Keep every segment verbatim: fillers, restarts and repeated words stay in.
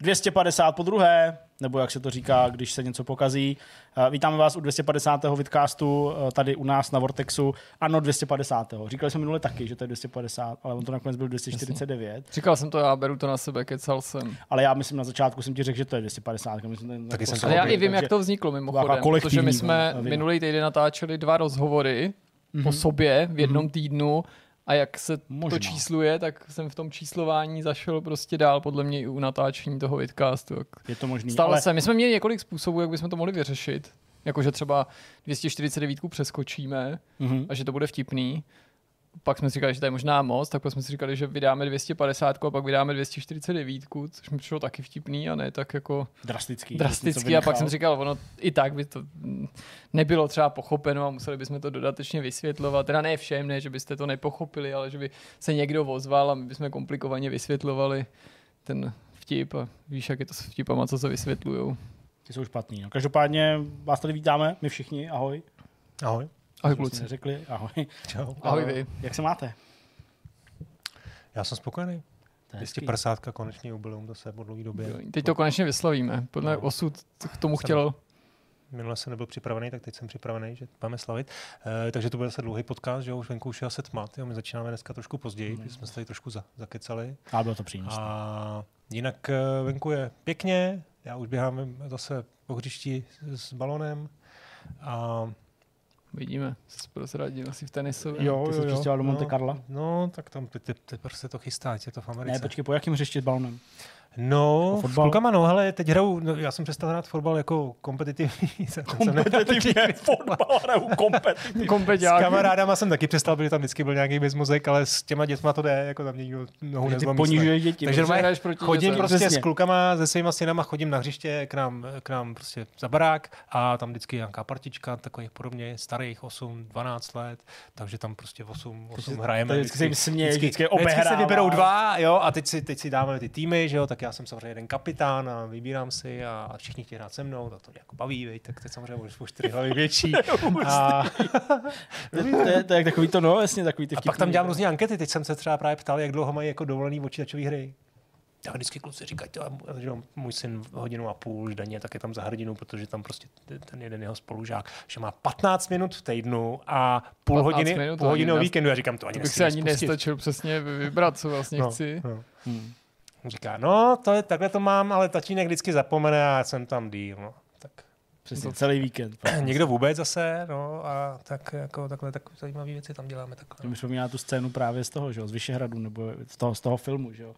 dvě stě padesát po druhé, nebo jak se to říká, když se něco pokazí. Vítáme vás u dvě stě padesátého vidcastu tady u nás na Vortexu. Ano, dvě stě padesátého Říkali jsme minule taky, že to je dvě stě padesát, ale on to nakonec byl dvě stě čtyřicet devět. Říkal jsem to, já beru to na sebe, kecal jsem. Ale já myslím, na začátku jsem ti řekl, že to je dvě stě padesát. Myslím, taky jsem ale já i vím, jak to vzniklo mimochodem, protože my jsme minulý týden natáčeli dva rozhovory mm-hmm. po sobě v jednom mm-hmm. týdnu. A jak se Možná. to čísluje, tak jsem v tom číslování zašel prostě dál, podle mě i u natáčení toho vidcastu. Je to možný. Stalo ale... se. My jsme měli několik způsobů, jak bychom to mohli vyřešit. Jakože třeba dvě stě čtyřicet devět přeskočíme mm-hmm. a že to bude vtipný. Pak jsme si říkali, že to je možná moc, tak jsme si říkali, že vydáme dvě stě padesát a pak vydáme dvě stě čtyřicet devět, což mi přišlo taky vtipný a ne tak jako drastický. drastický a pak jsem říkal, ono i tak by to nebylo třeba pochopeno a museli bychom to dodatečně vysvětlovat. Teda ne všem, ne, že byste to nepochopili, ale že by se někdo ozval a my bychom komplikovaně vysvětlovali ten vtip a víš, jak je to s vtipama, co se vysvětlujou. Ty jsou špatný. No. Každopádně vás tady vítáme, my všichni, ahoj. Ahoj. Ahoj kluci. Řekli, ahoj. Čau. Ahoj vy. Jak se máte? Já jsem spokojený. dvě stě padesát konečně jubileum zase po dlouhé době. Teď to konečně vyslavíme. Podle no. osud k tomu chtěl. Minule jsem nebyl připravený, tak teď jsem připravený, že máme slavit. E, takže to bude zase dlouhý podcast, že už venku už je asi tmat. Jo, my začínáme dneska trošku později, mm. jsme se tady trošku za, zakecali. A bylo to přínosné. A jinak venku je pěkně. Já už běhám zase po hřišti s balonem. A vidíme, se prozradil asi v tenisově. Jo, ty jsi přistěhoval do Monte Carla? No, no tak tam ty, ty, ty prostě to chystá, je to v Americe. Ne, počkej, po jakým hřišti s balonem? No, s klukama, no, hele, teď hraju, no, já jsem přestal hrát fotbal jako kompetitivní. Kompetitivně, fotbal hraju kompetitivně. S kamarádama jsem taky přestal, protože tam vždycky byl nějaký bezmozek, ale s těma dětma to jde, jako tam někdo nohu nezlomí. Ponižuješ děti. Takže chodím dětem. prostě s klukama, se svýma synama, chodím na hřiště k nám, k nám prostě za barák a tam vždycky nějaká partička, takových podobně starých osm dvanáct let, takže tam prostě osm, osm hrajeme. Vždycky se směje, vždycky se vyberou dva, jo, a teď si, teď si dáme ty týmy, že jo, tak já jsem samozřejmě jeden kapitán a vybírám si a všichni chtějí hrát se mnou, tak to jako baví, vej, tak teď samozřejmě můžeš po čtyři hlavy větší. a... to, to, je, to je takový to, no, jasně, takový ty vtipný. A pak tam dělám různé ankety, teď jsem se třeba právě ptal, jak dlouho mají jako dovolený počítačové hry. Já vždycky kluci říkají, že můj syn hodinu a půl už denně, tak je tam za hrdinu, protože tam prostě ten jeden jeho spolužák, že má patnáct minut v týdnu a půl hodiny, minut, půl hodiny o víkendu. Já říkám, to ani to bych si ani nestačil přesně vybrat, co vlastně no, chci. No. Hmm. Říká, no, to je, takhle to mám, ale tatínek vždycky zapomene a jsem tam díl, no. Tak přesně, celý víkend. Někdo vůbec zase, no, a tak jako takhle tak zajímavé věci tam děláme takhle. To mi připomíná tu scénu právě z toho, že jo, z Vyšehradu, nebo z toho, z toho filmu, že jo.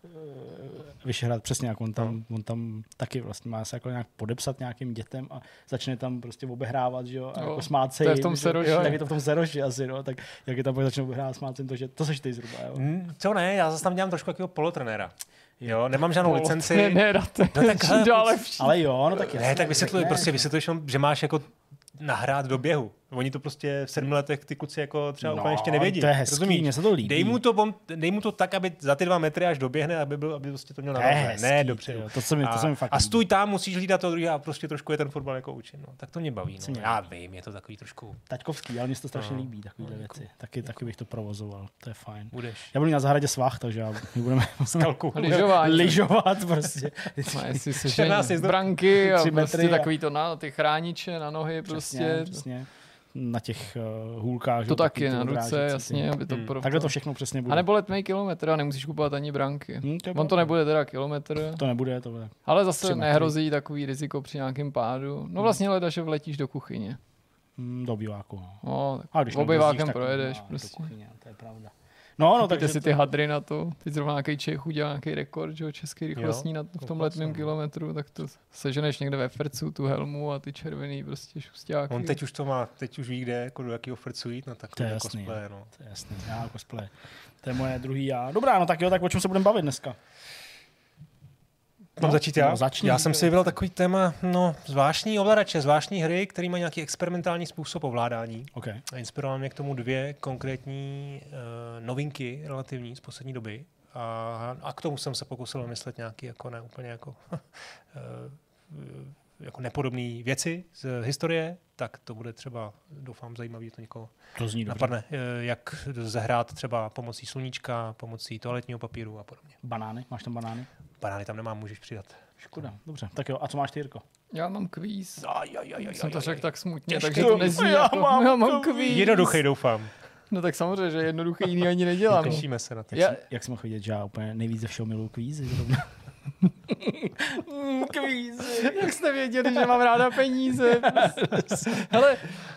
Vyšehrad, přesně jak on tam, on tam taky vlastně má se jako nějak podepsat nějakým dětem a začne tam prostě obehrávat, že jo, a no, jako smát se to je jim, v tom Seroši. Tak je to v tom Seroši asi, no, tak jak je tam začne obehrávat, smát se jim to, že to seš ty zhruba, jo. Mm, co ne, já zase tam dělám trošku takového polotrenéra. Jo, nemám žádnou licenci. Ne, ne, to no, tak, hele, ale jo, no tak jasně. Ne, tak vysvětluji, prostě vysvětluješ, že máš jako nahrát do běhu. Oni to prostě v sedmi letech ty kluci jako třeba no, úplně ještě nevědí. To je hezký, rozumíš? Mně se to líbí. Dej mu to, dej mu to tak, aby za ty dva metry až doběhne, aby, byl, aby prostě to měl navážné. Ne, dobře. Jo, to se mi, to se mi fakt a stůj tam, musíš hlídat to druhé a prostě trošku je ten fotbal jako učit. No. Tak to mě baví. No. Já vím, je to takový trošku taťkovský, ale mně se to strašně no, líbí, takovýhle no, věci. Taky, taky bych to provozoval, to je fajn. Budeš. Já budu na zahradě svah, takže já budeme skalku. Lyžovat. Lyžovat prostě. Jestli se žení branky a prostě takový to na ty chrániče, na nohy prostě. Přesně. Na těch uh, hůlkách. To taky na ruce, jasně, aby to hmm. pro... Takhle to všechno přesně bude. A nebo letmej kilometr a nemusíš kupovat ani branky. Hmm, to On to nebude teda kilometr. To nebude, to bude. Ale zase nehrozí takový riziko při nějakém pádu. No vlastně leda, že vletíš do kuchyně. Hmm, do obyváku. No. No, tak obyvákem projedeš prostě. Kuchyně, to je pravda. No, no, takže si ty to... hadry na to. Teď zrovna nějaký Čech udělal nějaký rekord, že český rychlostní na, v tom letmém kilometru, tak to seženeš někde ve Frcu, tu helmu a ty červený prostě šustáky. On teď už to má, teď už ví, kde, jako do jakého Frcu jít, no tak to je jasný, cosplay, no. To je jasný, já cosplay. To je moje druhý já. Dobrá, no tak jo, tak o čem se budeme bavit dneska? Mám no, začít já? No, začni, já jsem si vybral takový téma, no, zvláštní ovladače, zvláštní hry, který mají nějaký experimentální způsob ovládání. Okay. A inspiroval mě k tomu dvě konkrétní uh, novinky relativní z poslední doby. A, a k tomu jsem se pokusil vymyslet nějaký jako ne úplně jako, uh, jako nepodobné věci z historie, tak to bude třeba, doufám, zajímavý, to někoho to zní napadne, uh, jak zahrát třeba pomocí sluníčka, pomocí toaletního papíru a podobně. Banány? Máš tam banány? Banány tam nemám, můžeš přidat. Škoda, dobře. Tak jo, a co máš ty, Jirko? Já mám kvíz. Aj, aj, aj, aj, Jsem to aj, řekl aj. tak smutně, Těžký. takže to nezní Já jako, mám já mám kvíz. kvíz. Jednoduchý, doufám. No tak samozřejmě, že jednoduchý jiný ani nedělám. Těšíme se na to. Jak, Já- jsi, jak jsi mohl vidět, že já úplně nejvíc ze všeho miluju kvízy. mm, kvízy. Jak jste věděli, že mám ráda peníze. Hele,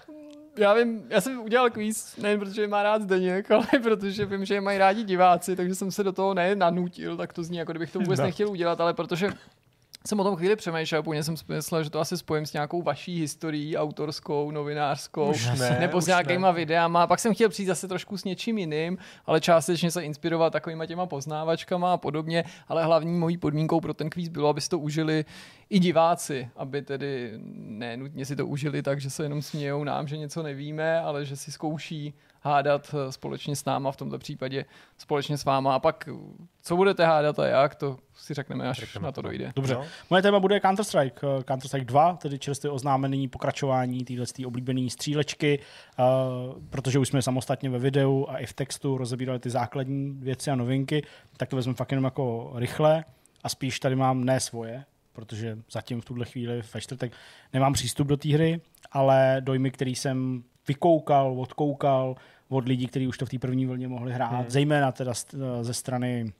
já vím, já jsem udělal kvíz, nejen protože je má rád Zdeněk, ale protože vím, že je mají rádi diváci, takže jsem se do toho nejen nanutil, tak to zní, jako kdybych to vůbec No. nechtěl udělat, ale protože jsem o tom chvíli přemýšlel, původně jsem si myslel, že to asi spojím s nějakou vaší historií, autorskou, novinářskou, Už ne, nebo už s nějakýma ne. videama. Pak jsem chtěl přijít zase trošku s něčím jiným, ale částečně se inspirovat takovýma těma poznávačkama a podobně, ale hlavní mojí podmínkou pro ten kvíz bylo, aby si to užili i diváci, aby tedy ne nutně si to užili tak, že se jenom smějou nám, že něco nevíme, ale že si zkouší hádat společně s náma, v tomto případě společně s váma. A pak, co budete hádat a jak, to si řekneme, až Řekneme na to to. dojde. Dobře. No. Moje téma bude Counter-Strike. eh, Counter-Strike dva, tedy čerstvě oznámený pokračování téhle oblíbené střílečky, uh, protože už jsme samostatně ve videu a i v textu rozebírali ty základní věci a novinky, tak to vezmu fakt jenom jako rychle a spíš tady mám ne svoje, protože zatím v tuhle chvíli ve čtvrtek nemám přístup do té hry, ale dojmy, který jsem vykoukal, odkoukal od lidí, kteří už to v té první vlně mohli hrát, hmm. zejména teda st- ze strany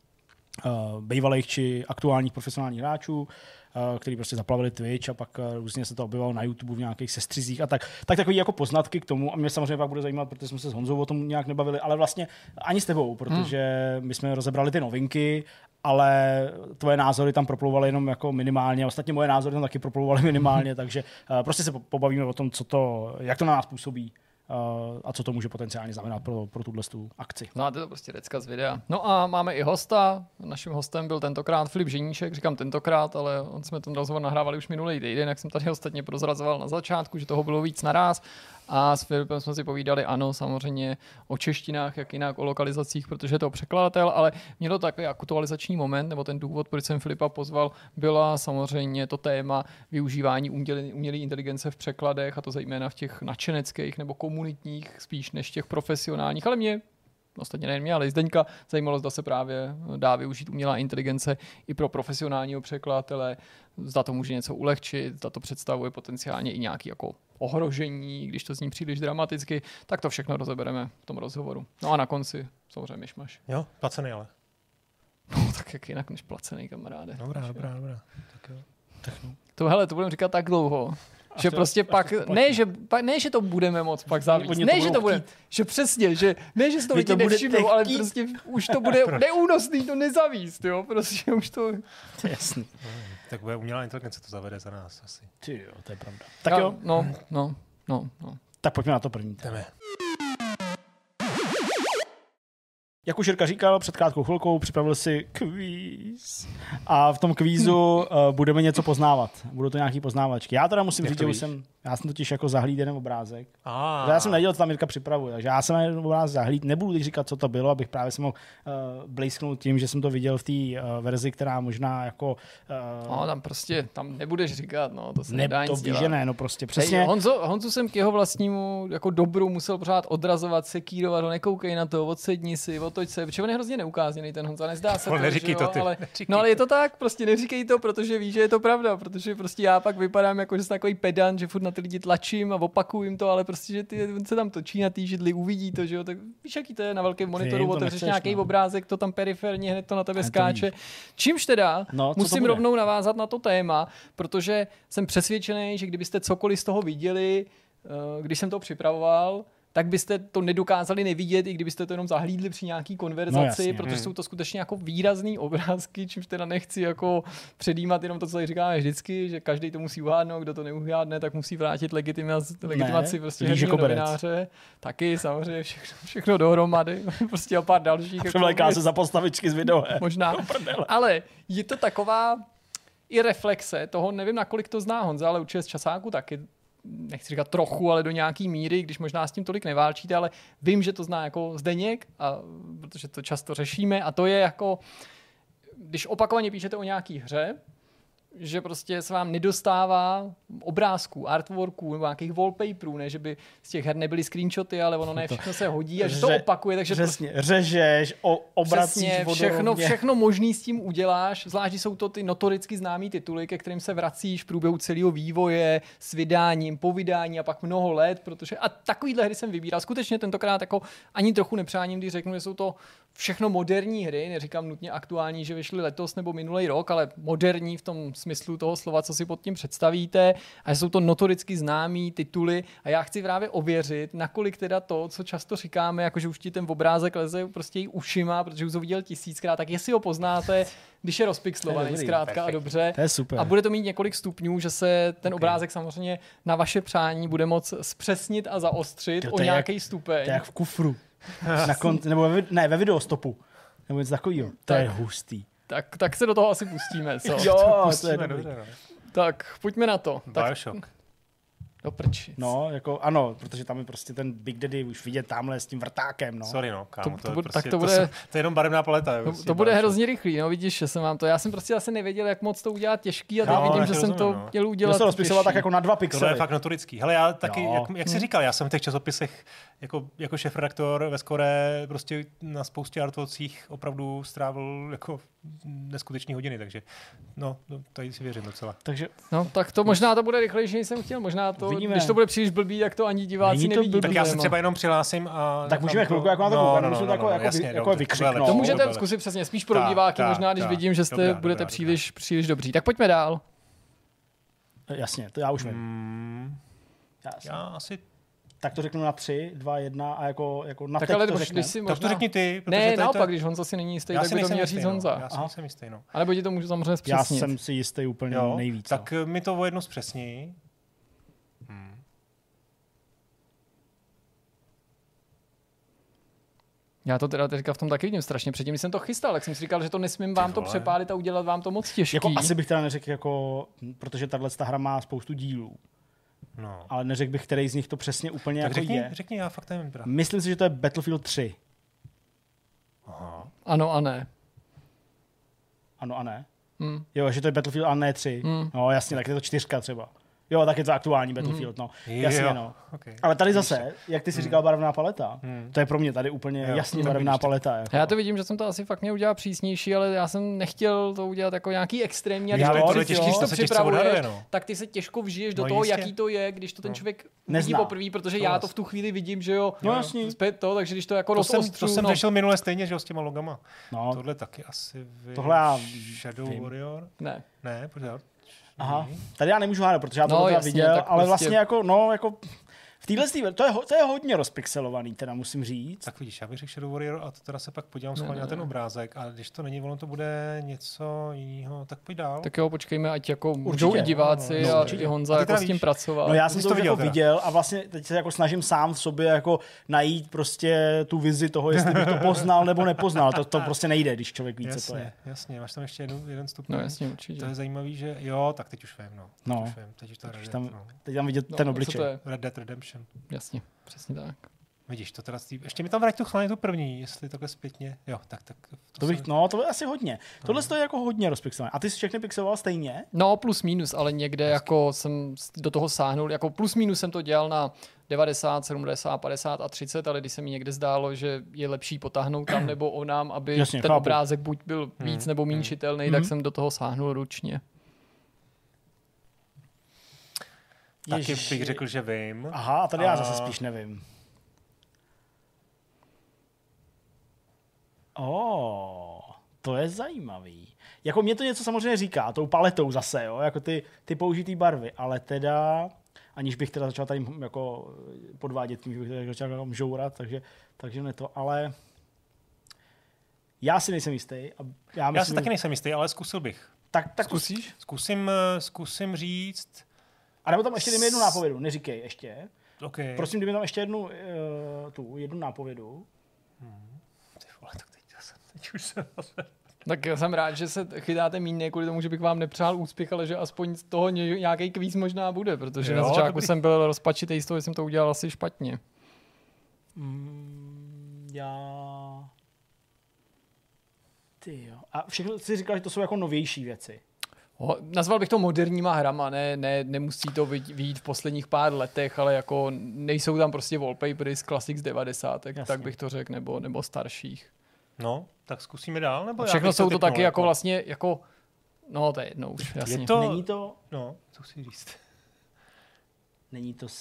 uh, bývalých či aktuálních profesionálních hráčů, uh, kteří prostě zaplavili Twitch a pak uh, různě se to objevilo na YouTube v nějakých sestřizích a tak. Tak takový jako poznatky k tomu a mě samozřejmě pak bude zajímat, protože jsme se s Honzou o tom nějak nebavili, ale vlastně ani s tebou, protože my jsme rozebrali ty novinky, ale tvoje názory tam proplouvaly jenom jako minimálně, ostatně moje názory tam taky proplouvaly minimálně, takže uh, prostě se po- pobavíme o tom, co to, jak to na nás působí. Uh, a co to může potenciálně znamenat pro, pro tuhle akci. Znáte to prostě decka z videa. No a máme i hosta. Naším hostem byl tentokrát Filip Ženíšek. Říkám tentokrát, ale on jsme ten rozhovor nahrávali už minulý týden, jak jsem tady ostatně prozrazoval na začátku, že toho bylo víc naráz. A s Filipem jsme si povídali, ano, samozřejmě o češtinách, jak jinak o lokalizacích, protože je to překladatel, ale mělo takový aktualizační moment, nebo ten důvod, proč jsem Filipa pozval, byla samozřejmě to téma využívání umělé, umělé inteligence v překladech, a to zejména v těch nadšeneckých nebo komunitních, spíš než těch profesionálních, ale mě ostatně nejen mě, ale i Zdeňka zajímalo, zda se právě dá využít umělá inteligence i pro profesionálního překladatele, zda to může něco ulehčit, zda to představuje potenciálně i nějaké jako ohrožení, když to zní příliš dramaticky, tak to všechno rozebereme v tom rozhovoru. No a na konci samozřejmě myšmaš. Jo, placený ale. No tak jak jinak než placený, kamaráde. Dobrá, dobrá, dobrá. Tak jo. To, hele, to budeme říkat tak dlouho, Až že to- prostě až pak, to platí. ne že, pa, ne, že to budeme moc pak zavíc, Oni to ne, že budou to bude, že přesně, že ne, že si to Vy lidi to budete nevšimnou, ale chtít. prostě už to bude neúnosný to nezavíst, jo, prostě už to... To je jasný. Tak bude umělá inteligence to zavede za nás asi. Ty jo, to je pravda. Tak jo, No, no, no, no. tak pojďme na to první. Jdeme. Jak už Jirka říkal, před krátkou chvilkou připravil si kvíz. A v tom kvízu uh, budeme něco poznávat. Budou to nějaký poznávačky. Já teda musím Jak říct, to že už víš? jsem, já jsem totiž jako zahlíd jeden obrázek. A, Já jsem nedělal, co tam Jirka připravuje, takže já jsem na jeden obrázek zahlíd. Nebudu teď říkat, co to bylo, abych právě se mohl uh, blejsknout tím, že jsem to viděl v té uh, verzi, která možná jako... Uh, No, tam prostě, tam nebudeš říkat, no, to se ne, nedá to nic víš, dělat. že ne, no prostě Přesně. přesně. Honzo, Honzu jsem k jeho vlastnímu jako dobru musel pořád odrazovat, sekírovat ho, nekoukej na to, odsedni si, otoč se, protože on je hrozně neukázněný ten Honza, nezdá se No, to, neříkej že to jo, ty, ale, neříkej no ale je to tak, prostě neříkej to, protože víš, že je to pravda, protože prostě já pak vypadám jako, že jsem takový pedant, že furt na ty lidi tlačím a opakuju jim to, ale prostě, že ty, on se tam točí na té židli, uvidí to, že jo, tak víš, jaký to je na velkém monitoru, Vím, to otevřeš nechceš, nějaký no. obrázek, to tam periferně, hned to na tebe Ale to skáče. Čímž teda No, co to musím bude? rovnou navázat na to téma, protože jsem přesvědčený, že kdybyste cokoliv z toho viděli, eh, když jsem to připravoval, tak byste to nedokázali nevidět, i kdybyste to jenom zahlídli při nějaký konverzaci, No jasně, protože hmm. jsou to skutečně jako výrazný obrázky, čímž teda nechci jako předjímat jenom to, co tady říkáme vždycky, že každý to musí uhádnout, kdo to neuhádne, tak musí vrátit legitimaci, legitimaci prostě líže herního koberec. novináře. Taky samozřejmě všechno, všechno dohromady, prostě a pár dalších. Převléká jako- se za postavičky z videa. Možná. Ale je to taková i reflexe toho, nevím, nakolik to zná Honza, ale určitě z časáku taky, nechci říkat trochu, ale do nějaký míry, když možná s tím tolik neválčíte, ale vím, že to zná jako Zdeněk, a protože to často řešíme, a to je jako, když opakovaně píšete o nějaký hře, že prostě se vám nedostává obrázků, artworků nebo nějakých wallpaperů, ne, že by z těch her nebyly screenshoty, ale ono ne všechno se hodí a že to opakuje, takže přesně, řežeš, o, obracíš přesně, všechno, všechno možný s tím uděláš, zvlášť jsou to ty notoricky známý tituly, ke kterým se vracíš v průběhu celého vývoje, s vydáním, po vydání a pak mnoho let, protože a takovýhle hry jsem vybíral. Skutečně tentokrát jako ani trochu nepřáním, když řeknu, že jsou to všechno moderní hry, neříkám nutně aktuální, že vyšly letos nebo minulý rok, ale moderní v tom smyslu toho slova, co si pod tím představíte, a jsou to notoricky známý tituly a já chci právě ověřit, nakolik teda to, co často říkáme, jakože už ti ten obrázek leze prostě i ušima, protože už ho viděl tisíckrát, tak jestli ho poznáte, když je rozpixlovaný zkrátka a dobře. To je super. A bude to mít několik stupňů, že se ten okay. obrázek samozřejmě na vaše přání bude moc zpřesnit a zaostřit jo, o nějaký jak, stupeň. To je jak v kufru. Na konci, nebo ve, ne, ve videostopu. Nebo něco takového. To tak, je hustý. Tak, tak se do toho asi pustíme, co? Jo, pustíme, to je dobře. No. Tak, pojďme na to. Bioshock. Do prčic. No, jako ano, protože tam je prostě ten Big Daddy už vidět tamhle s tím vrtákem, no. Sorry, no, kámo, to, to, to, to, prostě, prostě, tak to, bude, to, jsou, to je jenom barevná paleta. To, prostě to bude Bioshock. hrozně rychlý, no vidíš, že jsem vám to, já jsem prostě asi nevěděl, jak moc to udělat těžký a teď No, vidím, já že ti jsem rozumím, to no. chtěl udělat. Já se rozpisoval tak jako na dva pixely. To je fakt notorický. Hele, já taky, Jo. jak, jak jsi říkal, já jsem v těch časopisech jako, jako šéfredaktor ve Skore prostě na spoustě artworkcích opravdu strávil jako neskutečný hodiny, takže no, no tady si věřím docela. Takže No, tak to možná to bude rychlejší, než jsem chtěl. Možná to, Uvidíme. když to bude příliš blbý, tak to ani diváci Není to nevidí. blbý. Tak já se no. třeba jenom přihlásím a... tak můžeme chvilku jako na to koukat, můžeme to jako, jako, jasně, jako dobře, vykřiknout. to To No, můžete dobré. zkusit přesně, spíš pro Tak, diváky, tak, možná, když tak. vidím, že jste Dobrá, budete dobrá, příliš, příliš dobří. Tak pojďme dál. Jasně, to já už vím. Hmm, Jasně. já asi... Tak to řeknu na tři, dva, jedna a jako, jako na Tak teď ale to když, řekne. když si Tak možná... to řekni ty, protože Ne, to je naopak, to... když Honza si není jistý, Já tak si by to nejsem měl jistý, říct no. Honza. Já si Aha. nejsem jistý, no. Ale ti to můžu samozřejmě Já zpřesnit. jsem si jistý úplně Jo, nejvíc. tak no. mi to o jednu zpřesní. Hmm. Já to teda teďka v tom taky vidím strašně. Předtím, když jsem to chystal, tak jsem si říkal, že to nesmím vám to vole. přepálit a udělat vám to moc těžký. Jako asi bych teda neřekl, jako, protože tahle ta hra má spoustu dílů. No. Ale neřekl bych, který z nich to přesně úplně Tak jako řekni, je. řekni, já fakt nevím. Teda. Myslím si, že to je Battlefield tři. Aha. Ano a ne. Ano a ne. Hm. Jo, že to je Battlefield a ne tři. Hmm. No jasně, tak je to čtyřka třeba. Jo, tak je to aktuální Battlefield, no. Jasně, Jo, no. okay. Ale tady zase, jak ty si říkal, barevná paleta, Hmm. to je pro mě tady úplně Jo, jasně tak barevná vidíš, tak- paleta. Jako. Já to vidím, že jsem to asi fakt měl udělat přísnější, ale já jsem nechtěl to udělat jako nějaký extrémní. A když Já to, vím, když, to je těžký, když to to se těžce připravuješ, odhaduje, no. tak ty se těžko vžiješ do No toho, jistě. jaký to je, když to ten člověk vidí Nezná. poprvé, protože To já vás. to v tu chvíli vidím, že jo. No jasně. Zpět to, takže když to jako To jsem, rozostřu, to jsem no, řešil minule stejně, že jo, s těma logama. No, Tohle taky asi vy... Tohle já Shadow vím. Warrior? ne. Ne, pořád. aha. Tady já nemůžu hádat, protože já to No, no, jasně, viděl, tak ale prostě- vlastně jako, no, jako v téhle stý- to je, ho- to je hodně rozpixelovaný, teda musím říct. Tak vidíš, já bych řekl Shadow Warrior a to teda se pak podívám schválně ne, na ten ne. obrázek a když to není, ono to bude něco jiného, tak pojď dál. Tak jo, počkejme, ať jako můžou Určitě. i diváci No, no, a určitě. i Honza A ty jako teda s tím víš. pracovat. No já Ty jsem jsi to, to už jako viděl teda? viděl a vlastně teď se jako snažím sám v sobě jako najít prostě tu vizi toho, jestli bych to poznal nebo nepoznal. To, to prostě nejde, když člověk ví, co to je. Jasně, jasně, máš tam ještě jednu, jeden stupeň. No jasně, určitě. To je zajímavý, že jo, tak teď už vím, no. Teď No. už vím, teď už to je Red, Tam, Dead, no. teď tam vidět No, ten co obličej. to je? Red Dead Redemption. Jasně, přesně tak. Vidíš, to teda stý... Ještě mi tam vrať tu chváně tu první, jestli takhle zpětně. Jo, tak, tak. To bych, se- no, to je asi hodně. Tohle to je jako hodně rozpixelované. A ty jsi všechny pixeloval stejně? No plus minus, ale někde jako jsem do toho sáhnul, jako plus minus jsem to dělal na devadesát, sedmdesát, padesát a třicet, ale když se mi někde zdálo, že je lepší potáhnout tam nebo onám, aby Jasně, ten chápu. obrázek buď byl víc Hmm, nebo méně hmm. čitelný, Hmm. tak jsem do toho sáhnul ručně. Taky Ježiši. bych řekl, že vím. Aha, a tady já A- zase spíš nevím. Oh, to je zajímavý. Jako mě to něco samozřejmě říká, tou paletou zase, jo, jako ty, ty použitý barvy, ale teda, aniž bych teda začal tady jako podvádět tím, že bych tady začal jako mžourat, takže, takže ne to, ale já si nejsem jistý. A já, Já myslím, si taky nejsem jistý, ale zkusil bych. tak, tak Zkusíš? Zkusím, eh, zkusím říct. A nebo tam ještě dej mi jednu nápovědu, neříkej ještě. Okay. Prosím, dej mi tam ještě jednu, uh, tu, jednu nápovědu. Ty vole, tak teď, zase, teď už se zase... Tak já jsem rád, že se chytáte míň kvůli tomu, že bych vám nepřál úspěch, ale že aspoň z toho ně- nějaký kvíz možná bude, protože Jo, na začátku dobrý. jsem byl rozpačitý z toho, že jsem to udělal asi špatně. Mm, já... Ty jo. A všechno si říkal, že to jsou jako novější věci. Ho, nazval bych to moderníma hrama, ne, ne, nemusí to vyjít v posledních pár letech, ale jako nejsou tam prostě wallpapery z Classic z devadesátek, tak bych to řekl, nebo, nebo starších. No, tak zkusíme dál, nebo všechno já jsou to, to taky jako, jako vlastně, jako, no to je jedno už, jasně. Je to, Není to... No, co chci říct. Není to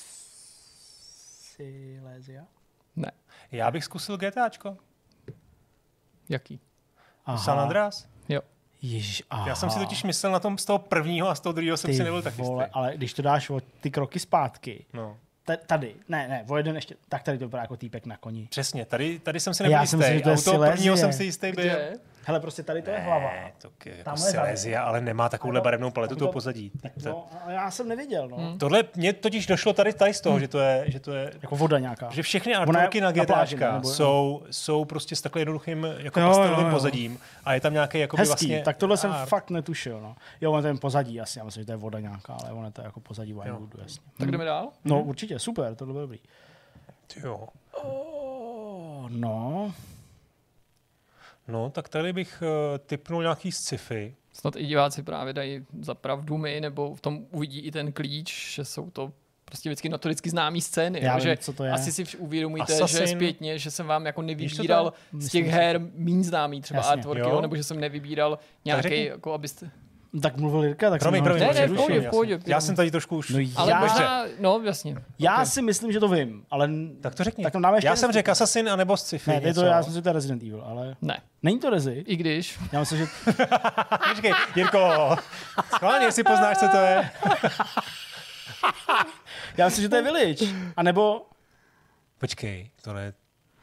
Silesia? Ne. Já bych zkusil GTAčko. Jaký? Aha. San Andreas. Jo. Ježiš, aha. Já jsem si totiž myslel na tom z toho prvního a z toho druhého jsem ty si nebyl tak vole, jistý. ale když to dáš o ty kroky zpátky, No. tady, ne, ne, o jeden ještě, tak tady to vypadá jako týpek na koni. Přesně, tady, tady jsem si nebyl Já jistý. jsem si, že to je a u toho Silesie. prvního jsem si jistý byl. Kde? Hele, prostě tady to je hlava. Ne, to je jako Tamhle Silesia, ale nemá takovouhle Ano, barevnou paletu tak toho to- pozadí. No, a já jsem nevěděl, no. Hmm. Tohle mě totiž došlo tady, tady z toho, že to je, že to je Jako voda nějaká. že všechny Ona je artworky na na pláži, GTAčka nebo- jsou, jsou prostě s takhle jednoduchým jako Jo, pastelovým jo, jo. pozadím a je tam nějaký jako Hezký, vlastně tak tohle jsem art. fakt netušil, no. Jo, on ten pozadí, jasně, já myslím, že to je voda nějaká, ale ono to je jako pozadí Winewoodu, jasně. Tak jdeme dál? No, určitě, super, tohle bylo dobrý. Jo. Oh, no, No, tak tady bych uh, tipnul nějaký sci-fi. Snad i diváci právě dají za pravdu mi, nebo v tom uvidí i ten klíč, že jsou to prostě vždycky notoricky známý scény. Já jo, vím, že co to je. asi si vš- uvědomíte, Assassin. že zpětně, že jsem vám jako Víš, co to nevybíral je? z Myslím těch si. her méně známý třeba Jasně. artworky, Jo. jo, nebo že jsem nevybíral nějaký, řekni. jako abyste... tak mluvil Jirka, tak Promiň, jsem promiň, ho Ne, chtěl ne, v přerušit. pohodě, v pohodě. Já jenom- jsem tady trošku už... No Ale já, možná, no jasně. já Okay. si myslím, že to vím, ale... Tak to řekni. Tak tam dáme ještě Já jeden jsem vstup. řekl Assassin anebo sci-fi. Ne, to je to, něco. já jsem si, že to je Resident Evil, ale... Ne, Není to Rezi? i když. Já myslím, že... Počkej, Jirko, schválně, jestli poznáš, co to je. Já myslím, že to je Village. A nebo... Počkej, to ne...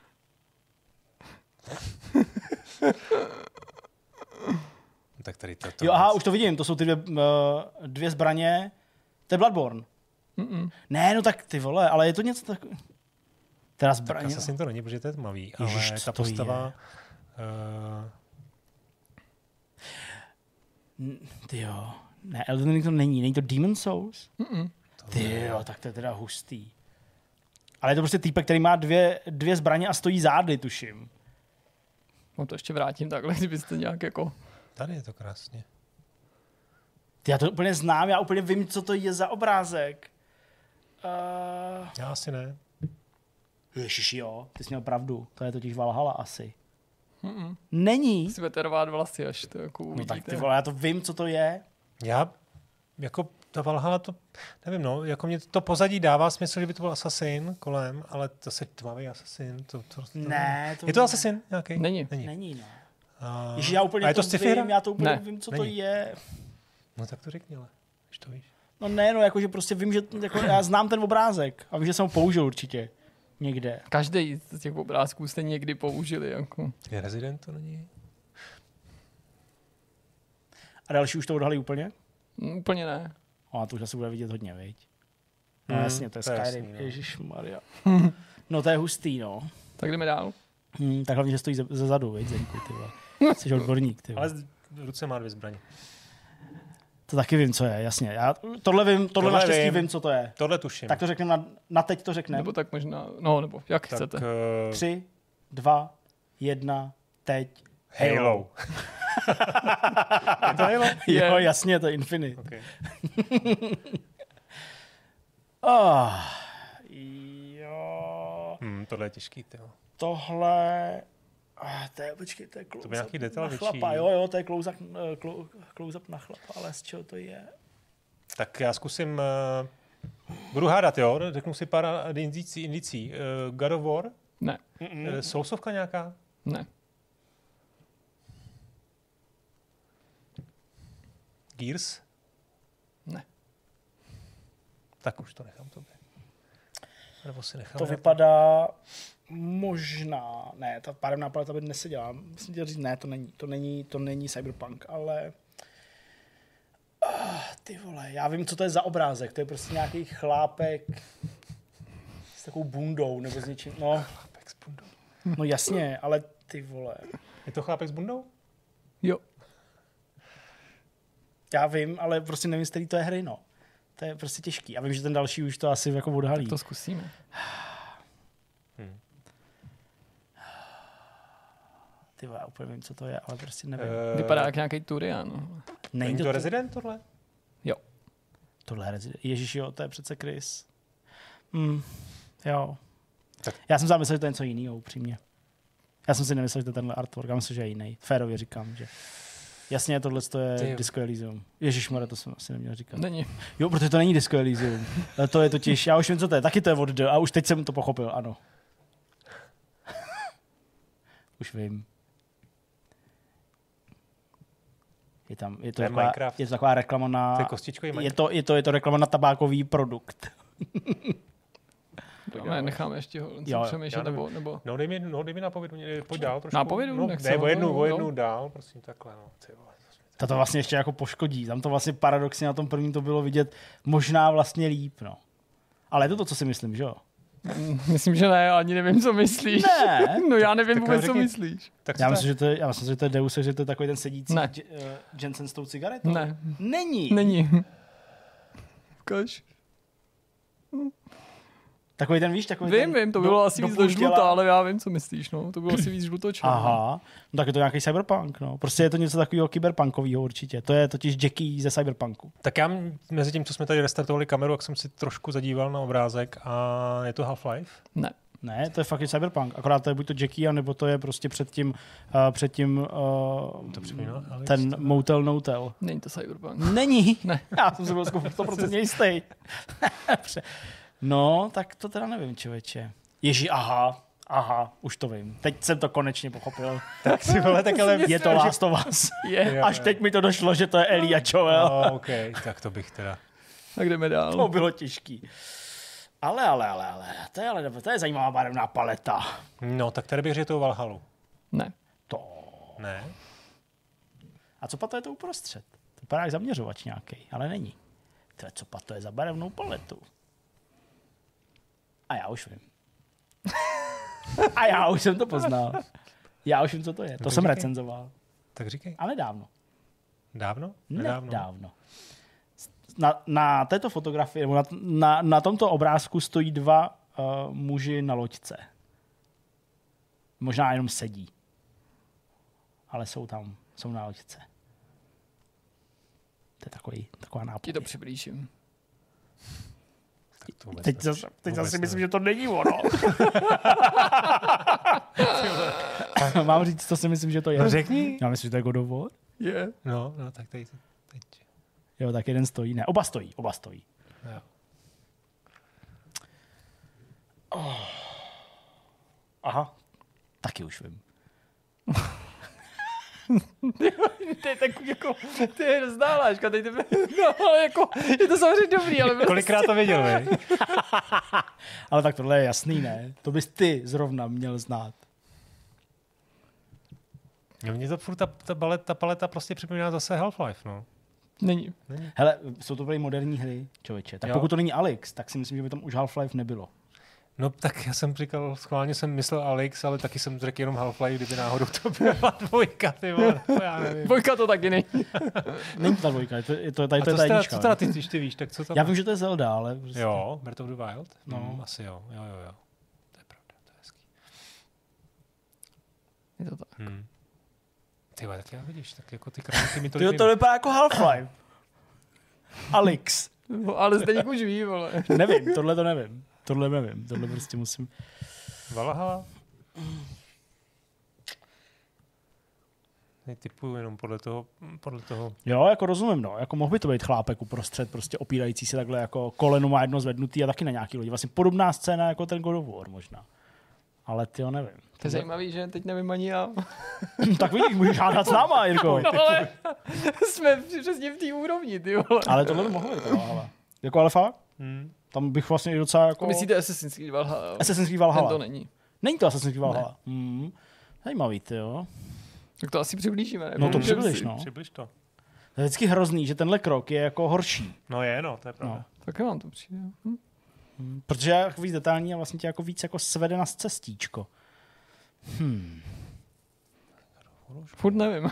No, tak tady to... to Jo, aha, vůbec- už to vidím, to jsou ty dvě, uh, dvě zbraně. To je Bloodborne. Mm-mm. Ne, no tak ty vole, ale je to něco tak... Teda Tak zbraně. Assassin to není, protože to je tmavý, Ježiš, ale co ta to postava... Uh, Ty jo. Ne, Elden Ring to není, není to Demon Souls? Mm-mm. Ty jo, tak to je teda hustý. Ale je to prostě týpek, který má dvě, dvě zbraně a stojí zády, tuším. No to ještě vrátím takhle, kdybyste nějak jako... tady je to krásně. Ty, já to úplně znám, já úplně vím, co to je za obrázek. Uh... Já asi ne. Ježiš, jo, ty jsi měl pravdu. To je totiž Valhalla asi. Mm-mm. Není? Si budete rvát vlasy, až to jako No uvidíte. tak ty vole, já to vím, co to je. Já, jako ta Valhalla, to, nevím, no, jako mě to pozadí dává smysl, že by to byl Assassin kolem, ale to se tmavý Assassin, to, to, to Ne, to Je to ne. Assassin nějaký? Není. Není. Není, no. A, Ježiš, já úplně a je to to sci-fi vím, hra? já to úplně Ne, vím, co není. to je. No tak to řekni, ale, když to víš. No ne, no jakože prostě vím, že jako, já znám ten obrázek a vím, že jsem ho použil určitě. Někde. Každý z těch obrázků jste někdy použili. Jako. Je Resident to není? A další už to odhalí úplně? Mm, úplně ne. A to už asi bude vidět hodně, viď? No Hmm, jasně, to je to je Skyrim. jasný, no. Ježišmarja. No to je hustý, no. Tak jdeme dál. Hmm, tak hlavně, že stojí ze, ze zadu, viď, Zdeňku, ty vole. Jsi odborník, ty vole. Ale z- v ruce má dvě zbraně. To taky vím, co je, jasně. Já tohle vím, tohle, Tohle naštěstí vím. vím. co to je. Tohle tuším. Tak to řekneme na, na teď to řekneme. Nebo tak možná, no nebo jak tak, chcete. uh, Tři, dva, jedna, teď. Halo. Je to Halo? Je. Jo, jasně, to je Infinite. Okay. Oh, jo, Hmm, tohle je těžký, tyjo. tohle... Ah, to je, počkej, to je close To by nějaký detail na větší. chlapa, jo, jo, to je close-up, eh, clo- close-up na chlapa, ale z čeho to je? Tak já zkusím, uh, budu hádat, jo, řeknu si pár indicí. indicí. Uh, God of War, Ne, Mm-mm. uh, Soulsovka nějaká, ne. Gears, Ne. tak už to nechám tobě. Nebo si nechám. To já vypadá možná, ne, ta pádemná paleta by neseděla. Myslím chtěl říct, ne, to není, to není, to není Cyberpunk, ale ah, ty vole, já vím, co to je za obrázek, to je prostě nějaký chlápek s takovou bundou, nebo s něčím, no, Chlápek s bundou. no jasně, ale ty vole, Je to chlápek s bundou? Jo. já vím, ale prostě nevím, z který to je hry, no. To je prostě těžký. A vím, že ten další už to asi jako odhalí. Tak to zkusíme. Hmm. Ty já úplně vím, co to je, ale prostě nevím. Uh, Vypadá jak nějaký Turian. No. Není to, to Resident tohle? Jo. Tohle je Resident. Ježiš, jo, to je přece Chris. Hmm, jo. Tak. Já jsem si myslel, že to je něco jiného, upřímně. Já jsem si nemyslel, že to je tenhle artwork, já myslím, že je jiný. Férově říkám, že jasně, tohle je Ty. Disco Elysium. Ježišmarja, to jsem asi neměl říkat. Není. Jo, protože to není Disco Elysium. To je totiž, já už vím, co to je. Taky to je od D a už teď jsem to pochopil, ano. Už vím. Je tam, je to, To je taková, Minecraft. je to taková reklama na... To je kostičkový je Minecraft. to, je to, je to reklama na tabákový produkt. Ne, necháme ještě ho Jo, přemýšlet, já nebo, nebo... No dej mi, no, dej mi nápovědu, mě- pojď dál trošku. Nápovědu? No, Nech se nebo ho- jednu, no. o jednu dál, prosím, takhle, no. Ty vole. To to vlastně ještě jako poškodí. Tam to vlastně paradoxně na tom prvním to bylo vidět možná vlastně líp, no. Ale je to to, co si myslím, že jo? Myslím, že ne, ani nevím, co myslíš. Ne. No já nevím tak vůbec, co řekni. myslíš. Tak Já co myslím, že to je, já myslím, že to je Deus, že to je takový ten sedící Ne. J- uh, Jensen s tou cigaretou. Ne. Není. Není. Ukaž. Takový ten, víš, takový Vím, ten vím, to do- bylo asi do víc půl do žluta, těla. ale já vím, co myslíš, no. To bylo asi víc žlutočné. Aha, no tak je to nějaký cyberpunk, no. Prostě je to něco takového kyberpunkového určitě. To je totiž Jackie ze cyberpunku. Tak já m- mezi tím, co jsme tady restartovali kameru, jak jsem si trošku zadíval na obrázek a je to Half-Life? Ne. Ne, to je fakt cyberpunk. Akorát to je buď to Jackie, anebo to je prostě předtím, uh, předtím uh, To připomíná Alex, ten to- Motel Notel. Není to Cyberpunk. Není. Ne. Já jsem si byl sto procent jistý. No, tak to teda nevím, člověče. Ježi, aha, aha, už to vím. Teď jsem to konečně pochopil. Tak si vole, tak ale... Je to Last of Us. Je. Jo, Až jo. teď mi to došlo, že to je Ellie a Joel. No, OK, tak to bych teda... Tak jdeme To dál. bylo těžký. Ale, ale, ale, ale, to je, ale, to je zajímavá barevná paleta. No, tak tady bych řekl tou Valhalu. Ne. To. Ne? A co pa to je to uprostřed? To vypadá jak zaměřovač nějaký, ale není. To je, co pa to je za barevnou paletu? A já už vím. A já už jsem to poznal. Já už vím, co to je. To tak jsem říkej. recenzoval. Tak říkej. A nedávno. Dávno? Nedávno. Nedávno. Na, na této fotografii, nebo na, na, na tomto obrázku stojí dva uh, muži na loďce. Možná jenom sedí. Ale jsou tam, jsou na loďce. To je takový, taková Ti to nápověď. přiblížím. Tak to vůbec Teď, ne. zase, teď Vůbec zase ne. myslím, že to není ono. Mám říct, co si myslím, že to je. No řekni. Já myslím, že to je God of War. Je. No, no, tak teď. teď. Jo, tak jeden stojí. Ne, oba stojí, oba stojí. Jo. Aha, taky už vím. To je tak jako, to je rozdáláška, teď tebe, no, ale jako, je to samozřejmě dobrý, ale prostě, Kolikrát to viděl, vej? Ale tak tohle je jasný, ne? To bys ty zrovna měl znát. No, mně to furt ta, ta, baleta, ta paleta prostě připomíná zase Half-Life, no. není. Hele, jsou to byly moderní hry, člověče. Tak Jo. pokud to není Alex, tak si myslím, že by tam už Half-Life nebylo. No tak já jsem říkal, schválně jsem myslel Alex, ale taky jsem řekl jenom Half-Life, kdyby náhodou to byla dvojka, ty vole, to já nevím. Dvojka to taky není. Není to ta dvojka, je to, je to, tady A to je co, ta teda, jednička. co teda ne? ty, když ty víš, tak co tam? Já vím, že to je Zelda, ale... Prostě... Jo, Breath of the Wild? No. Hmm, asi jo, jo, jo, jo. To je pravda, to je hezký. Je to tak. Hmm. Ty vole, tak já vidíš, tak jako ty krásy mi to Tyjo, to vypadá jako Half-Life. Alex. No, ale Zdeněk už ví, vole. Nevím, tohle to nevím. Tohle nevím, tohle prostě musím... Valhalla? Typuju jenom podle toho, podle toho. Jo, jako rozumím, no. Jako mohl by to být chlápek uprostřed, prostě opírající se takhle jako koleno má jedno zvednutý a taky na nějaký lodi. Vlastně podobná scéna jako ten God of War možná. Ale ty jo, nevím. To je zajímavý, že teď nevím ani já. Tak vidíš, můžeš hádat s náma, Jirko. No ale jsme přesně v té úrovni, ty vole. Ale tohle by mohlo být to Valhalla. Jako ale fakt? Hmm. Tam bych vlastně i docela jako... Myslíte Assassin's Creed Valhalla? Assassin's Creed Ten Valhalla. to není. Není to Assassin's Creed Valhalla. Hmm. Zajímavý, ty jo. Tak to asi přiblížíme, ne? No to Můžeme přibliž, si- no. Přibliž to. To je vždycky hrozný, že tenhle krok je jako horší. No je, no, to je pravda. No. Tak vám to přijde. Hm. Hmm. Protože je jako víc detailní a vlastně tě jako víc jako svede na cestíčko. Hmm. Furt nevím.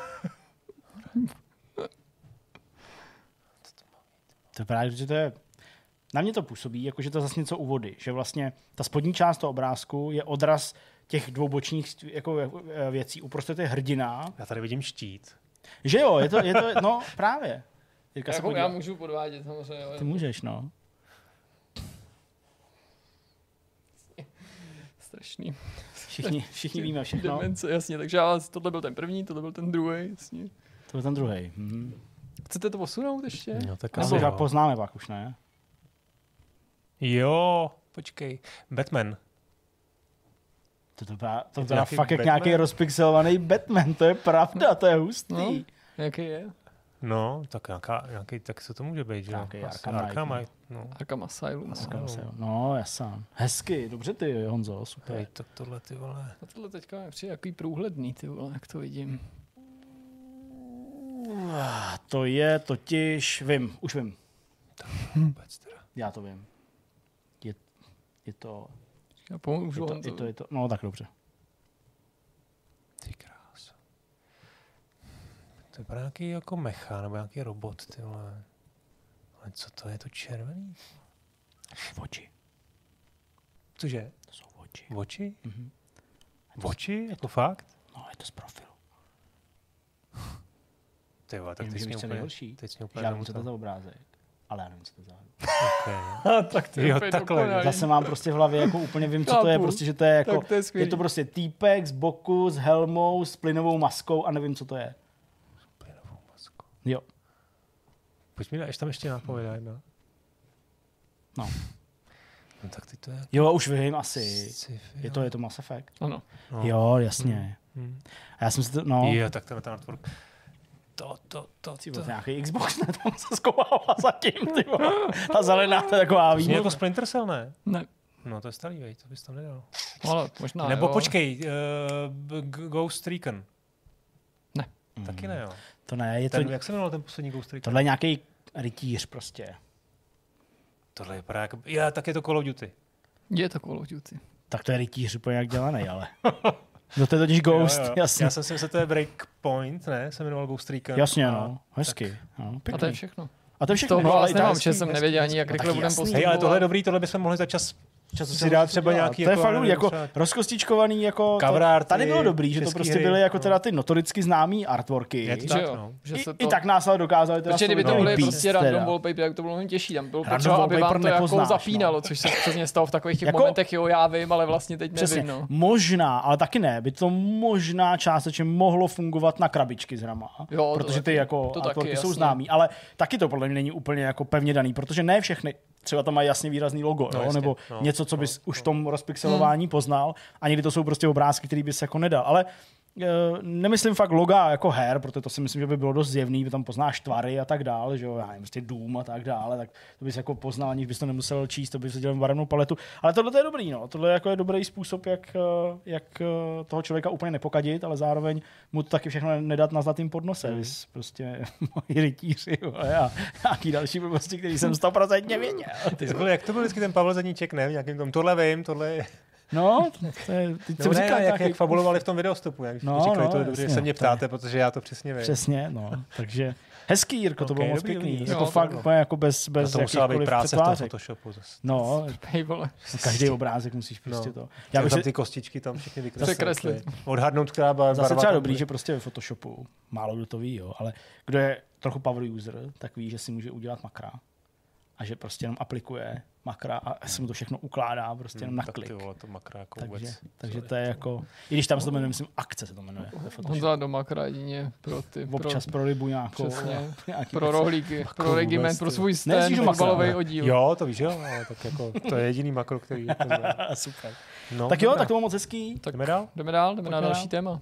To právě, že to je... Na mě to působí, jako že to je zase něco u vody. Že vlastně ta spodní část toho obrázku je odraz těch dvou bočních jako věcí. Uprostřed je hrdina. Já tady vidím štít. Že jo, je to, je to no právě. Jirka se Jako podívá. já můžu podvádět samozřejmě. Ty můžeš, no. Strašný. Všichni, všichni víme všechno. Demence, jasně, takže já, tohle byl ten první, tohle byl ten druhý, jasně. To byl ten druhý. Mhm. Chcete to posunout ještě? No, tak Asi asi tak jo. poznáme pak už, ne? Jo, počkej. Batman. To, to, byla, to Je to byla nějaký fakt jak Batman? nějaký rozpixelovaný Batman, to je pravda, to je hustý. No. Jaký je? No, tak nějaká, nějaký, tak co to může být, že jo? Nějaký Asi Arkham Knight, Arkham no. Knight, no. Arkham Asylum. No. Říkám se, No, jasně. Hezky, dobře ty, Honzo, super. Hej, tak tohle ty vole. A tohle teďka mi přijde jaký průhledný, ty vole, jak to vidím. Ah, To je totiž, vím, už vím, Vůbec teda. já to vím. Je, je to, Já pomůžu je to, Honzovi. je to, je to, no tak dobře. Ty krása. To je nějaký jako mecha, nebo nějaký robot, ty vole. Ale co to je to červený? Oči, Cože? to jsou oči. Oči? Mhm. Oči? Jako fakt? No, je to z profilu. Ty vole, tak Vím, teď že jsi mě víš, co úplně, nejhorší? teď jsi mě Že úplně já vím, co to je namotal. za obrázek, ale já nevím, co to je za hru. Okay. tak to je Jo, úplně takhle. dokonalý. Zase mám prostě v hlavě, jako úplně vím, co to je, Chápu. prostě, že to je jako, Tak to je skvělý. je to prostě týpek z boku, s helmou, s plynovou maskou a nevím, co to je. Plynovou masku. Jo, Pojď mi dát, ještě tam ještě nápovědá jedna. no. No tak ty to je... Jo, už vím asi. Sci-fi, Je to, je to Mass Effect? Ano. No. Jo, jasně. Hmm. A já jsem si to, no, Jo, tak ten ten artwork. To, to, to, ty to. vole, nějaký Xbox, ne, tam se skovává zatím, ty vole. Ta zelená, to je taková Mě výmluva. jako Splinter Cell, ne? Ne, No to je starý, vej, to bys tam nedal. ale možná Nebo jo. počkej, uh, Ghost Recon. Ne. Taky ne, jo. To ne, je to, Ten, jak se jmenoval ten poslední Ghost Recon? tohle je nějaký rytíř prostě. Tohle vypadá jako... Já, tak je to Call of Duty. Je to Call of Duty. Tak to je rytíř úplně jak dělaný, ale. No to je totiž Ghost, Jo, jo. jasně. Já jsem si myslel, že to je Breakpoint, ne? Se jmenoval Ghost Recon. Jasně, A- no, hezky. No, A to je pěkný. všechno. A to je Z všechno. toho No, ale vás i to je nemám, hezký, že jsem hezký, nevěděl hezký. ani, jak No, rychle taky budeme jasný. postupovat. Hej, ale tohle je dobrý, tohle bychom mohli za čas Času si dát třeba nějaký to je jako, fakt já dobrý, nevím, jako třeba rozkostičkovaný, jako cover to, arty, tady bylo dobrý, že to český prostě hry, byly jako no. teda ty notoricky známý artworky. Je to Že tak, jo, no. že I, se I to... tak nás ale dokázali teda Protože kdyby to Solid byly Beast prostě random teda. wallpaper, tak to bylo mnohem těžší. Tam bylo Random potřeba, aby vám wallpaper to jako nepoznáš, no. zapínalo, což se přesně stalo v takových těch Jako- momentech, jo, já vím, ale vlastně teď Přesně, nevím, no. možná, ale taky ne, by to možná částečně mohlo fungovat na krabičky s hrama, Jo, to protože ty taky, jako to taky, artworky jsou jasně. známý, ale taky to podle mě není úplně jako pevně daný, protože ne všechny třeba tam mají jasně výrazný logo, No, jo? jasně, nebo no, něco, co no, bys už no. v tom rozpixelování poznal, a někdy to jsou prostě obrázky, který bys jako nedal, ale e, nemyslím fakt loga jako her, protože to si myslím, že by bylo dost zjevný, by tam poznáš tvary a tak dále, že jo, já nevím, prostě Doom a tak dále, tak to bys jako poznal, aniž bys to nemusel číst, to bys dělal barevnou paletu, ale tohle to je dobrý, no, tohle je jako je dobrý způsob, jak, e, jak e, toho člověka úplně nepokadit, ale zároveň mu to taky všechno nedat na zlatým podnose, Mm. vys prostě moji rytíři, vole, a nějaký další blbosti, který jsem sto procent věděl. Ty jsi byl, jak to byl vždycky ten Pavel Zadníček, ne? V nějakým tom, tohle vím, tohle je... No, to je, teď Nebo jsem ne, říkal jak, nějaký... jak fabulovali v tom videostopu, jak No, říkali, no, to je dobrý, že jasně, se mě to je- ptáte, protože já to přesně vím. Přesně, no, takže hezký, Jirko, to Ok, bylo moc dobrý, pěkný, dobrý, jako jo, fakt to úplně jako bez, Na bez to musela být jakýchkoliv práce v tom přetvářek. Photoshopu. Zase. No, Hej, vole. každý obrázek musíš prostě No. to. Já Já bych tam si, ty kostičky tam všechny vykreslit. Překreslit. Odhadnout, která barva zase třeba tam dobrý, bude. že prostě ve Photoshopu, málo kdo to ví, jo, ale kdo je trochu power user, tak ví, že si může udělat makra a že prostě jenom aplikuje makra a se mu to všechno ukládá prostě jenom na Tak klik. ty vole, to makra jako Takže, vůbec. takže Sorry. to je jako, i když tam se to jmenuje, myslím, akce se to jmenuje ve Photoshopu. Honza doma kradině pro ty, pro, Občas pro rybu nějakou. Přesně. nějaký pro rohlíky, pro vůbec, regiment, pro ty. svůj Nejezdíš stand, do Makra, fotbalový ne? oddíl. Jo, to víš, jo, ale tak jako, to je jediný makro, který jako znám. Super. No, Tak jo, dobrá. tak to bylo moc hezký. Tak Jdeme dál? jdeme dál, jdeme Pojďme na dál. další téma.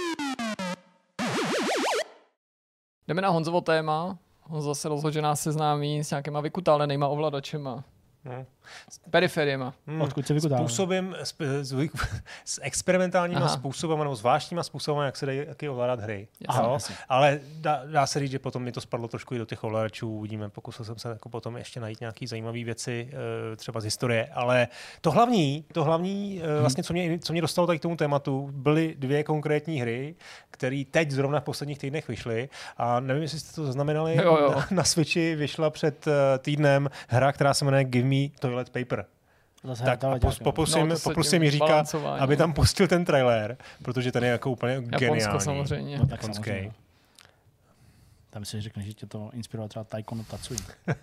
Jdeme na Honzovo téma. Honza se rozhodl, že nás seznámí s nějakýma vykutálenýma ovladačema. No. Periferiema. Hmm. Odkud se vykutává? Způsobem, sp- s, s experimentálníma Aha. způsobem, nebo zvláštníma způsobem, jak se dají taky ovládat hry. Jasně, Jo? jasně. Ale dá, dá, se říct, že potom mi to spadlo trošku i do těch ovladačů. Uvidíme, pokusil jsem se jako potom ještě najít nějaké zajímavé věci, eh, třeba z historie. Ale to hlavní, to hlavní eh, vlastně, co mě, co mě dostalo tady k tomu tématu, byly dvě konkrétní hry, které teď zrovna v posledních týdnech vyšly. A nevím, jestli jste to zaznamenali. Jo, jo. Na, na Switchi vyšla před eh, týdnem hra, která se jmenuje Give Me Toilet Paper. Zase Tak a letáček, pos, no. poprosím, No, to se poprosím tím Jiříka, balancování. aby tam pustil ten trailer, protože ten je jako úplně geniální. Japonsko samozřejmě. No, tak Japonský. samozřejmě. Tam si řekne, že tě to inspiroval třeba Taiko no Tatsui.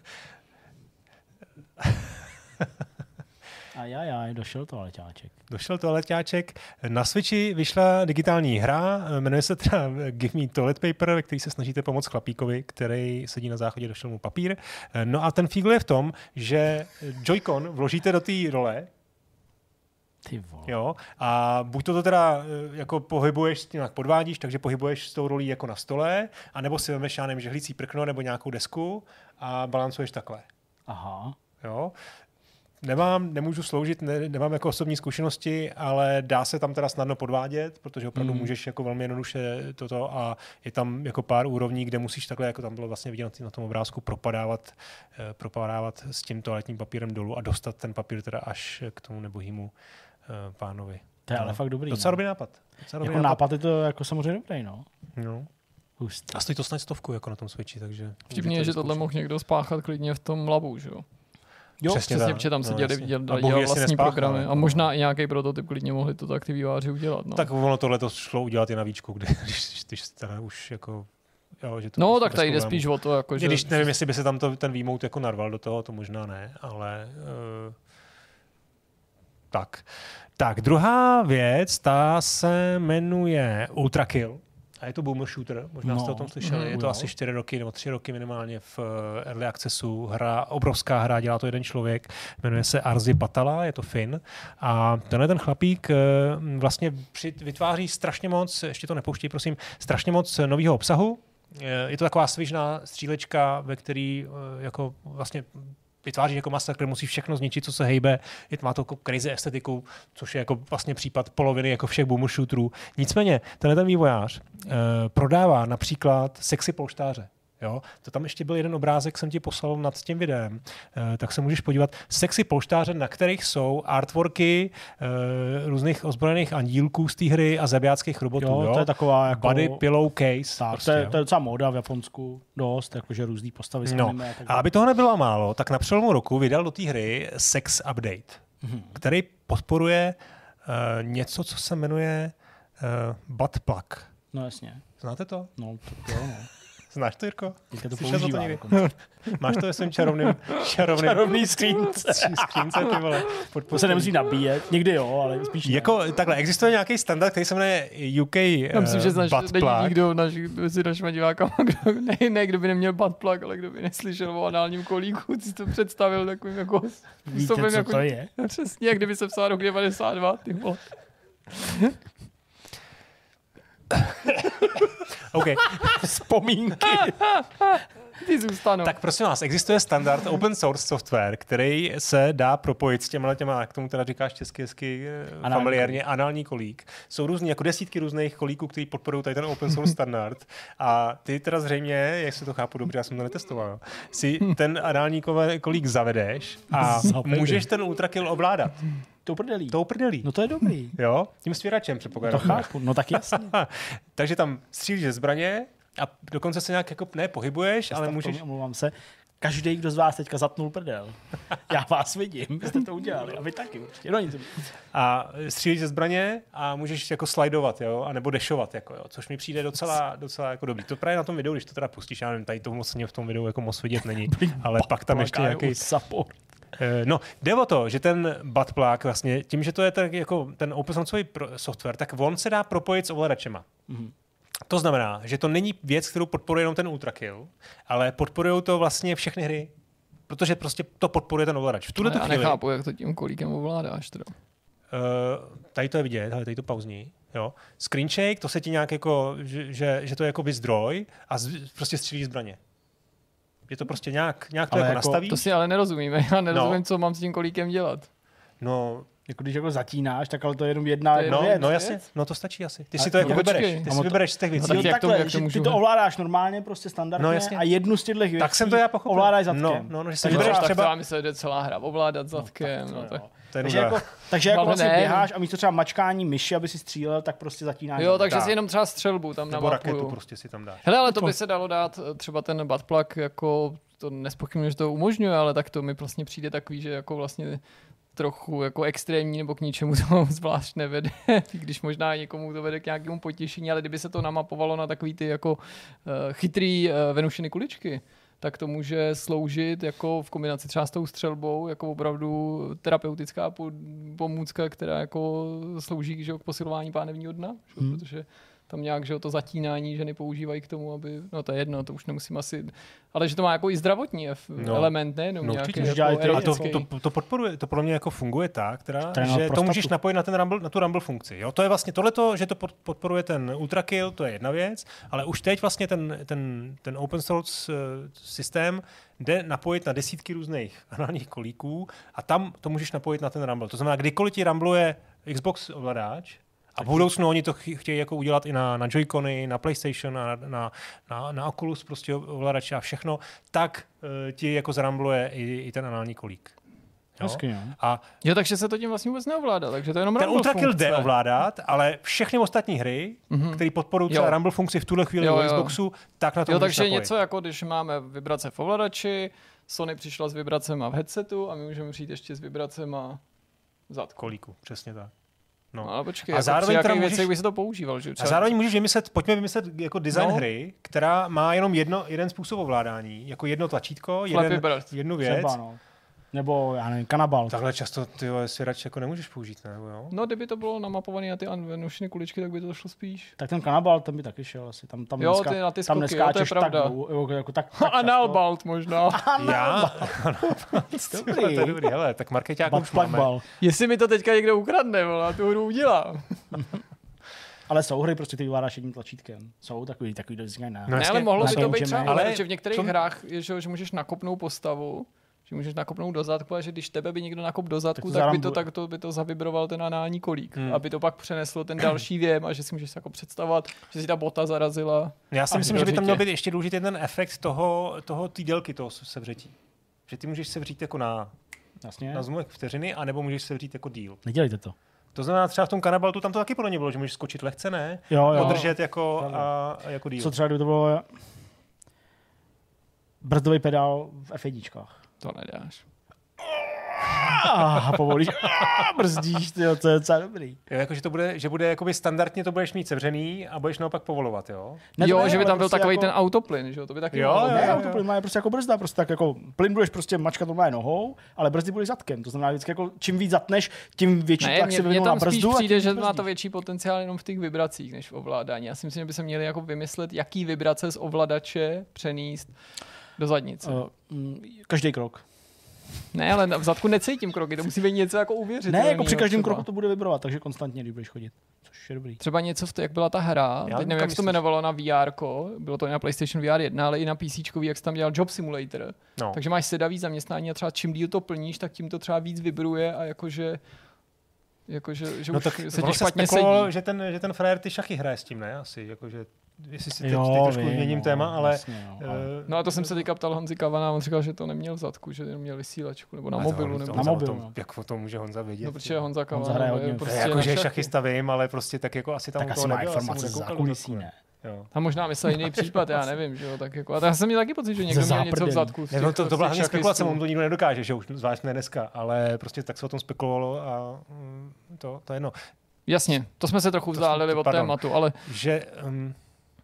Ajajaj, došel to letáček. Došel toaleťáček. Na Switchi vyšla digitální hra, jmenuje se teda Give Me Toilet Paper, ve který se snažíte pomoct chlapíkovi, který sedí na záchodě, došel mu papír. No a ten fígl je v tom, že Joy-Con vložíte do té role, Ty vole. jo, a buď to, to teda jako pohybuješ, nějak podvádíš, takže pohybuješ s tou rolí jako na stole, anebo si vemeš, já nevím, žehlící prkno nebo nějakou desku a balancuješ takhle. Aha. Jo. Nemám, nemůžu sloužit, ne, nemám jako osobní zkušenosti, ale dá se tam teda snadno podvádět, protože opravdu Mm. můžeš jako velmi jednoduše toto a je tam jako pár úrovní, kde musíš takhle, jako tam bylo vlastně vidět na tom obrázku, propadávat, eh, propadávat s tím toaletním papírem dolů a dostat ten papír teda až k tomu nebohýmu eh, pánovi. To je No. ale fakt dobrý. Docela no. dobrý nápad. Docela dobrý Jako nápad je to jako samozřejmě dobrý, no. No. Hustý. A stojí to snad stovku jako na tom Switchi, takže... Vtipně je, že tohle mohl někdo spáchat klidně v tom labu, že jo? Jo, Přesně Přesně, tak. protože tam se No, dělali, jasně. dělali, A Bůh dělali ví, jestli vlastní nespáchal, programy. jako. A možná i nějaký prototyp klidně mohli to tak ty výváři udělat. No. Tak ono tohle to šlo udělat i na víčku, kdy, když, když teda už jako... Jo, že to No, prostě tak bez tady jde problémů. spíš o to, jako, I že... když nevím, jestli by se tam to, ten výmout jako narval do toho, to možná ne, ale uh, tak. Tak, druhá věc, ta se jmenuje Ultra Kill. A je to boomer shooter, možná No. jste o tom slyšeli. Mhm. Je to Jo. asi čtyři roky nebo tři roky minimálně v uh, Early Accessu. Hra, obrovská hra, dělá to jeden člověk, jmenuje se Arzi Patala, je to Fin. A tenhle ten chlapík uh, vlastně při, vytváří strašně moc, ještě to nepouštěj, prosím, strašně moc nového obsahu. Je to taková svižná střílečka, ve který uh, jako vlastně vytváří jako masakr, musí všechno zničit, co se hejbe. Je to, má to jako crazy estetiku, což je jako vlastně případ poloviny jako všech boomer shooterů. Nicméně, tenhle ten vývojář uh, prodává například sexy polštáře. Jo? To tam ještě byl jeden obrázek, jsem ti poslal nad tím videem, uh, tak se můžeš podívat. Sexy polštáře, na kterých jsou artworky uh, různých ozbrojených andílků z té hry a zabijáckých robotů. Jo, Jo, to je taková jako... Body pillow case. Tak, prostě, to, je, jo. to je docela móda v Japonsku dost, jakože různý postavy s No, anime a tak a dále. aby toho nebylo málo, tak na přelomu roku vydal do té hry Sex Update, Mhm. který podporuje uh, něco, co se jmenuje uh, butt plug. No jasně. Znáte to? No, to, jo, no. Znáš to, Jirko? Teďka to Slyšel jsi používá. někdy? dokonce. Máš to ve svém čarovným, čarovným Čarovný skřínce. skřínce, ty vole. pod- To se nemusí nabíjet. Někdy jo, ale spíš ne. Jako takhle, existuje nějaký standard, který se jmenuje U K Já myslím, uh, že znaš, butt není plug. nikdo naš, mezi našimi divákama, kdo, ne, ne, kdo by neměl butt plug, ale kdo by neslyšel o análním kolíku, ty jsi to představil takovým jako... Víte, způsobem co jako, to je? Přesně, jak kdyby se psal rok devadesát dva, ty vole. OK. Vzpomínky. Ty zůstanou. Tak prosím vás, existuje standard open source software, který se dá propojit s těma, těma, k tomu teda říkáš česky, hezky, Anální familiárně, anální kolík. Jsou různý, jako desítky různých kolíků, který podporují tady ten open source standard. A ty teda zřejmě, jak se to chápu dobře, já jsem to netestoval, si ten anální kolík zavedeš a Zavedeš. můžeš ten ultrakill ovládat. To prdelí. Tou prdelí. No to je dobrý. Jo? Tím svěračem To předpokládám. chápu. No tak jasně. Takže tam střílíš ze zbraně a dokonce se nějak jako ne pohybuješ, ale Stav můžeš... Mě, omlouvám se. Každý, kdo z vás teďka zatnul prdel. Já vás vidím, vy jste to udělali. A vy taky určitě. No nic. A střílíš ze zbraně a můžeš jako slidovat, jo, a nebo dešovat, jako, jo, což mi přijde docela, docela jako dobrý. To právě na tom videu, když to teda pustíš, já nevím, tady to moc v tom videu jako moc vidět není, ale pak tam ještě nějaký... support. No, jde o to, že ten butt plug vlastně, tím, že to je tak jako ten open source software, tak on se dá propojit s ovladačema. Mhm. To znamená, že to není věc, kterou podporuje jenom ten ultrakill, ale podporují to vlastně všechny hry, protože prostě to podporuje ten ovladač. V tuhle Já chvíli, nechápu, jak to tím kolíkem ovládáš. Teda. Uh, tady to je vidět, ale tady to pauzní. Jo. Screen shake, to se ti nějak jako, že, že, že to je jako zdroj a z, prostě střílí zbraně. Je to prostě nějak, nějak to Ale jako jako- nastaví. To si ale nerozumíme. Já nerozumím, No. co mám s tím kolíkem dělat. No, Jako když jako zatínáš, tak ale to je jenom jedna To je no, věc. no věc? jasně, no to stačí asi. Ty A- si to jako no, vybereš. počkej. Ty A si to- vybereš z těch věcí. tak Jo, jak takhle, to- jak to že můžu- ty to ovládáš normálně, prostě standardně No, jasně. a jednu z těchto věcí Tak jsem to já pochopil. ovládáš zadkem. No, no, no, že si Takže vybereš třeba- Tak třeba... třeba mi se jde celá hra ovládat zadkem. tak No, to tak. jo. To je Takže nuda. jako, takže jako Ale vlastně ne. běháš a místo třeba mačkání myši, aby si střílel, tak prostě zatínáš. Jo, takže Tak. si jenom třeba střelbu tam Nebo raketu namapuju. prostě si tam dáš. Hele, ale to by se dalo dát eh, třeba ten butt plug jako, to nespochybnuju, že to umožňuje, ale tak to mi vlastně přijde takový, že jako vlastně trochu jako extrémní nebo k ničemu to zvlášť nevede, když možná někomu to vede k nějakému potěšení, ale kdyby se to namapovalo na takový ty jako uh, chytrý uh, Venušiny kuličky, tak to může sloužit jako v kombinaci třeba s tou střelbou, jako opravdu terapeutická pomůcka, která jako slouží že, k posilování pánevního dna, že, hmm. protože tam nějak, že to zatínání ženy používají k tomu, aby, no to je jedno, to už nemusím asi, ale že to má jako i zdravotní no. element, ne? No, no určitě, jako a to, to, to podporuje, to podle mě jako funguje tak, teda, že prostatu. To můžeš napojit na, ten Rumble, na tu Rumble funkci. Jo? To je vlastně tohleto, že to podporuje ten Ultrakill, to je jedna věc, ale už teď vlastně ten, ten, ten open source systém jde napojit na desítky různých análních kolíků a tam to můžeš napojit na ten Rumble. To znamená, kdykoliv ti rumbluje Xbox ovladač, a v budoucnu oni to chtějí jako udělat i na, na Joy-Cony, na PlayStation, na, na, na, na Oculus, prostě ovladače a všechno, tak uh, ti jako zrambluje i, i ten anální kolík. Jo? Hezky, a jo, takže se to tím vlastně vůbec neovládá, takže to je jenom ten Ultrakill jde ovládat, ale všechny ostatní hry, mm-hmm. které podporují třeba Rumble funkci v tuhle chvíli u Xboxu, tak na to jo, můžeš takže napojit. něco jako když máme vibrace v ovladači, Sony přišla s vibracema v headsetu a my můžeme přijít ještě s vibracema v zadku. Kolíku, přesně tak. No, ale počkej, a jako zároveň při můžeš, věcech by se to používal. Že? A zároveň můžeš vymyslet, pojďme vymyslet jako design no. hry, která má jenom jedno, jeden způsob ovládání, jako jedno tlačítko, jeden, jednu věc. Třeba, no. Nebo, já nevím, kanabal. Takhle často ty svěrač jako nemůžeš použít, ne? Jo? No, kdyby to bylo namapované na ty Venušiny kuličky, tak by to šlo spíš. Tak ten kanabal, ten by taky šel asi. Tam, tam jo, dneska, ty na ty skoky, tam jo, to je pravda. Tak, jako, jako, tak, tak Analbalt možná. Já? Dobrý. To je dobrý, hele, tak markeťáku už máme. Jestli mi to teďka někdo ukradne, vole, tu hru udělám. Ale jsou hry, prostě ty vyvládáš jedním tlačítkem. Jsou takový, takový do vždycky ne. No, ne, ale mohlo by to být třeba, ale že v některých co? hrách je, že, že můžeš nakopnout postavu, že můžeš nakopnout do zadku, a že když tebe by někdo nakop do zadku, tak, tak by to, tak to by to zavibroval ten anální kolík, hmm. aby to pak přeneslo ten další věm a že si můžeš jako představovat, že si ta bota zarazila. Já si myslím, že by tam měl být ještě důležitý ten efekt toho, toho té délky toho sevřetí. Že ty můžeš sevřít jako na, na zlomek vteřiny, anebo můžeš sevřít jako díl. Nedělejte to. To znamená třeba v tom kanabaltu, tam to taky podle mě bylo, že můžeš skočit lehce, ne? Jo, jo. Podržet jako, a, a jako díl. Co třeba, kdyby to bylo brzdový pedál v ef jedna čkách. To nedáš. A povolíš, a brzdíš, tyjo, to je docela dobrý. Jo, jako, že to bude, že bude jakoby standardně to budeš mít sevřený a budeš naopak povolovat, jo? Ne, jo, ne, že by tam byl prostě takový jako... ten autoplyn, že jo, to by taky jo, mohlo. Jo, ne, jo, autoplyn má prostě jako brzda, prostě tak jako plyn budeš prostě mačkat normálně nohou, ale brzdy budeš zadkem. To znamená vždycky jako čím víc zatneš, tím větší ne, tlak mě, se vyvinul na brzdu. Mně přijde, že má to větší potenciál jenom v těch vibracích než v ovládání. Já si myslím, že by se měli jako vymyslet, jaký vibrace z ovladače přenést do zadnice. Uh, každý krok. Ne, ale v zadku necítím kroky, to musí být něco jako uvěřit. Ne, jako při každém kroku to bude vibrovat, takže konstantně, když budeš chodit. Což je dobrý. Třeba něco, v to, jak byla ta hra, já teď nevím, jak se to jmenovalo na vé er, bylo to i na PlayStation vé er jedna, ale i na PCčkový, jak jsi tam dělal Job Simulator. No. Takže máš sedavý zaměstnání a třeba čím díl to plníš, tak tím to třeba víc vibruje a jakože jakože, že no už tak se ti špatně sedí. Že ten, že ten frajer ty šachy hraje s tím, ne? Asi, jakože jestli si teď, jo, teď trošku vím, změním no, téma, ale... Jasně, no, ale... no a to jsem se teďka ptal Honzi Kavana, on říkal, že to neměl v zadku, že měl vysílačku, nebo na a mobilu. To, nebo na mobilu. Tom, jak o tom může Honza vědět? No protože Honza Kavan Honza hraje hodně. prostě jako, že šachista vím, ale prostě tak jako asi tam tak u toho asi má nebyl. informace z zákulisí, ne? Jo. A možná myslel jiný případ, já nevím, že jo, tak jako, a já jsem měl taky pocit, že někdo měl něco v zadku. Ne, no to, to byla hlavně spekulace, on to nikdo nedokáže, že už zvlášť ne dneska, ale prostě tak se o tom spekulovalo a mm, to, to je jedno. Jasně, to jsme se trochu vzdálili od pardon, tématu, ale... Že, um,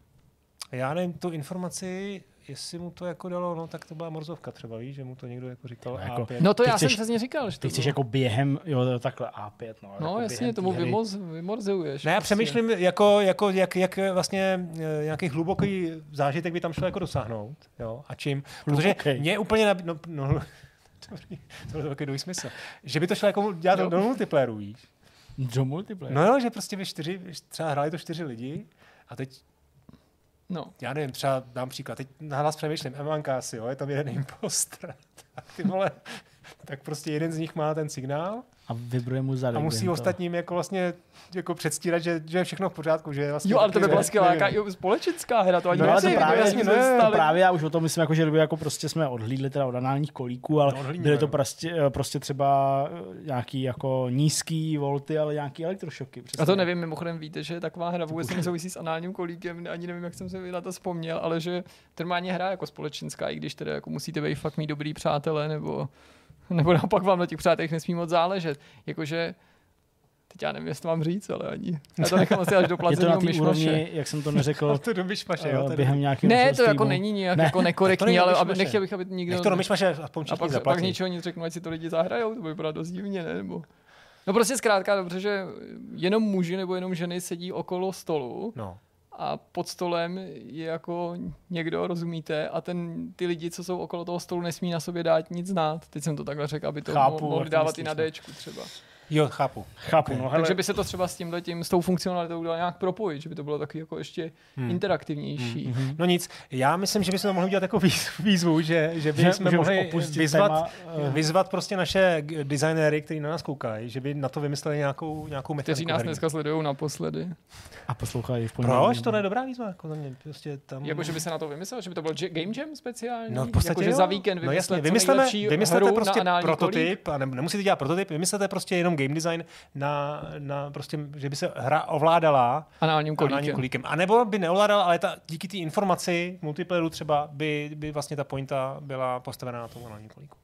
já nevím, tu informaci, jestli mu to jako dalo, no tak to byla morzovka třeba, víš, že mu to někdo jako říkal jako, á pět. No to já chceš, jsem přesně říkal, že to ty chceš jako během, jo, takhle á pět, no. No jako jasně, tomu vymoz, vymorzuješ. Ne, já přemýšlím, jako, jako, jak, jak vlastně nějaký hluboký zážitek by tam šlo jako dosáhnout, jo, a čím, protože okay. mě úplně, nab... no, no, dobrý, to byl takový dvoj smysl, že by to šlo jako dělat do, do multiplayeru, víš. Do multiplayeru? No jo, že prostě vy čtyři, třeba hráli to čtyři lidi a teď no. Já nevím, třeba dám příklad. Teď nahlas přemýšlím, Emankasi, jo, je tam jeden imposter. Tak ty vole, tak prostě jeden z nich má ten signál. A vibruje mu zadek. A musí ostatním jako vlastně jako předstírat, že, že je všechno v pořádku, že je vlastně... Jo, ale to by byla skvělá jaká společenská hra, to ani no, nechci, to právě, jasně, to, to právě, já už o tom myslím, jako, že kdyby jako prostě jsme odhlídli teda od análních kolíků, ale no, byly to prostě, prostě třeba nějaký jako nízký volty, ale nějaký elektrošoky. Přesně. A to nevím, mimochodem víte, že taková hra vůbec nesouvisí s análním kolíkem, ani nevím, jak jsem se na to vzpomněl, ale že normálně hra jako společenská, i když teda jako musíte být fakt mít dobrý přátelé, nebo Nebo naopak vám na těch přátelích nesmí moc záležet. Jakože, teď já nevím, jestli to mám říct, ale ani. Já to nechám asi až do Je to placeného na té úrovni, myšmaše. jak jsem to neřekl, To do myšmaše, jo? uh, Tady. během nějakého Ne, to streamu. jako není nějak Ne. jako To nekorektní, není ale do aby, myšmaše. nechtěl bych, aby nikdo... Nech to do myšmaše, aspoň A všichni pak, pak zaplatí. ničeho nic řeknu, ať si to lidi zahrajou, to by bylo dost divně, ne? Nebo... No prostě zkrátka dobře, že jenom muži nebo jenom ženy sedí okolo stolu No. a pod stolem je jako někdo, rozumíte, a ten, ty lidi, co jsou okolo toho stolu, nesmí na sobě dát nic znát. Teď jsem to takhle řekl, aby to Chápu, mo- mohli jak to dávat myslíš, i na no. Dčku třeba. Jo, chápu. Chápu, no hele. Takže by se to třeba s tímhletím, s tou funkcionalitou dalo nějak propojit, že by to bylo taky jako ještě Hmm. interaktivnější. Mhm. No nic, já myslím, že bychom mohli udělat jako výz- výzvu, že, že Že- bychom že už mohli opustit vyzvat, téma, eh. vyzvat prostě naše g- designéry, kteří na nás koukají, že by na to vymysleli nějakou, nějakou Kteří mechaniku. nás herní. dneska sledují naposledy. A poslouchají v pondělí. Proč? To je dobrá výzva. Jako za mě. Prostě tam... Jako, že by se na to vymyslel, že by to byl J- Game Jam speciální? No v podstatě jako, že jo. za víkend no vymyslet jasně, co vymysleme, nejlepší vymyslete hru prostě na anální prototyp, kolík. a ne, nemusíte dělat prototyp, vymyslete prostě jenom game design na, na prostě, že by se hra ovládala Análním kolíkem. análním kolíkem. A nebo by neovládala, ale ta, díky té informaci multiplayeru třeba by, by vlastně ta pointa byla postavená na tom análním kolíku.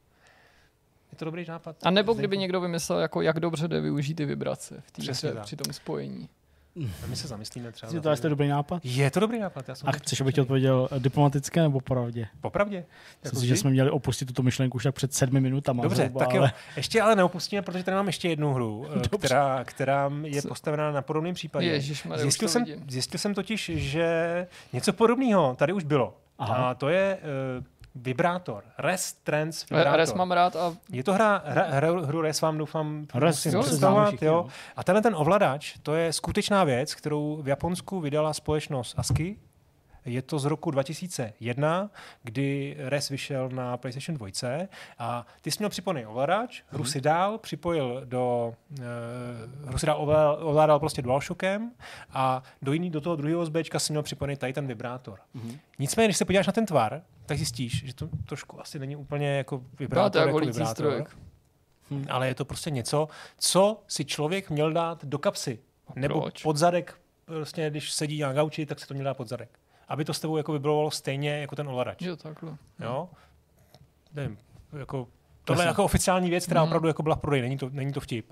Je to dobrý nápad? A nebo Zdenku? kdyby někdo vymyslel, jako jak dobře jde využít ty vibrace v té Přesně hře tak. při tom spojení. A my se zamyslíme třeba. Je za to asi dobrý nápad? Je to dobrý nápad. Já jsem A chceš, abych ti odpověděl eh, diplomaticky nebo popravdě? Popravdě. Myslím si, že jsme měli opustit tuto myšlenku už tak před sedmi minutama. Dobře, zhruba, tak jo. ale- Ještě ale neopustíme, protože tady mám ještě jednu hru, eh, Dobře. která, která je Co? postavená na podobném případě. Ježišmarja, už Zjistil to jsem, vidím. zjistil jsem totiž, že něco podobného tady už bylo. Aha. A to je uh, vibrátor. Res Trans vibrátor. Res mám rád a Je to hra, hra, hra hru Res vám doufám Res, musím jo, představovat, známe všichni, jo. no. A tenhle ten ovladač, to je skutečná věc, kterou v Japonsku vydala společnost ASCII. Je to z roku dva tisíce jedna, kdy Res vyšel na PlayStation dva a ty jsi měl připojený ovladač, hru si dál připojil do, uh, hru si dál ovládal, ovládal prostě DualShockem a do, jiný, do toho druhého USBčka si měl připojený tady ten vibrátor. Mhm. Nicméně, když se podíváš na ten tvar, tak zjistíš, že to trošku asi není úplně jako Byla vibrátor, to jako jako lící vibrátor, strojek. Hm. ale je to prostě něco, co si člověk měl dát do kapsy. Nebo proč? pod zadek, prostě když sedí na gauči, tak se to měl dát pod zadek. Aby to s tebou jako vibrovalo stejně jako ten ovladač. Jo, takhle. Jo? Nevím, jako, tohle je Jasně. jako oficiální věc, která Mhm. opravdu jako byla v prodeji, není to, není to vtip.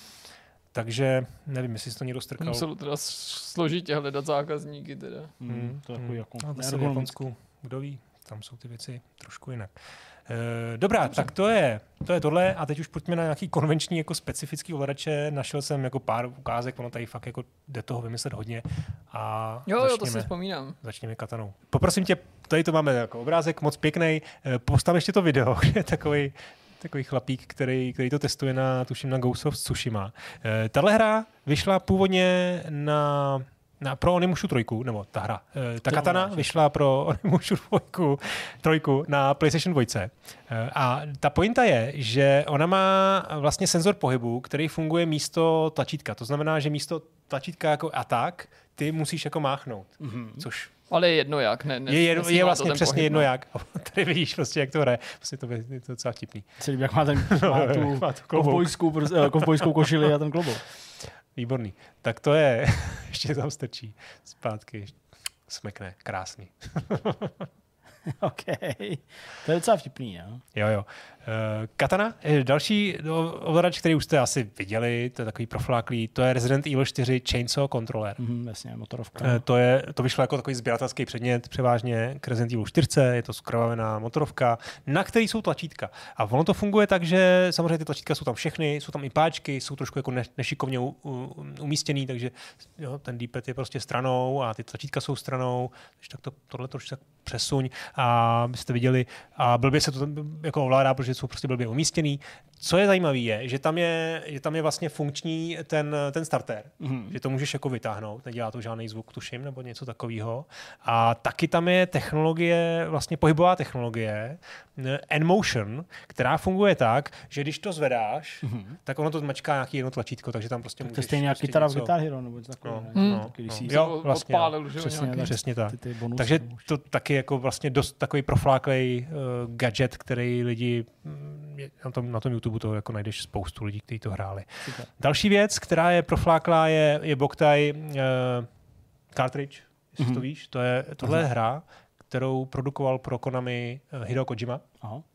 Takže nevím, jestli si to někdo strkal. Musel teda složitě hledat zákazníky teda. Hmm, Hmm, to je takový jako No, zase v neergonomický. Japonsku, kdo ví, tam jsou ty věci trošku jinak. E, dobrá, Dobře. tak to je, to je tohle a teď už pojďme na nějaký konvenční jako specifický ovladače. Našel jsem jako pár ukázek, ono tady fakt jako jde toho vymyslet hodně a Jo, jo, to si začněme, vzpomínám. začněme katanou. Poprosím tě, tady to máme jako obrázek, moc pěkný. E, postav ještě to video, kde je takový takový chlapík, který, který to testuje na, tuším, na Ghost of Tsushima. E, tahle hra vyšla původně na Na, pro Onimushu trojku, nebo ta hra. E, ta To katana máš, vyšla pro Onimushu dvojku, trojku na PlayStation dva. E, a ta pointa je, že ona má vlastně senzor pohybu, který funguje místo tlačítka. To znamená, že místo tlačítka jako atak, ty musíš jako máchnout. Mhm. Což Ale je jedno jak, ne, ne je, jedno, nesnímá je to vlastně ten přesně pohyb, jedno no. jak. A tady vidíš prostě, jak to hraje. Vlastně to je to docela vtipný. Se líbí, jak má ten má tu Má tu klobouk. kovbojskou, prostě, eh, kovbojskou košili a ten klobouk. Výborný. Tak to je, ještě tam strčí zpátky. Smekne, krásný. OK. To je docela vtipný, jo? Jo, jo. Uh, Katana, je další ovladač, který už jste asi viděli, to je takový profláklý, to je Resident Evil čtyři Chainsaw Controller. Mhm, jasně, motorovka. Uh, to, je, to vyšlo jako takový sběratelský předmět převážně k Resident Evil čtyři, je to skrvavená motorovka, na který jsou tlačítka. A ono to funguje tak, že samozřejmě ty tlačítka jsou tam všechny, jsou tam i páčky, jsou trošku jako ne, nešikovně u, u, umístěný, takže jo, ten D-pad je prostě stranou a ty tlačítka jsou stranou, takže tak to, tohle trošku tak přesuň a byste viděli a blbě se to tam jako ovládá, protože jsou prostě blbě umístěný. Co je zajímavé je, že tam je, že tam je vlastně funkční ten, ten starter, Mhm. že to můžeš jako vytáhnout, nedělá to žádný zvuk, tuším, nebo něco takového. A taky tam je technologie, vlastně pohybová technologie, N-Motion, která funguje tak, že když to zvedáš, Mhm. tak ono to zmačká nějaký jedno tlačítko, takže tam prostě To je můžeš... stejně jak prostě kytara v něco- Guitar Hero, nebo něco No, takového. Hmm. ne? no, Taky, když no. si Jo, Od- vlastně, odpálil, že jo, přesně, nějaký. tak. Přesně tak. Ty, ty bonusy, Takže nebo už. to taky jako vlastně dost takový profláklej uh, gadget, který lidi mm, je- na tom, na tom YouTube to jako najdeš spoustu lidí, kteří to hráli. Super. Další věc, která je profláklá, je, je Boktai uh, cartridge, jestli Mhm. to víš. To je, tohle je hra, kterou produkoval pro Konami uh, Hideo Kojima. Aha.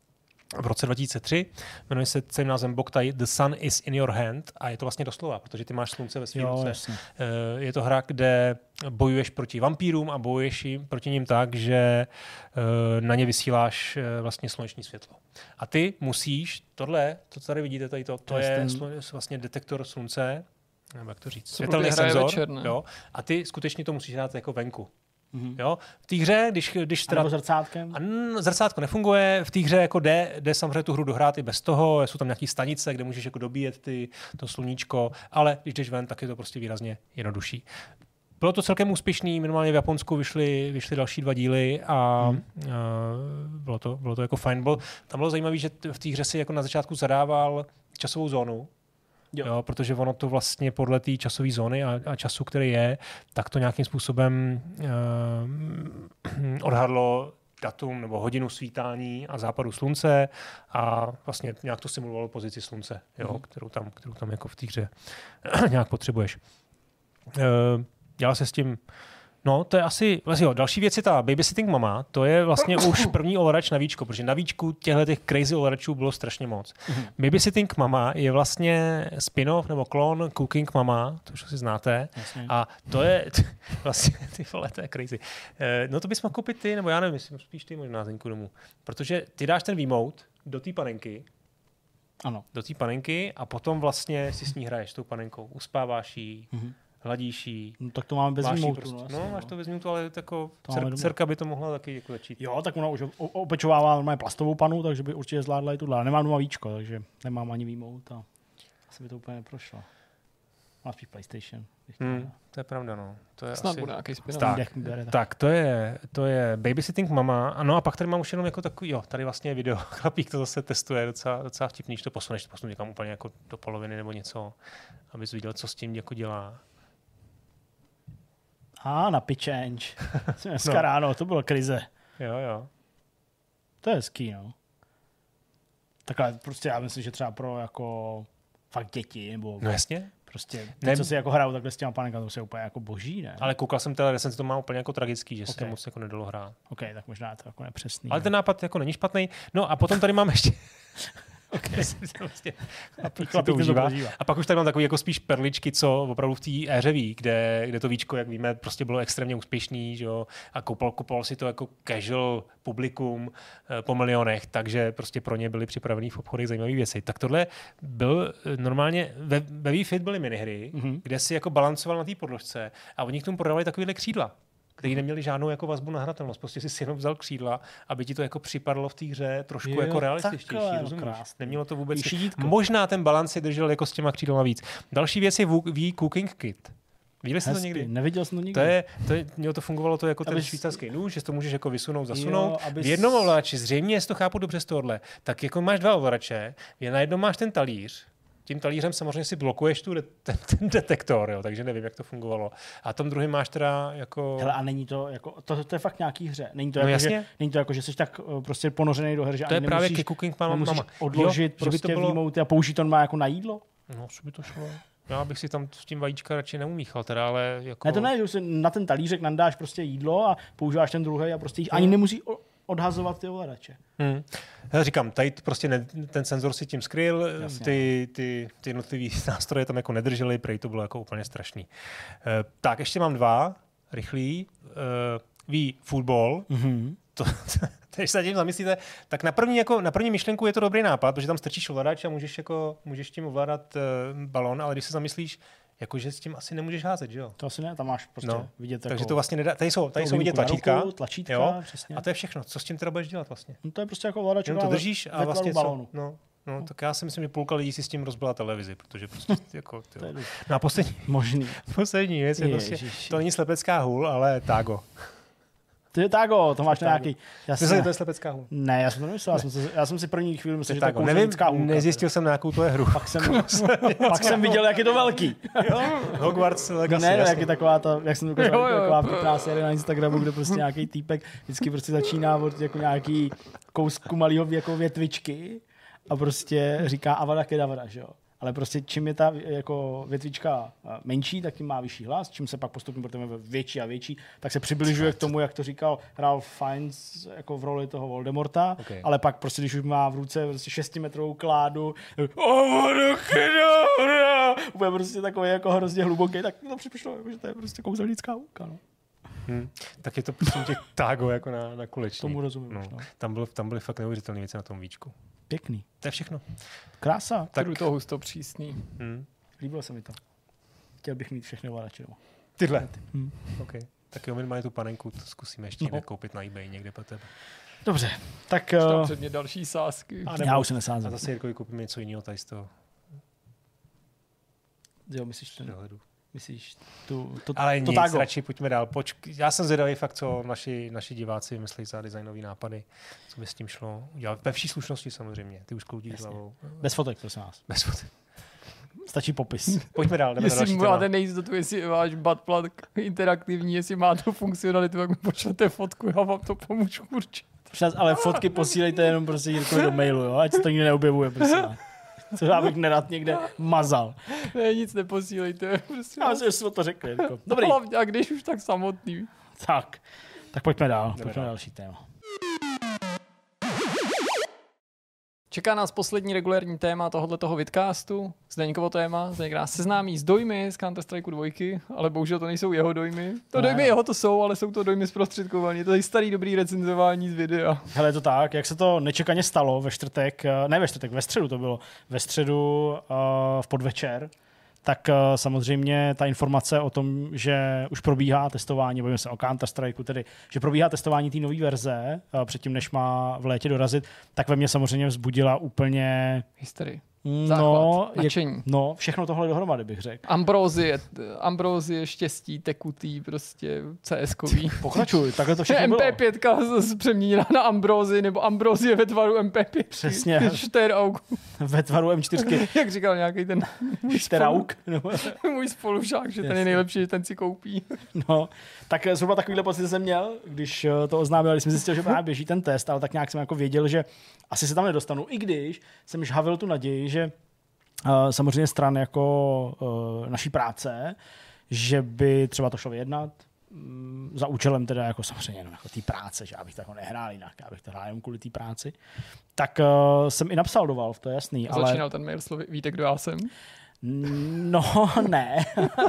v roce dva tisíce tři. Jmenuje se celým názvem Boktai The Sun is in your hand a je to vlastně doslova, protože ty máš slunce ve svém ruce. Je to hra, kde bojuješ proti vampírům a bojuješ jim, proti ním tak, že na ně vysíláš vlastně sluneční světlo. A ty musíš, tohle, to tady vidíte, tady to, to, to je ten... vlastně detektor slunce, nebo jak to říct, světelný senzor. Večer, jo, a ty skutečně to musíš hrát jako venku. Mm-hmm. Jo? V té hře, když... když teda... A nebo zrcátkem? A zrcátko nefunguje, v té hře jako jde, jde samozřejmě tu hru dohrát i bez toho, jsou tam nějaké stanice, kde můžeš jako dobíjet ty, to sluníčko, ale když jdeš ven, tak je to prostě výrazně jednodušší. Bylo to celkem úspěšný, minimálně v Japonsku vyšly, vyšly další dva díly a hmm. uh, bylo, to, bylo to jako fajn. Bylo, tam bylo zajímavé, že v té hře si jako na začátku zadával časovou zónu, jo. Jo, protože ono to vlastně podle té časové zóny a, a času, který je, tak to nějakým způsobem uh, odhadlo datum nebo hodinu svítání a západu slunce a vlastně nějak to simulovalo pozici slunce, jo, hmm. kterou, tam, kterou tam jako v té hře nějak potřebuješ. Uh, Dělal se s tím, no to je asi, vlastně jo, další věc je ta Babysitting Mama, to je vlastně už první ovladač na víčko, protože na víčku těchto těch crazy ovladačů bylo strašně moc. Mm-hmm. Babysitting Mama je vlastně spin-off nebo klon Cooking Mama, to už asi znáte, jasně. A to je t- vlastně, ty vole, to je crazy. E, no to bys mohl koupit ty, nebo já nevím, myslím, spíš ty možná Zeňku domů, protože ty dáš ten výmout do té panenky, ano. do té panenky a potom vlastně si s ní hraješ s tou panenkou, uspáváš jí, mm-hmm. hladíš jí. No, tak to máme bez výmoutu. Prostě, no, no, máš to bez výmoutu, ale jako dcer, dcerka by to mohla taky jako začít. Jo, tak ona už opečovává normálně plastovou panu, takže by určitě zvládla i tuhle. Ale nemám doma víčko, takže nemám ani výmout a asi by to úplně neprošlo. Má spíš PlayStation. Hmm, to je pravda, no. To je snad asi... bude nějaký spin-off. Tak, tak to, je, to je Babysitting Mama. No a pak tady mám už jenom jako takový, jo, tady vlastně je video. Chlapík to zase testuje, docela, docela vtipný, že to posuneš, to posunu někam úplně jako do poloviny nebo něco, abys viděl, co s tím jako dělá. A na pitchange. Dneska no. ráno, to bylo krize. Jo, jo. To je hezký, no. Takhle prostě já myslím, že třeba pro jako fakt děti, nebo... No jasně. Prostě ty, ne... co si jako hrajou takhle s těma panenkama, to je úplně jako boží, ne? Ale koukal jsem teda, že to má úplně jako tragický, že okay. se to moc jako nedalo hrát. OK, tak možná je to jako nepřesný. Ale ne? Ten nápad jako není špatný. No a potom tady mám ještě... Okay. vlastně, a, to užívá. A pak už tady mám takový jako spíš perličky, co opravdu v té éře ví, kde, kde to víčko, jak víme, prostě bylo extrémně úspěšný, že jo, a koupal, koupal si to jako casual publikum e, po milionech, takže prostě pro ně byly připravený v obchodech zajímavé věci. Tak tohle byl normálně, ve, ve Wii Fit byly minihry, mm-hmm. kde si jako balancoval na té podložce a oni k tomu prodávali takovýhle křídla, který neměli žádnou jako vazbu na hratelnost. Prostě si jenom vzal křídla, aby ti to jako připadlo v té hře trošku jo, jako realističtější. Rozumíš? Nemělo to vůbec... Možná ten balans si držel jako s těma křídlama víc. Další věc je Wii Cooking Kit. Viděli jste to někdy? Neviděl jsem to nikdy. To je, to je, jo, to fungovalo to jako ten abys... švýcarský nůž, že to můžeš jako vysunout, zasunout. Jo, abys... V jednom ovladači, zřejmě, jestli to chápu dobře z tohohle, tak jako máš dva ovladače, na jednom máš ten talíř, tím talířem samozřejmě si blokuješ tu de- ten, ten detektor, jo, takže nevím, jak to fungovalo. A tom druhým máš teda jako... Hele, a není to jako, to, to je fakt nějaký hře. Není to, no jako, že, není to jako, že jsi tak uh, prostě ponořený do her, že to ani je právě nemusíš, Cooking Mama. odložit jo, prostě bylo... výmouty a použít to má jako na jídlo? No, co by to šlo? Já bych si tam s tím vajíčka radši neumíchal, teda, ale jako... Ne, to ne, že si na ten talířek nandáš prostě jídlo a používáš ten druhý a prostě ani nemusí odhazovat ty ovladače. Hmm. Já říkám, tady prostě ne, ten senzor si tím skryl, ty, ty, ty jednotlivý nástroje tam jako nedržely, prej to bylo jako úplně strašný. Uh, tak, ještě mám dva, rychlý. Uh, Wii Football. Mm-hmm. To, když se tím zamyslíte, tak na první, jako, na první myšlenku je to dobrý nápad, protože tam strčíš ovladač a můžeš, jako, můžeš tím ovládat uh, balon, ale když se zamyslíš, jakože s tím asi nemůžeš házet, že jo? To asi ne, tam máš prostě no, vidět. Takže jako... to vlastně nedá, tady jsou, tady jsou vidět tlačítka. Ruku, tlačítka, jo? přesně. A to je všechno. Co s tím teda budeš dělat vlastně? No to je prostě jako ovladač. No to držíš a vlastně balonu. Co? No, no, tak já si myslím, že půlka lidí si s tím rozbila televizi, protože prostě jako... to je no a poslední, možný. poslední věc je prostě, to není slepecká hůl, ale Tago. To je Tago, to máš to nějaký... Myslím, že to je slepecká hůl. Ne, já jsem to nemyslel, já jsem, se, já jsem si první chvíli myslel, že to je kouzelnická hůlka. Nezjistil jsem, na jakou to je hru. Pak jsem, pak jsem viděl, jak je to velký. Jo? Hogwarts Legacy. Ne, no, jak je taková ta, jak jsem to ukázal, taková vtipná série na Instagramu, kde prostě nějaký týpek vždycky prostě začíná od jako nějaký kousku malýho jako větvičky a prostě říká Avada Kedavra, že jo. ale prostě čím je ta jako větvička menší, tak tím má vyšší hlas, čím se pak postupně protože je větší a větší, tak se přibližuje k tomu, jak to říkal Ralph Fiennes jako v roli toho Voldemorta, okay. ale pak prostě, když už má v ruce prostě šestimetrovou kládu, úplně prostě takový jako hrozně hluboký, tak to přišlo, že to je prostě kouzelnická hůlka, no. Hmm. Tak je to prostě těch tágo jako na, na kuleční. Tomu rozumím. No. No. Tam, bylo, tam byly fakt neuvěřitelné věci na tom víčku. Pěkný. To je všechno. Krása. Tak to husto přísný. Hmm. Líbilo se mi to. Chtěl bych mít všechny ovladače doma. Tyhle? Hmm. OK. Tak jo, minimálně tu panenku to zkusíme ještě no. koupit na eBay někde pro tebe. Dobře, tak... Tam uh... před mě další sázky. A já už se nesázím. A zase Jirkovi koupíme něco jiného tady z toho. Jo, myslíš ten... Myslíš tu... To, Ale to nic, tágo. radši pojďme dál. Počk- já jsem zvědavý fakt, co naši, naši diváci myslí za designový nápady, co by s tím šlo udělat. Ve vší slušnosti samozřejmě, ty už kloudíš hlavou. Bez fotek, prosím vás. Bez fotek. Stačí popis. Pojďme dál. Jestli máte nejistotu, jestli váš buttplug interaktivní, jestli má tu funkcionalitu, tak mi pošlete fotku, já vám to pomůžu určitě. Ale fotky posílejte jenom prostě Jirkovi do mailu, jo? Ať se to nikdy neobjevuje, prosím. Co já bych nerad někde mazal. Ne, nic neposílejte. Prostě já si, že to řekl. Jako. Dobrý. Hlavně, a když už tak samotný. Tak, tak pojďme dál. Jdeme pojďme dál. další téma. Čeká nás poslední regulérní téma tohoto vidcastu, Zdeňkovo téma. Zdeňk nás seznámí s dojmy z Counter-Strike dvojky, ale bohužel to nejsou jeho dojmy. To ne, dojmy jeho to jsou, ale jsou to dojmy zprostředkované. To je starý dobrý recenzování z videa. Hele, je to tak, jak se to nečekaně stalo ve čtvrtek, ne ve čtvrtek, ve středu to bylo, ve středu uh, v podvečer, tak uh, samozřejmě ta informace o tom, že už probíhá testování, bavíme se o Counter-Strikeu, tedy, že probíhá testování té nové verze, uh, předtím, než má v létě dorazit, tak ve mně samozřejmě vzbudila úplně... Hysterii. No, je, no, všechno tohle dohromady bych řekl. Ambrozie, ambrozie, štěstí, tekutý, prostě CSkový. Pokračuj, takhle to všechno M P pět přeměněná na ambrozi, nebo ambrozie ve tvaru M P pět. Přesně. Šterauk. Ve tvaru M čtyři. Jak říkal nějaký ten Šterauk. Můj spolužák, že ten je nejlepší, že ten si koupí. No, tak zhruba takovýhle pocit jsem měl, když to oznámil, když jsem zjistil, že právě běží ten test, ale tak nějak jsem jako věděl, že asi se tam nedostanu, i když jsem žhavil tu naději, že uh, samozřejmě stran jako uh, naší práce, že by třeba to šlo vyjednat um, za účelem teda jako samozřejmě jenom jako té práce, že abych to jako nehrál jinak, abych to hrál jenom kvůli té práci, tak uh, jsem i napsal do Valve, to je jasný. A začínal ale... ten mail slovy, víte, kdo já jsem? No, ne.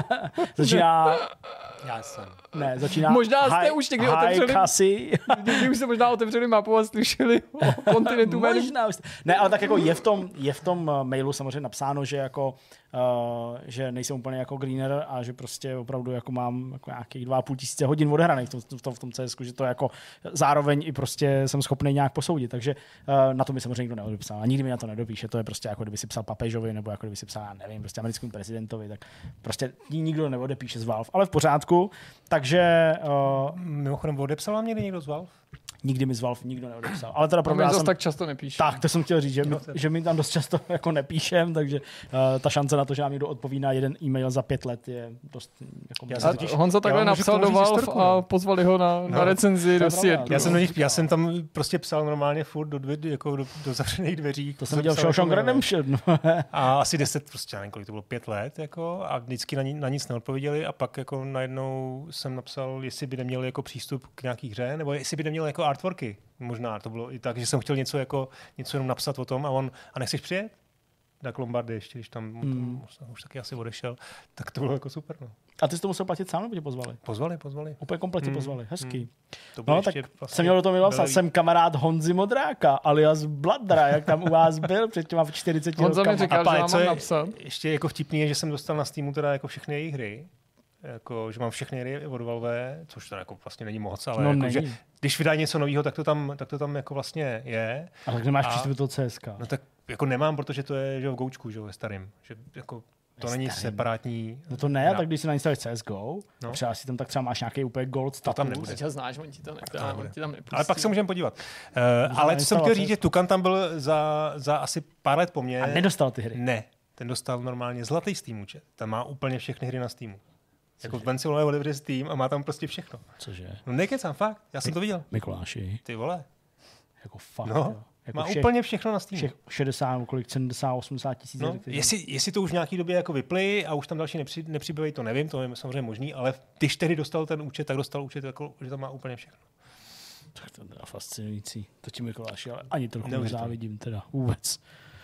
Začíná... Já jsem. Ne, začíná... Možná jste hi, už někdy otevřeli... Casey. Někdy už jste možná otevřeli mapu a slyšeli o kontinentu. Možná už... Ne, ale tak jako je v tom, je v tom mailu samozřejmě napsáno, že jako uh, že nejsem úplně jako greener a že prostě opravdu jako mám jako nějakých dva a půl tisíce hodin odehraných v tom, v tom, v tom C S ku, že to jako zároveň i prostě jsem schopný nějak posoudit. Takže uh, na to mi samozřejmě nikdo neodepsal. A nikdy mi na to nedopíše. To je prostě jako kdyby si psal papežovi nebo jako kdyby si psal, nevím, prostě americkému prezidentovi, tak prostě nikdo neodepíše z Valve. Ale v pořádku. Takže... Uh, Mimochodem, odepsal vám někdy někdo z Valve? Nikdy mi z Valve nikdo neodepsal. Ale teda pro jsem... tak často nepíše. Tak, to jsem chtěl říct, že, mi, že mi tam dost často jako nepíšem, takže uh, ta šance na to, že nám někdo odpoví na jeden e-mail za pět let je dost... Jako já totiž, Honza takhle napsal do Valve historku, a pozvali ho na, no, na recenzi do Seattle. Já jsem, nich, já jsem tam prostě psal normálně furt do, dvě, jako do, do zavřených dveří. To jsem viděl Shawshank Redemption. A asi deset, prostě nevím, kolik to bylo, pět let, jako, a vždycky na, na nic neodpověděli a pak jako najednou jsem napsal, jestli by neměli jako přístup k nějaký hře, nebo jestli by neměli jako artworky. Možná to bylo i tak, že jsem chtěl něco jako něco jenom napsat o tom a on, a nechceš přijet? Tak Lombardy ještě, když tam mm. už taky asi odešel, tak to bylo jako super. No. A ty jsi to musel platit sám, nebo tě pozvali? Pozvali, pozvali. Úplně kompletně mm. pozvali, hezký. Mm. To no tak vlastně jsem měl do toho milovat, jsem kamarád Honzy Modráka, alias Bladra, jak tam u vás byl před těma čtyřiceti Honza mi říkal, a že mám napsat. Ještě jako vtipný je, že jsem dostal na Steamu teda jako všechny jejich hry. Jako, že mám všechny hry od Valve, což to jako vlastně není moc, ale no, jako, není. Že, když vydají něco nového, tak to tam, tak to tam jako vlastně je. A tak nemáš přístup do toho C S ka. No tak jako nemám, protože to je že v Goučku, že ve starým. Že jako to není separátní. No to ne, hra. Tak když si nainstaluješ C S G O, no. třeba si tam tak třeba máš nějaký úplně gold status. To tam nebude. Ty znáš, on ti to nedá, on ti tam nepustí. Ale pak se můžeme podívat. Uh, ale co jsem chtěl říct, že Tukan tam byl za, za asi pár let po mně. A nedostal ty hry? Ne, ten dostal normálně zlatý Steam účet. Ten má úplně všechny hry na Steamu. Jako ven si vole odevře Steam a má tam prostě všechno. Cože? No nekecám, fakt. Já jsem Mik- to viděl. Mikuláši. Ty vole. Jako fakt. No. Jako Má všech, úplně všechno na Steamu. Všech šedesát, kolik, sedmdesát, osmdesát tisíc. No, jestli, jestli to už v nějaký době jako vyply a už tam další nepři, nepřibývají, to nevím, to je samozřejmě možný, ale když tehdy dostal ten účet, tak dostal účet, jako, že to má úplně všechno. Tak to je fascinující. To ti Mikuláši, ale ani trochu Neuvěřitelný. nezávidím teda vůbec.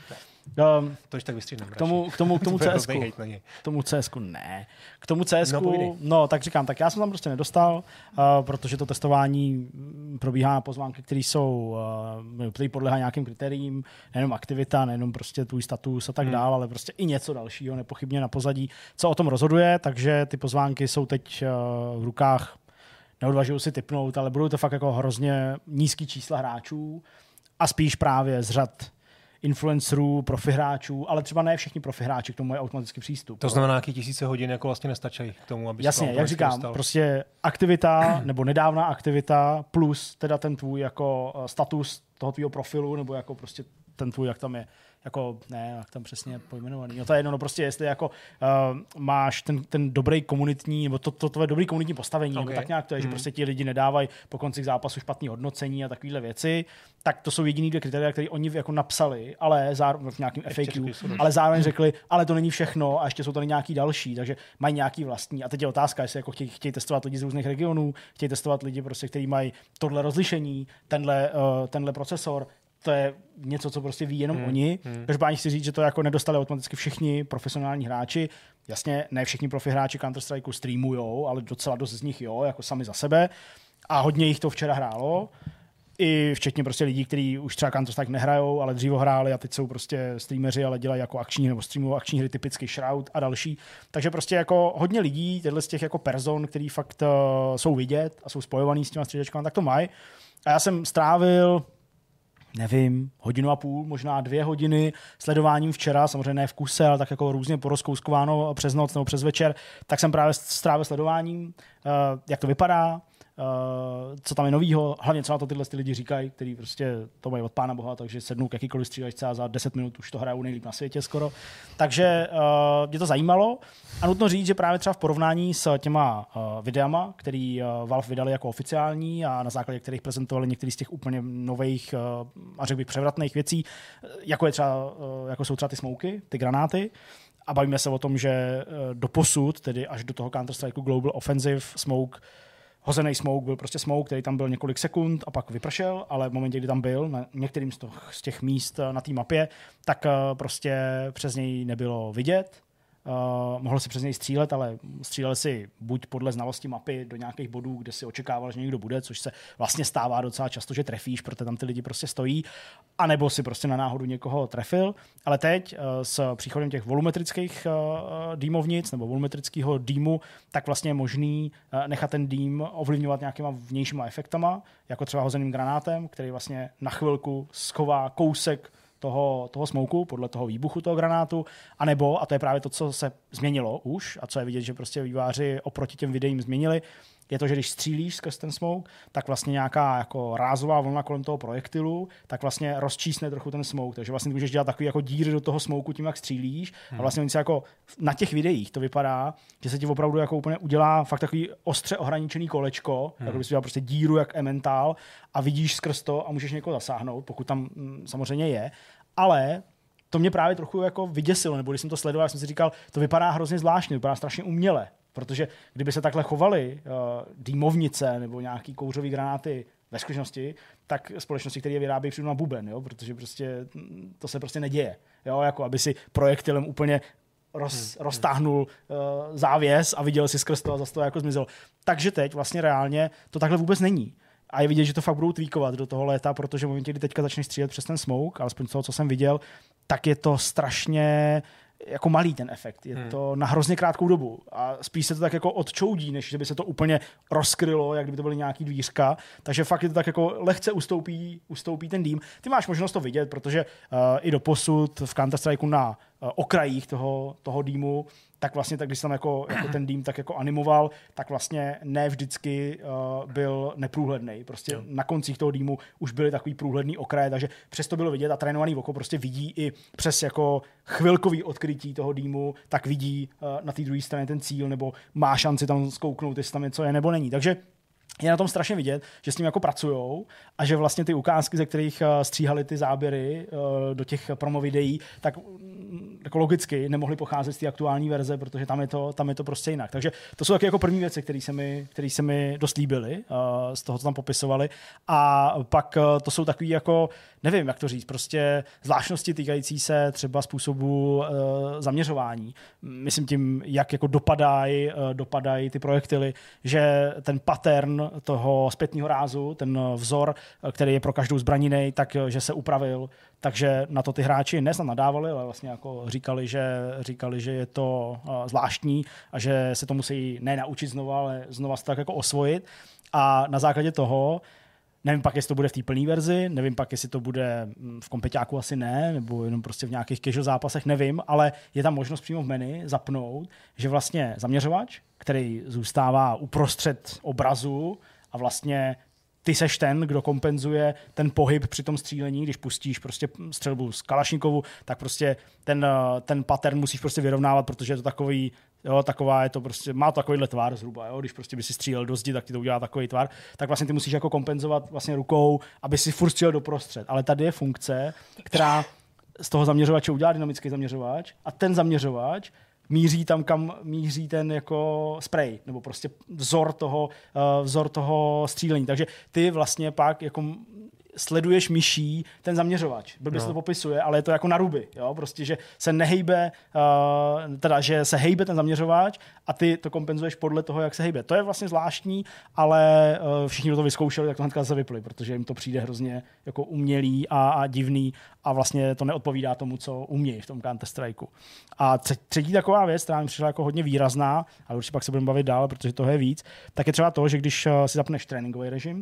Um, to ještě tak vystřídám. K tomu, k tomu, k tomu C S ku. K tomu C S ku ne. K tomu C S ku, no, no tak říkám, tak já jsem tam prostě nedostal, uh, protože to testování probíhá na pozvánky, které jsou, uh, které podléhají nějakým kritériím, nejenom aktivita, nejenom prostě tvůj status a tak hmm. dál, ale prostě i něco dalšího nepochybně na pozadí, co o tom rozhoduje, takže ty pozvánky jsou teď uh, v rukách, neodvažuju si tipnout, ale budou to fakt jako hrozně nízký čísla hráčů a spíš právě z řad influencerů, profi hráčů, ale třeba ne všichni profi hráči, k tomu je automatický přístup. To znamená, nějaký tisíce hodin jako vlastně nestačí k tomu, aby jasně, jak říkám, dostal. Prostě aktivita nebo nedávná aktivita plus teda ten tvůj jako status toho tvýho profilu nebo jako prostě ten tvůj, jak tam je, jako, ne, jak tam přesně pojmenovaný. No to je jedno, no prostě jestli jako uh, máš ten, ten dobrý komunitní, nebo to, to, to je dobrý komunitní postavení, okay. nebo tak nějak to je, hmm. že prostě ti lidi nedávají po konci zápasu špatný hodnocení a takovéhle věci, tak to jsou jediný dvě kritéria, které oni jako napsali, ale zároveň v nějakém F A Q, ale zároveň řekli, ale to není všechno a ještě jsou tady nějaký další, takže mají nějaký vlastní. A teď je otázka, jestli jako chtějí, chtějí testovat lidi z různých regionů, chtějí testovat lidi, prostě, kteří mají tohle rozlišení, tenhle, uh, tenhle procesor. To je něco, co prostě ví jenom hmm, oni. Hmm. Každopádně chci říct, že to jako nedostali automaticky všichni profesionální hráči. Jasně, ne všichni profi hráči Counter-Strike streamujou, ale docela dost z nich jo, jako sami za sebe. A hodně jich to včera hrálo. I včetně prostě lidí, kteří už třeba Counter-Strike nehrajou, ale dříve hráli a teď jsou prostě streameři, ale dělají jako akční nebo streamují akční hry, typicky Shroud a další. Takže prostě jako hodně lidí, těchto z těch jako person, který fakt uh, jsou vidět a jsou spojovaný s těma střídačkami, tak to mají. A já jsem strávil nevím, hodinu a půl, možná dvě hodiny sledováním včera, samozřejmě ne v kuse, ale tak jako různě porozkouskováno přes noc nebo přes večer, tak jsem právě strávil sledováním, jak to vypadá, co tam je novýho, hlavně co na to tyhle ty lidi říkají, kteří prostě to mají od pána boha, takže sednou k jakýkoliv střídačce a za deset minut už to hrajou nejlíp na světě skoro. Takže uh, mě to zajímalo a nutno říct, že právě třeba v porovnání s těma uh, videama, který uh, Valve vydali jako oficiální a na základě kterých prezentovali některý z těch úplně nových uh, a řekl bych převratných věcí, jako, je třeba, uh, jako jsou třeba ty smoky, ty granáty, a bavíme se o tom, že uh, doposud, tedy až do toho Counter-Strike Global Offensive smoke, hozený smoke byl prostě smoke, který tam byl několik sekund a pak vypršel, ale v momentě, kdy tam byl na některým z, toho, z těch míst na té mapě, tak prostě přes něj nebylo vidět. Uh, mohl si přes něj střílet, ale střílel si buď podle znalosti mapy do nějakých bodů, kde si očekával, že někdo bude, což se vlastně stává docela často, že trefíš, protože tam ty lidi prostě stojí, anebo si prostě na náhodu někoho trefil. Ale teď uh, s příchodem těch volumetrických uh, dýmovnic nebo volumetrického dýmu, tak vlastně je možný uh, nechat ten dým ovlivňovat nějakýma vnějšíma efektama, jako třeba hozeným granátem, který vlastně na chvilku schová kousek toho, toho smoku, podle toho výbuchu toho granátu, anebo, a to je právě to, co se změnilo už, a co je vidět, že prostě vývojáři oproti těm videím změnili, je to, že když střílíš skrz ten smoke, tak vlastně nějaká jako rázová vlna kolem toho projektilu, tak vlastně rozčísne trochu ten smoke, takže vlastně můžeš dělat takový jako díry do toho smoku tím, jak střílíš, hmm. a vlastně oni se jako na těch videích to vypadá, že se ti opravdu jako úplně udělá fakt takový ostře ohraničený kolečko, hmm. jako bys udělal prostě díru jak Emmental a vidíš skrz to a můžeš někoho zasáhnout, pokud tam mm, samozřejmě je, ale to mě právě trochu jako vyděsilo, nebo když jsem to sledoval, jsem si říkal, to vypadá hrozně zvláštně, vypadá strašně uměle. Protože kdyby se takhle chovaly uh, dýmovnice nebo nějaký kouřový granáty ve skutečnosti, tak společnosti, které je vyrábějí, přijdu na buben, jo? Protože prostě to se prostě neděje. Jo? Jako aby si projektilem úplně roz, hmm. roztáhnul uh, závěs a viděl si skrz to a zase to jako zmizel. Takže teď vlastně reálně to takhle vůbec není. A je vidět, že to fakt budou tweakovat do toho léta, protože v momentě, kdy teďka začne střílet přes ten smoke, alespoň z toho, co jsem viděl, tak je to strašně jako malý ten efekt. Je hmm. to na hrozně krátkou dobu. A spíš se to tak jako odčoudí, než že by se to úplně rozkrylo, jak kdyby to byly nějaký dvířka. Takže fakt je to tak jako lehce ustoupí, ustoupí ten dým. Ty máš možnost to vidět, protože uh, i doposud v Counter-Strikeu na uh, okrajích toho, toho dýmu, tak vlastně tak, když jsem jako, jako ten dým tak jako animoval, tak vlastně ne vždycky uh, byl neprůhledný. Prostě jo. Na koncích toho dýmu už byly takový průhledný okraje, takže přesto bylo vidět a trénovaný oko prostě vidí i přes jako chvilkový odkrytí toho dýmu, tak vidí uh, na té druhé straně ten cíl, nebo má šanci tam zkouknout, jestli tam něco je nebo není. Takže je na tom strašně vidět, že s tím jako pracujou a že vlastně ty ukázky, ze kterých stříhali ty záběry do těch promo videí, tak jako logicky nemohly pocházet z té aktuální verze, protože tam je to, tam je to prostě jinak. Takže to jsou taky jako první věci, které se mi, které se mi dost líbily z toho, co tam popisovali. A pak to jsou takový jako, nevím, jak to říct, prostě zvláštnosti týkající se třeba způsobu zaměřování. Myslím tím, jak jako dopadají dopadaj ty projektily, že ten pattern toho zpětného rázu, ten vzor, který je pro každou zbraň jiný, takže se upravil, takže na to ty hráči nesnad nadávali, ale vlastně jako říkali, že, říkali, že je to zvláštní a že se to musí ne naučit znova, ale znova se tak jako osvojit. A na základě toho nevím pak, jestli to bude v té plné verzi, nevím pak, jestli to bude v kompeťáku, asi ne, nebo jenom prostě v nějakých casual zápasech, nevím, ale je tam možnost přímo v menu zapnout, že vlastně zaměřovač, který zůstává uprostřed obrazu a vlastně ty seš ten, kdo kompenzuje ten pohyb při tom střílení, když pustíš prostě střelbu z Kalašnikovu, tak prostě ten, ten pattern musíš prostě vyrovnávat, protože je to takový, jo, taková je to prostě, má to takovýhle tvar zhruba, jo, když prostě by si střílel do zdi, tak ti to udělá takový tvar, tak vlastně ty musíš jako kompenzovat vlastně rukou, aby si furt střílel doprostřed. Ale tady je funkce, která z toho zaměřovače udělá dynamický zaměřovač a ten zaměřovač míří tam, kam míří ten jako spray, nebo prostě vzor toho, uh, vzor toho střílení. Takže ty vlastně pak jako sleduješ myší ten zaměřovač. Blbě no. se to popisuje, ale je to jako na ruby. Jo? Prostě, že se nehejbe, uh, teda, že se hejbe ten zaměřovač a ty to kompenzuješ podle toho, jak se hejbe. To je vlastně zvláštní, ale uh, všichni, kdo to vyzkoušeli, tak to hnedka se vypli, protože jim to přijde hrozně jako umělý a, a divný a vlastně to neodpovídá tomu, co umějí v tom Counter-Strikeu. A třetí taková věc, která mi přišla jako hodně výrazná, ale určitě pak se budeme bavit dál, protože toho je víc, tak je třeba to, že když uh, si zapneš tréninkový režim,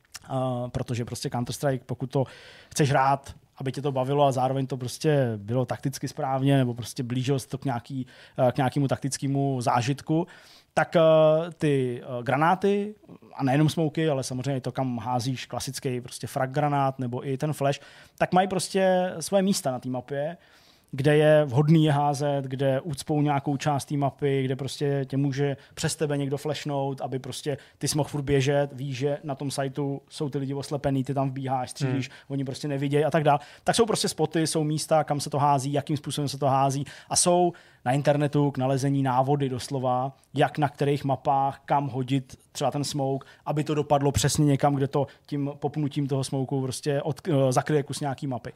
Uh, protože prostě Counter-Strike, pokud to chceš hrát, aby tě to bavilo a zároveň to prostě bylo takticky správně nebo prostě blížilo se to k, nějaký, uh, k nějakému taktickému zážitku, tak uh, ty uh, granáty, a nejenom smoky, ale samozřejmě to, kam házíš klasický prostě frag granát nebo i ten flash, tak mají prostě svoje místa na té mapě, kde je vhodný je házet, kde ucpou nějakou část té mapy, kde prostě tě může přes tebe někdo flashnout, aby prostě ty jsi mohl furt běžet, víš, že na tom sajtu jsou ty lidi oslepený, ty tam vbíháš, střílíš, hmm. oni prostě nevidějí a tak dále. Tak jsou prostě spoty, jsou místa, kam se to hází, jakým způsobem se to hází a jsou na internetu k nalezení návody doslova, jak na kterých mapách, kam hodit třeba ten smoke, aby to dopadlo přesně někam, kde to tím popnutím toho smoku prostě od, uh, zakryje kus nějaký mapy.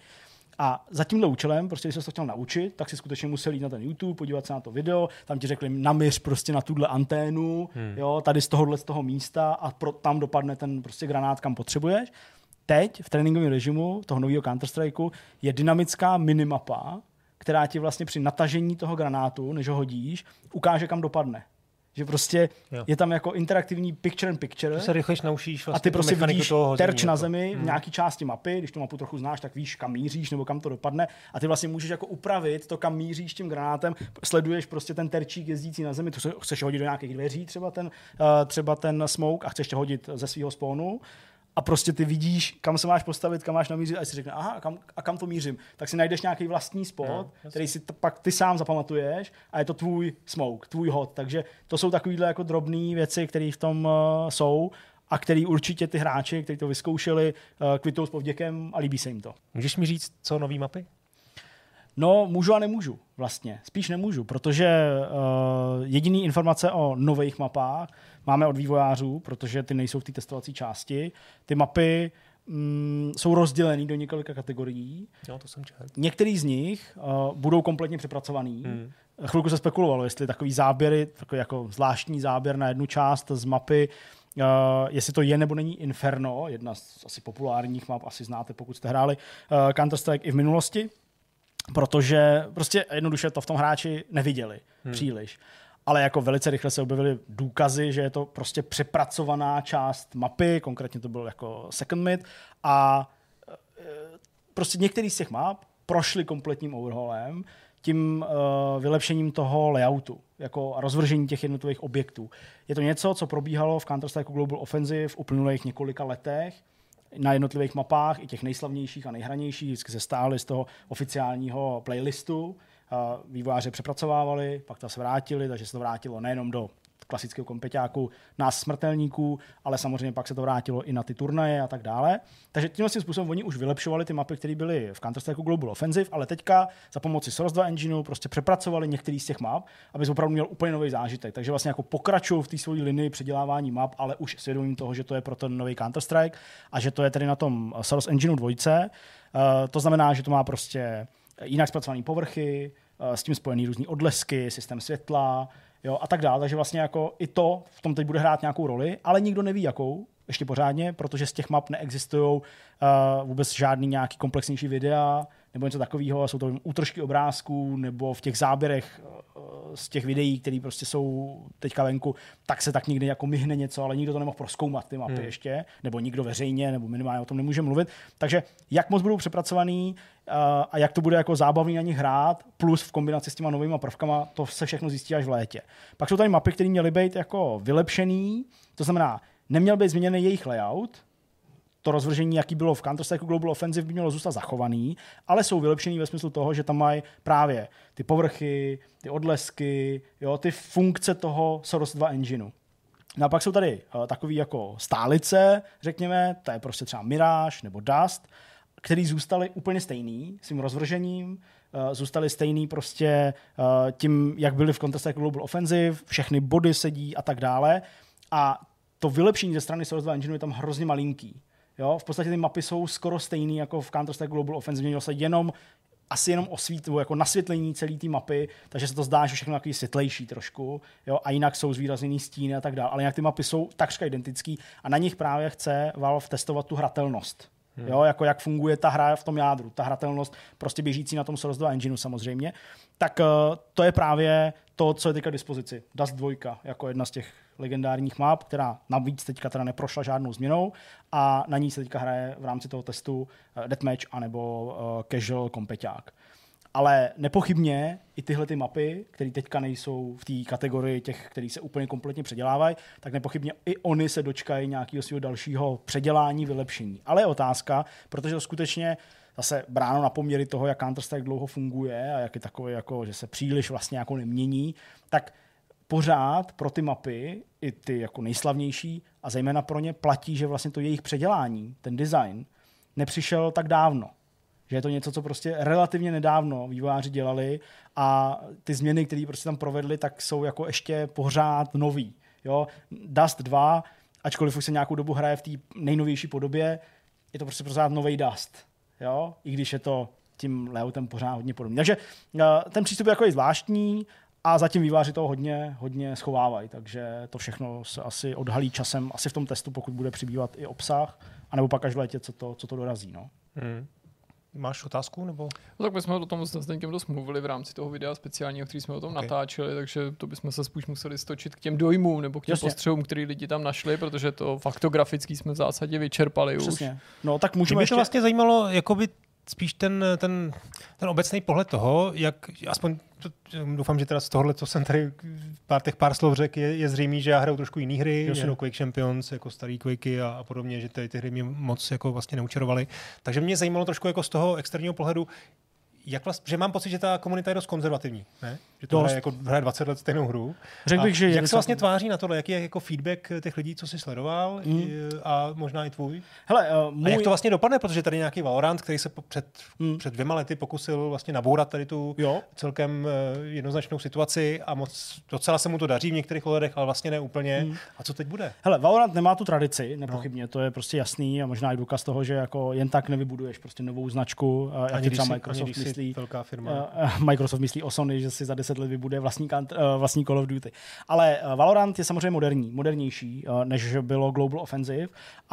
A za tímhle účelem, prostě když jsi to chtěl naučit, tak si skutečně musel jít na ten YouTube, podívat se na to video, tam ti řekli namíř prostě na tuhle anténu, hmm. jo, tady z tohohle z toho místa a pro, tam dopadne ten prostě granát, kam potřebuješ. Teď v tréninkovém režimu toho nového Counter-Strikeu je dynamická minimapa, která ti vlastně při natažení toho granátu, než ho hodíš, ukáže, kam dopadne. Že prostě jo. je tam jako interaktivní picture in picture. To se rychlejš naučíš vlastně a ty prostě vidíš terč na zemi hmm. v nějaký části mapy, když tu mapu trochu znáš, tak víš, kam míříš nebo kam to dopadne a ty vlastně můžeš jako upravit to, kam míříš tím granátem, sleduješ prostě ten terčík jezdící na zemi, tu chceš hodit do nějakých dveří, třeba ten, uh, třeba ten smoke a chceš to hodit ze svého spawnu. A prostě ty vidíš, kam se máš postavit, kam máš namířit a si řekne, aha, a kam, a kam to mířím. Tak si najdeš nějaký vlastní spot, no, který si t- pak ty sám zapamatuješ a je to tvůj smoke, tvůj hod. Takže to jsou takovýhle jako drobné věci, které v tom uh, jsou a který určitě ty hráči, kteří to vyzkoušeli, uh, kvitou s povděkem a líbí se jim to. Můžeš mi říct, co nový mapy? No, můžu a nemůžu vlastně. Spíš nemůžu, protože uh, jediný informace o nových mapách máme od vývojářů, protože ty nejsou v té testovací části. Ty mapy mm, jsou rozdělený do několika kategorií. Jo, to jsem četl. Některý z nich uh, budou kompletně přepracovaný. Hmm. Chvilku se spekulovalo, jestli takový záběry, takový jako zvláštní záběr na jednu část z mapy, Uh, jestli to je nebo není Inferno, jedna z asi populárních map, asi znáte, pokud jste hráli uh, Counter-Strike i v minulosti, protože prostě jednoduše to v tom hráči neviděli hmm. příliš. Ale jako velice rychle se objevily důkazy, že je to prostě přepracovaná část mapy, konkrétně to byl jako second mid a uh, prostě některý z těch map prošly kompletním overhaulem, tím uh, vylepšením toho layoutu, jako rozvržení těch jednotlivých objektů. Je to něco, co probíhalo v Counter-Strike Global Offensive v uplynulých několika letech na jednotlivých mapách, i těch nejslavnějších a nejhranějších, vždycky se stály z toho oficiálního playlistu. Uh, vývojáři přepracovávali, pak to se vrátili, takže se to vrátilo nejenom do klasického kompeťáku, nás smrtelníků, ale samozřejmě pak se to vrátilo i na ty turnaje a tak dále. Takže tímhle způsobem oni už vylepšovali ty mapy, které byly v Counter-Strike Global Offensive, ale teďka za pomoci Source dva engineu prostě přepracovali některý z těch map, aby opravdu měl úplně nový zážitek. Takže vlastně jako pokračují v té své linii předělávání map, ale už svědomím toho, že to je pro ten nový Counter-Strike a že to je tedy na tom Source engineu dvojce. Uh, to znamená, že to má prostě jinak zpracované povrchy, uh, s tím spojený různý odlesky, systém světla, jo, a tak dále. Takže vlastně jako i to v tom teď bude hrát nějakou roli, ale nikdo neví jakou, ještě pořádně, protože z těch map neexistují uh, vůbec žádný nějaký komplexnější videa nebo něco takového, jsou to útržky obrázků nebo v těch záběrech uh, z těch videí, které prostě jsou teďka venku, tak se tak někdy jako myhne něco, ale nikdo to nemohl prozkoumat ty mapy hmm. ještě, nebo nikdo veřejně, nebo minimálně o tom nemůže mluvit. Takže jak moc budou přepracovaný uh, a jak to bude jako zábavný na nich hrát, plus v kombinaci s těma novýma prvkama, to se všechno zjistí až v létě. Pak jsou tady mapy, které měly být jako vylepšený, to znamená, neměl být změněný jejich layout, to rozvržení, jaký bylo v Counter-Strike Global Offensive, by mělo zůstat zachovaný, ale jsou vylepšený ve smyslu toho, že tam mají právě ty povrchy, ty odlesky, jo, ty funkce toho Source dva engineu. No a pak jsou tady uh, takový jako stálice, řekněme, to je prostě třeba Mirage nebo Dust, který zůstaly úplně stejný svým rozvržením, uh, zůstaly stejný prostě uh, tím, jak byly v Counter-Strike Global Offensive, všechny body sedí a tak dále. A to vylepšení ze strany Source dva engineu je tam hrozně malinký. Jo, v podstatě ty mapy jsou skoro stejný jako v Counter-Strike Global Offensive, změnilo se jenom asi jenom osvítlo, jako nasvětlení celé té mapy, takže se to zdá, že všechno je takový světlejší trošku, jo, a jinak jsou zvýrazněný stíny a tak dále, ale jinak ty mapy jsou takřka identický a na nich právě chce Valve testovat tu hratelnost. Hmm. Jo, jako jak funguje ta hra v tom jádru, ta hratelnost prostě běžící na tom Source dva engineu samozřejmě, tak uh, to je právě to, co je teďka k dispozici. Dust dva jako jedna z těch legendárních map, která navíc teďka teda neprošla žádnou změnou a na ní se teďka hraje v rámci toho testu uh, Deathmatch anebo uh, Casual kompeťák. Ale nepochybně i tyhle ty mapy, které teďka nejsou v té kategorii těch, které se úplně kompletně předělávají, tak nepochybně i oni se dočkají nějakého svého dalšího předělání, vylepšení. Ale je otázka, protože to skutečně zase bráno na poměry toho, jak Counter-Strike dlouho funguje a jak je takový, jako, že se příliš vlastně jako nemění, tak pořád pro ty mapy, i ty jako nejslavnější a zejména pro ně platí, že vlastně to jejich předělání, ten design, nepřišel tak dávno. Že je to něco, co prostě relativně nedávno vývojáři dělali a ty změny, které prostě tam provedli, tak jsou jako ještě pořád nový. Jo? Dust dva, ačkoliv už se nějakou dobu hraje v té nejnovější podobě, je to prostě pořád nový Dust. Jo? I když je to tím layoutem pořád hodně podobný. Takže ten přístup je jako zvláštní a zatím vývojáři toho hodně, hodně schovávají, takže to všechno se asi odhalí časem, asi v tom testu, pokud bude přibývat i obsah, anebo pak až v létě, co to, co to dorazí. No. Hmm. Máš otázku? Nebo? No, tak my jsme o tom s Zdeňkem dost mluvili v rámci toho videa speciálního, který jsme o tom okay. natáčeli, takže to bychom se spíš museli stočit k těm dojmům nebo k těm Jasně. postřehům, který lidi tam našli, protože to faktograficky jsme v zásadě vyčerpali Přesně. už. No, tak můžeme Mě ještě... to vlastně zajímalo, jakoby spíš ten, ten, ten obecný pohled toho, jak aspoň to, doufám, že teda z tohohle, co jsem tady pár těch pár slov řekl, je, je zřejmý, že já hraju trošku jiný hry, jako Quake Champions, jako starý Quakey a, a podobně, že ty, ty hry mě moc jako vlastně neučarovaly. Takže mě zajímalo trošku jako z toho externího pohledu, jak vlastně, že mám pocit, že ta komunita je dost konzervativní, ne? Že to hraje, jako, hraje dvacet let stejnou hru. Řekl bych, že jak se vlastně tváří na tohle? Jaký je jako feedback těch lidí, co jsi sledoval mm. a možná i tvůj? Hele, uh, můj... A jak to vlastně dopadne, protože tady nějaký Valorant, který se před, mm. před dvěma lety pokusil vlastně nabourat tady tu jo. celkem uh, jednoznačnou situaci a moc docela se mu to daří v některých ohledech, ale vlastně ne úplně. Mm. A co teď bude? Hele, Valorant nemá tu tradici, nepochybně, no. to je prostě jasný a možná i důkaz toho, že jako jen tak nevybuduješ prostě novou značku, jak třeba Microsoft myslí. Velká firma. Uh, Microsoft myslí o Sony, že si za deset let vybuduje vlastní, uh, vlastní Call of Duty. Ale uh, Valorant je samozřejmě moderní, modernější, uh, než bylo Global Offensive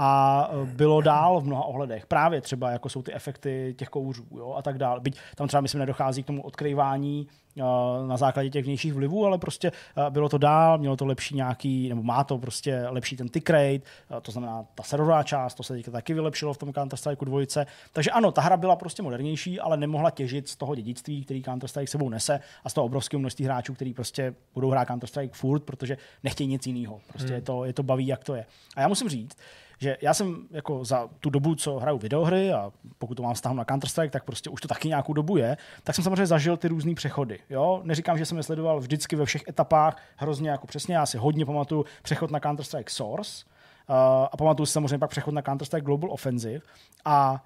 a uh, bylo dál v mnoha ohledech. Právě třeba, jako jsou ty efekty těch kouřů, jo, a tak dále. Byť tam třeba, myslím, nedochází k tomu odkrývání uh, na základě těch vnějších vlivů, ale prostě uh, bylo to dál, mělo to lepší nějaký, nebo má to prostě lepší ten tick rate, uh, to znamená ta serverová část, to se teďka taky vylepšilo v tom Counter-Strike dva. Takže ano, ta hra byla prostě modernější, ale nemohla těžit z toho dědictví, který Counter-Strike sebou nese a z toho obrovského množství hráčů, kteří prostě budou hrát Counter-Strike furt, protože nechtějí nic jiného. Prostě hmm. je, to, je to baví, jak to je. A já musím říct, že já jsem jako za tu dobu, co hraju videohry a pokud to mám vztahu na Counter-Strike, tak prostě už to taky nějakou dobu je, tak jsem samozřejmě zažil ty různý přechody. Jo? Neříkám, že jsem je sledoval vždycky ve všech etapách hrozně jako přesně, já si hodně pamatuju přechod na Counter-Strike Source uh, a pamatuju si samozřejmě pak přechod na Counter-Strike Global Offensive a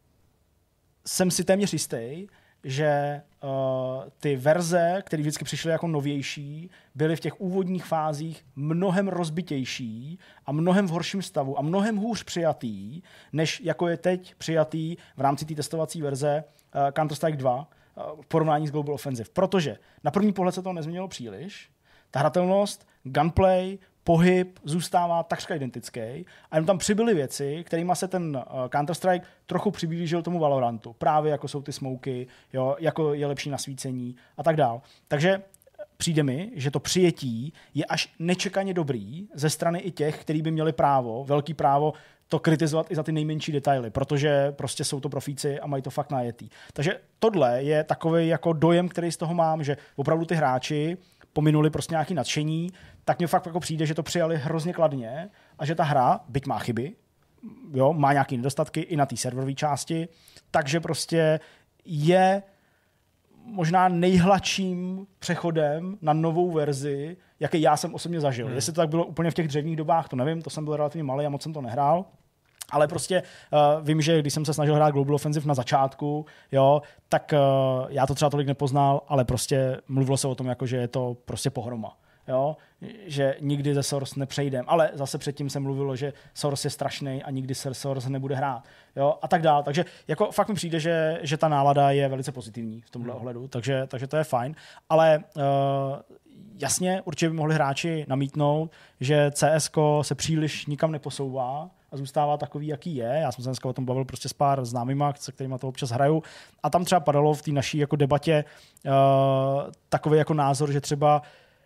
jsem si téměř jistý, že uh, ty verze, které vždycky přišly jako novější, byly v těch úvodních fázích mnohem rozbitější a mnohem v horším stavu a mnohem hůř přijatý, než jako je teď přijatý v rámci té testovací verze uh, Counter-Strike dva uh, v porovnání s Global Offensive. Protože na první pohled se to nezměnilo příliš. Ta hratelnost, gunplay, pohyb zůstává takřka identický a jenom tam přibyly věci, kterými se ten uh, Counter-Strike trochu přiblížil tomu Valorantu. Právě jako jsou ty smoky, jo, jako je lepší nasvícení a tak dál. Takže přijde mi, že to přijetí je až nečekaně dobrý ze strany i těch, kteří by měli právo, velký právo to kritizovat i za ty nejmenší detaily, protože prostě jsou to profíci a mají to fakt najetý. Takže tohle je takový jako dojem, který z toho mám, že opravdu ty hráči pominuli prostě nějaké nadšení, tak mně fakt jako přijde, že to přijali hrozně kladně a že ta hra, byť má chyby, jo, má nějaké nedostatky i na té serverové části, takže prostě je možná nejhladším přechodem na novou verzi, jaký já jsem osobně zažil. Hmm. Jestli to tak bylo úplně v těch dřevních dobách, to nevím, to jsem byl relativně malý a moc jsem to nehrál. Ale prostě uh, vím, že když jsem se snažil hrát Global Offensive na začátku, jo, tak uh, já to třeba tolik nepoznal, ale prostě mluvilo se o tom, jako, že je to prostě pohroma. Jo? Že nikdy ze Source nepřejdem. Ale zase předtím se mluvilo, že Source je strašný a nikdy se Source nebude hrát. Jo? A tak dál. Takže jako fakt mi přijde, že, že ta nálada je velice pozitivní v tomhle hmm. ohledu, takže, takže to je fajn. Ale uh, jasně, určitě by mohli hráči namítnout, že C S ko se příliš nikam neposouvá a zůstává takový, jaký je. Já jsem se dneska o tom bavil prostě s pár známýma, se kterýma to občas hraju. A tam třeba padalo v té naší jako debatě uh, takový jako názor, že třeba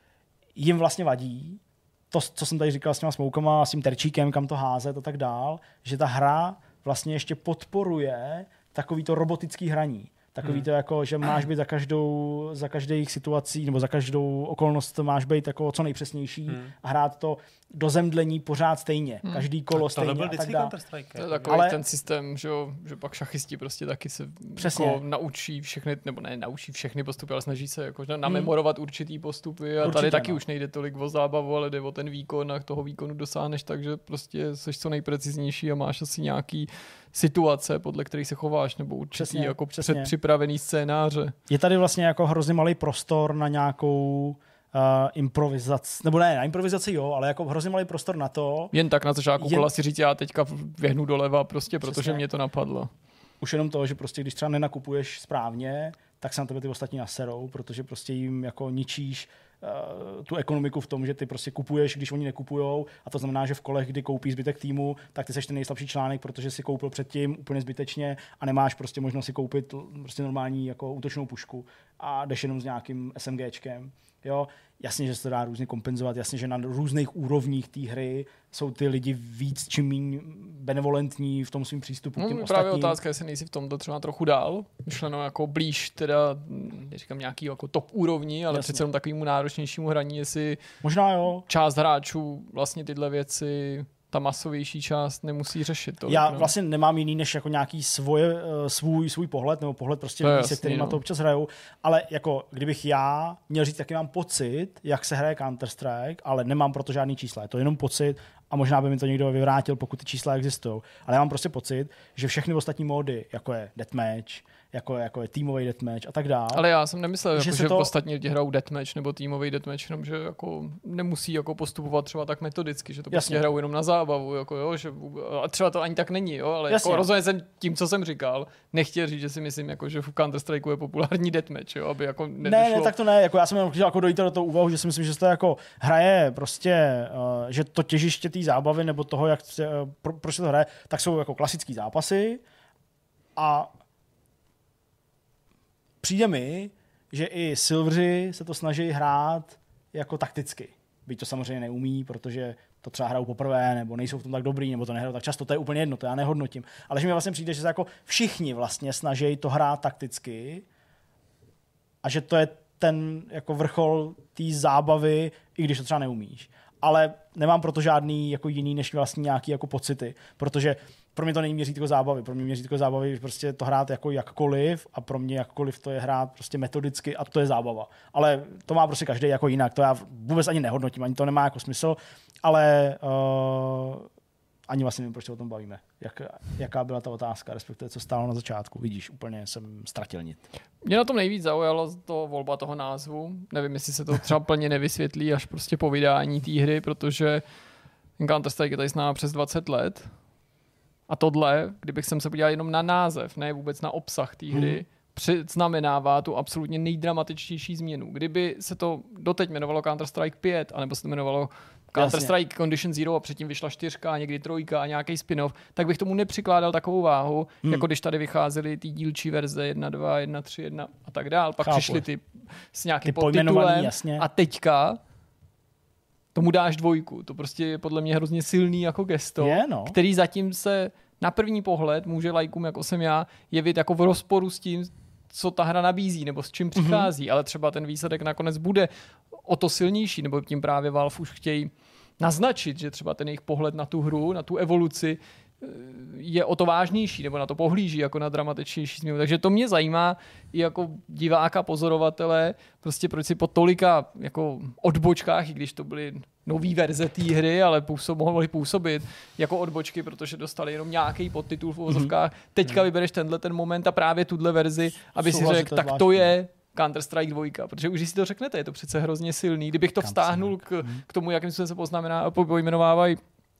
jim vlastně vadí to, co jsem tady říkal s těma smoukama a s tím terčíkem, kam to házet a tak dál, že ta hra vlastně ještě podporuje takový to robotický hraní. Takový hmm. to jako, že máš být za každou, za každých situací nebo za každou okolnost máš být jako co nejpřesnější hmm. a hrát to do zemdlení pořád stejně. Hmm. Každý kolo stejně a tak dále. To je takový ale ten systém, že, že pak šachisti prostě taky se jako naučí všechny, nebo ne naučí všechny postupy, ale snaží se jako namemorovat hmm. určitý postupy a určitě, tady taky no. už nejde tolik o zábavu, ale jde o ten výkon a toho výkonu dosáhneš, takže prostě jsi co nejpreciznější a máš asi nějaký situace, podle kterých se chováš, nebo určitý přesně, jako přesně. předpřipravený scénáře. Je tady vlastně jako hrozně malý prostor na nějakou Uh, improvizaci, nebo ne, na improvizaci jo, ale jako hrozně malý prostor na to. Jen tak na začátku jen... kola si říct, já teďka běhnu doleva prostě, protože přesně. Mě to napadlo. Už jenom to, že prostě když třeba nenakupuješ správně, tak se na tebe ty ostatní naserou, protože prostě jim jako ničíš uh, tu ekonomiku v tom, že ty prostě kupuješ, když oni nekupujou, a to znamená, že v kolech, kdy koupí zbytek týmu, tak ty seš ten nejslabší článek, protože si koupil předtím úplně zbytečně a nemáš prostě možnost si koupit prostě normální jako útočnou pušku a jdeš jenom s nějakým SMGčkem. Jo, jasně, že se to dá různě kompenzovat, jasně, že na různých úrovních té hry jsou ty lidi víc čím méně benevolentní v tom svým přístupu no, k těm právě ostatním. Právě otázka, jestli nejsi v tomto třeba trochu dál, myšleno jako blíž teda, neříkám nějaký jako top úrovni, ale jasně. přece jenom takovému náročnějšímu hraní, jestli možná jo. Část hráčů vlastně tyhle věci ta masovější část nemusí řešit. To, Já no. vlastně nemám jiný než jako nějaký svoje, svůj, svůj pohled, nebo pohled prostě lidí, se kterýma no. to občas hrajou, ale jako kdybych já měl říct, jaký mám pocit, jak se hraje Counter-Strike, ale nemám proto žádný čísla, je to jenom pocit a možná by mi to někdo vyvrátil, pokud ty čísla existují, ale já mám prostě pocit, že všechny ostatní módy, jako je deathmatch, jako, jako je týmový deathmatch a tak dále. Ale já jsem nemyslel, že, jako, že to... ostatní lidi hrajou deathmatch nebo týmový deathmatch, jenom že jako nemusí jako postupovat třeba tak metodicky, že to prostě hrajou jenom na zábavu, jako jo, že a třeba to ani tak není, jo, ale jako rozhodně jsem tím, co jsem říkal, nechtěl říct, že si myslím, jako, že v Counter-Strikeu je populární deathmatch, jo, aby jako nedošlo... Ne, ne, tak to ne, jako já jsem jenom chtěl jako dojít do toho úvahu, že si myslím, že se to jako hraje prostě, uh, že to těžiště té zábavy nebo toho, jak se, uh, pro, proč se to hraje, tak jsou jako klasický zápasy a přijde mi, že i silveři se to snaží hrát jako takticky. Byť to samozřejmě neumí, protože to třeba hrajou poprvé, nebo nejsou v tom tak dobrý, nebo to nehrajou tak často, to je úplně jedno, to já nehodnotím. Ale že mi vlastně přijde, že se jako všichni vlastně snaží to hrát takticky a že to je ten jako vrchol té zábavy, i když to třeba neumíš. ale nemám proto žádný jako jiný než vlastně nějaký jako pocity, protože pro mě to není měřítko zábavy, pro mě měřítko zábavy je prostě to hrát jako jakkoliv a pro mě jakkoliv to je hrát prostě metodicky a to je zábava. Ale to má prostě každý jako jinak, to já vůbec ani nehodnotím, ani to nemá jako smysl, ale uh, ani vlastně nevím, proč se o tom bavíme. Jak, jaká byla ta otázka, respektive co stálo na začátku. Vidíš, úplně jsem ztratil nit. Mě na tom nejvíc zaujalo to volba toho názvu. Nevím, jestli se to třeba plně nevysvětlí až prostě po vydání té hry, protože Counter-Strike je tady s námi přes dvacet let. A tohle, kdybych jsem se podíval jenom na název, ne vůbec na obsah té hry, hmm. předznamenává tu absolutně nejdramatičtější změnu. Kdyby se to doteď jmenovalo Counter-Strike pět, anebo se to jmenovalo Counter-Strike Condition Zero a předtím vyšla čtyřka a někdy trojka a nějaký spin-off, tak bych tomu nepřikládal takovou váhu, hmm. jako když tady vycházely ty dílčí verze jedna, dva, jedna, tři, jedna a tak dál. Pak Chápu. přišly ty s nějakým podtitulem a teďka tomu dáš dvojku. To prostě je podle mě hrozně silný jako gesto, je, no. který zatím se na první pohled může lajkům, jako jsem já, jevit jako v rozporu s tím, co ta hra nabízí, nebo s čím přichází, mm-hmm. ale třeba ten výsledek nakonec bude o to silnější, nebo tím právě Valve už chtějí naznačit, že třeba ten jejich pohled na tu hru, na tu evoluci je o to vážnější, nebo na to pohlíží jako na dramatičnější změnu. Takže to mě zajímá i jako diváka, pozorovatele, prostě proč si po tolika jako odbočkách, i když to byly nový verze té hry, ale působ, mohly působit jako odbočky, protože dostali jenom nějaký podtitul v uvozovkách. Mm-hmm. Teďka vybereš tenhle ten moment a právě tuhle verzi, aby si řekl, tak to je Counter-Strike dva, protože už si to řeknete, je to přece hrozně silný. Kdybych to vztáhnul k, k tomu, jakým způsobem se poznamená, pojmenovávají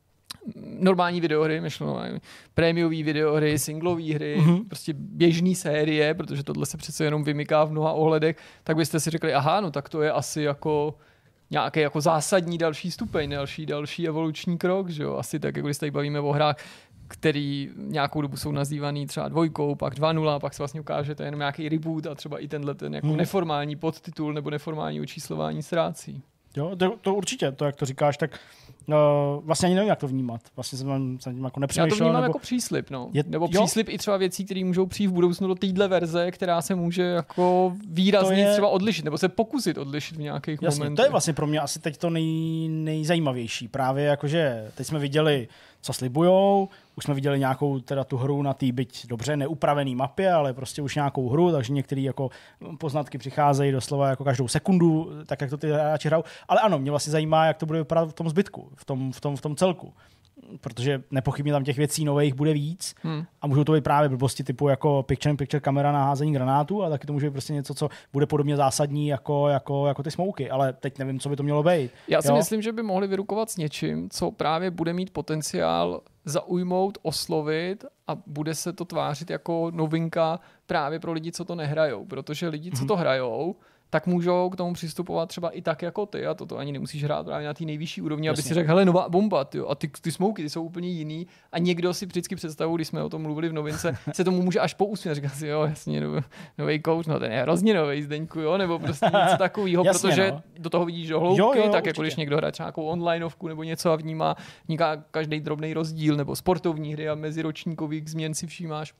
normální videohry, myšleno prémiové videohry, singlové hry, mm-hmm. prostě běžný série, protože tohle se přece jenom vymyká v mnoha ohledech, tak byste si řekli, aha, no tak to je asi jako nějaký jako zásadní další stupeň, další, další evoluční krok, že jo, asi tak, jako když se tady bavíme o hrách, který nějakou dobu jsou nazývaný třeba dvojkou, pak dva nula, pak se vlastně ukáže, to je jenom nějaký reboot a třeba i tenhle ten jako mm. neformální podtitul nebo neformální očíslování ztrácí. Jo, to, to určitě, to jak to říkáš, tak uh, vlastně ani nevím, jak to vnímat. Vlastně jsem, jsem tím jako nepřemýšlel. Já to vnímám nebo... jako příslib, no. Je, nebo jo? příslib i třeba věcí, které můžou přijít v budoucnu do téhle verze, která se může jako výrazně je... třeba odlišit, nebo se pokusit odlišit v nějakých Jasně, momentech. To je vlastně pro mě asi teď to nej, nejzajímavější. Právě jakože teď jsme viděli, co slibujou, už jsme viděli nějakou teda tu hru na té byť dobře neupravený mapě, ale prostě už nějakou hru, takže některé jako poznatky přicházejí doslova jako každou sekundu, tak jak to ty hráči hrajou. Ale ano, mě vlastně zajímá, jak to bude vypadat v tom zbytku, v tom, v tom, v tom celku. Protože nepochybně tam těch věcí nových bude víc hmm. a můžou to být právě blbosti typu jako picture-in-picture kamera na házení granátů a taky to může být prostě něco, co bude podobně zásadní jako, jako, jako ty smouky, ale teď nevím, co by to mělo být. Já si jo? myslím, že by mohli vyrukovat s něčím, co právě bude mít potenciál zaujmout, oslovit a bude se to tvářit jako novinka právě pro lidi, co to nehrajou, protože lidi, co to hrajou, tak můžou k tomu přistupovat třeba i tak jako ty a toto ani nemusíš hrát právě na té nejvyšší úrovni, Jasně. aby si řekl, hele, nová bomba, tyjo, a ty, ty smouky, ty jsou úplně jiný a někdo si vždycky představu, když jsme o tom mluvili v novince, se tomu může až pousmět, říká si, jo, jasně, nový kouč, no ten je hrozně novej, Zdeňku, jo, nebo prostě něco takového, protože no. do toho vidíš do hloubky, jo, jo, tak určitě. Jako když někdo hraje třeba nějakou onlineovku nebo něco a vnímá vnímá každý drobný rozdíl, nebo sportovní hry a meziročníkových změn si všímáš.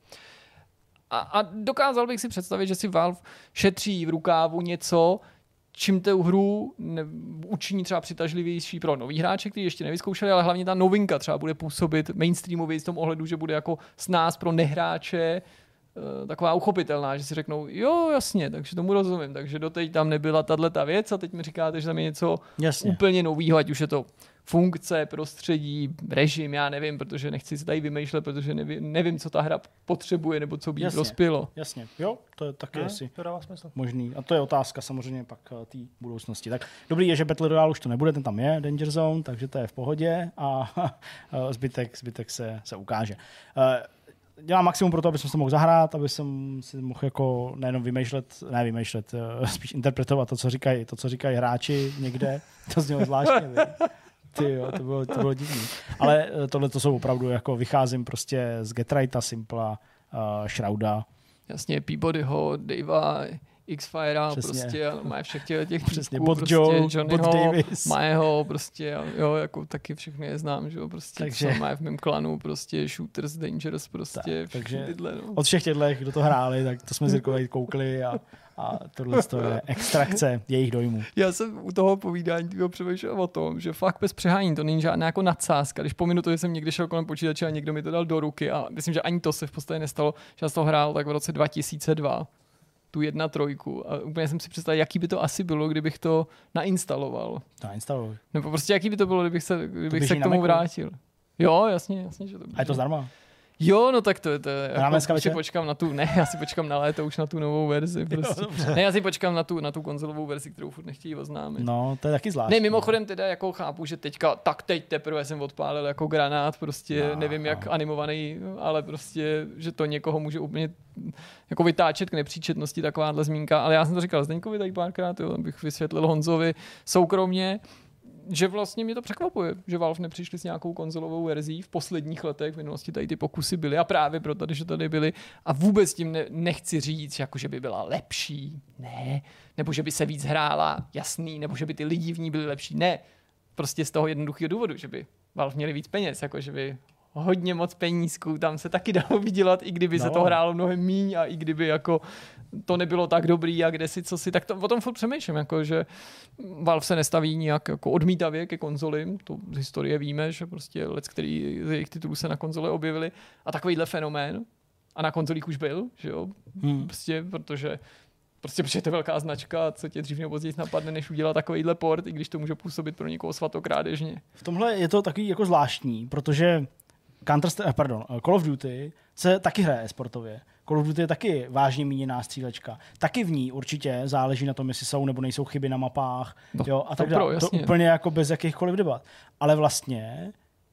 A, a dokázal bych si představit, že si Valve šetří v rukávu něco, čím tu hru ne, učiní třeba přitažlivější pro nový hráče, kteří ještě nevyzkoušeli, ale hlavně ta novinka třeba bude působit mainstreamově v tom ohledu, že bude jako s nás pro nehráče uh, taková uchopitelná, že si řeknou, jo, jasně, takže tomu rozumím, takže doteď tam nebyla tato věc a teď mi říkáte, že tam je něco jasně. úplně novýho, ať už je to funkce, prostředí, režim, já nevím, protože nechci se tady vymýšlet, protože nevím, nevím, co ta hra potřebuje, nebo co by jí prospělo. Jasně, jo, to je taky ne, asi to dává smysl. Možný. A to je otázka samozřejmě pak té budoucnosti. Tak dobrý je, že Battle Royale už to nebude, ten tam je, Danger Zone, takže to je v pohodě a zbytek, zbytek se, se ukáže. Dělám maximum pro to, aby jsem se mohl zahrát, aby jsem si mohl jako nejenom vymýšlet, ne vymýšlet, spíš interpretovat to, co říkají, to, co říkají hráči někde. To znělo zvláštně. Ty jo, to bylo, to bylo divný. Ale tohle to jsou opravdu, jako vycházím prostě z Getrighta, Simpla, uh, Shrouda. Jasně, Peabodyho, Davea, X-Fire Přesně. prostě a má všech těch, těch Přesně, týpků, Bod prostě Joe, Bod Johnnyho, Davis. Maeho prostě a jo, jako taky všechny je znám, že jo, prostě Takže- takže... má v mém klanu, prostě Shooters, Dangerous, prostě Tak, všechny takže tyhle, no. Od všech těchto, kdo to hráli, tak to jsme s Jirkou koukli a, a tohle to je extrakce jejich dojmů. Já jsem u toho povídání tyho přemýšlel o tom, že fakt bez přehání to není žádná jako nadsázka. Když pominu to, že jsem někdy šel kolem počítače a někdo mi to dal do ruky a myslím, že ani to se v podstatě nestalo, že já jsem to hrál tak v roce dva tisíce dva, tu jedna trojku a úplně jsem si představil, jaký by to asi bylo, kdybych to nainstaloval. To nainstaluj. Nebo prostě jaký by to bylo, kdybych se, kdybych běží se k na tomu Macu? vrátil. Jo, jasně, jasně, že to A je to zdarma. Jo, no tak to je to. je Hráme Jako, dneska už si večer? počkám na tu, ne, já si počkám na léto už na tu novou verzi. Prostě. dobře. Ne, já si počkám na tu, na tu konzolovou verzi, kterou furt nechtějí oznámit. No, to je taky zvláštní. Ne, mimochodem teda jako chápu, že teďka, tak teď teprve jsem odpálil jako granát, prostě No, nevím jak no. animovaný, ale prostě, že to někoho může úplně jako vytáčet k nepříčetnosti takováhle zmínka, ale já jsem to říkal Zdeňkovi tady párkrát, jo, abych vysvětlil Honzovi soukromně, že vlastně mě to překvapuje, že Valve nepřišli s nějakou konzolovou verzí v posledních letech, v minulosti tady ty pokusy byly a právě proto, že tady byly a vůbec tím ne, nechci říct, jako že by byla lepší, ne, nebo že by se víc hrála, jasný, nebo že by ty lidi v ní byli lepší, ne, prostě z toho jednoduchého důvodu, že by Valve měli víc peněz, jako že by hodně moc penízků tam se taky dalo vydělat, i kdyby no. se to hrálo mnohem míň a i kdyby jako to nebylo tak dobrý a kde si, co si, tak to, o tom furt přemýšlím, jako, že Valve se nestaví nějak jako odmítavě ke konzolím, to z historie víme, že prostě let, který z jejich titulů se na konzole objevili a takovýhle fenomén a na konzolích už byl, že jo, hmm. prostě, protože Prostě protože to je velká značka, co tě dřív nebo později napadne, než udělat takovýhle port, i když to může působit pro někoho svatokrádežně. V tomhle je to takový jako zvláštní, protože Counter, pardon, Call of Duty se taky hraje sportově. Call of Duty je taky vážně míněná střílečka. Taky v ní určitě záleží na tom, jestli jsou nebo nejsou chyby na mapách. No, jo, a tak to, pro, dále. To úplně jako bez jakýchkoliv debat. Ale vlastně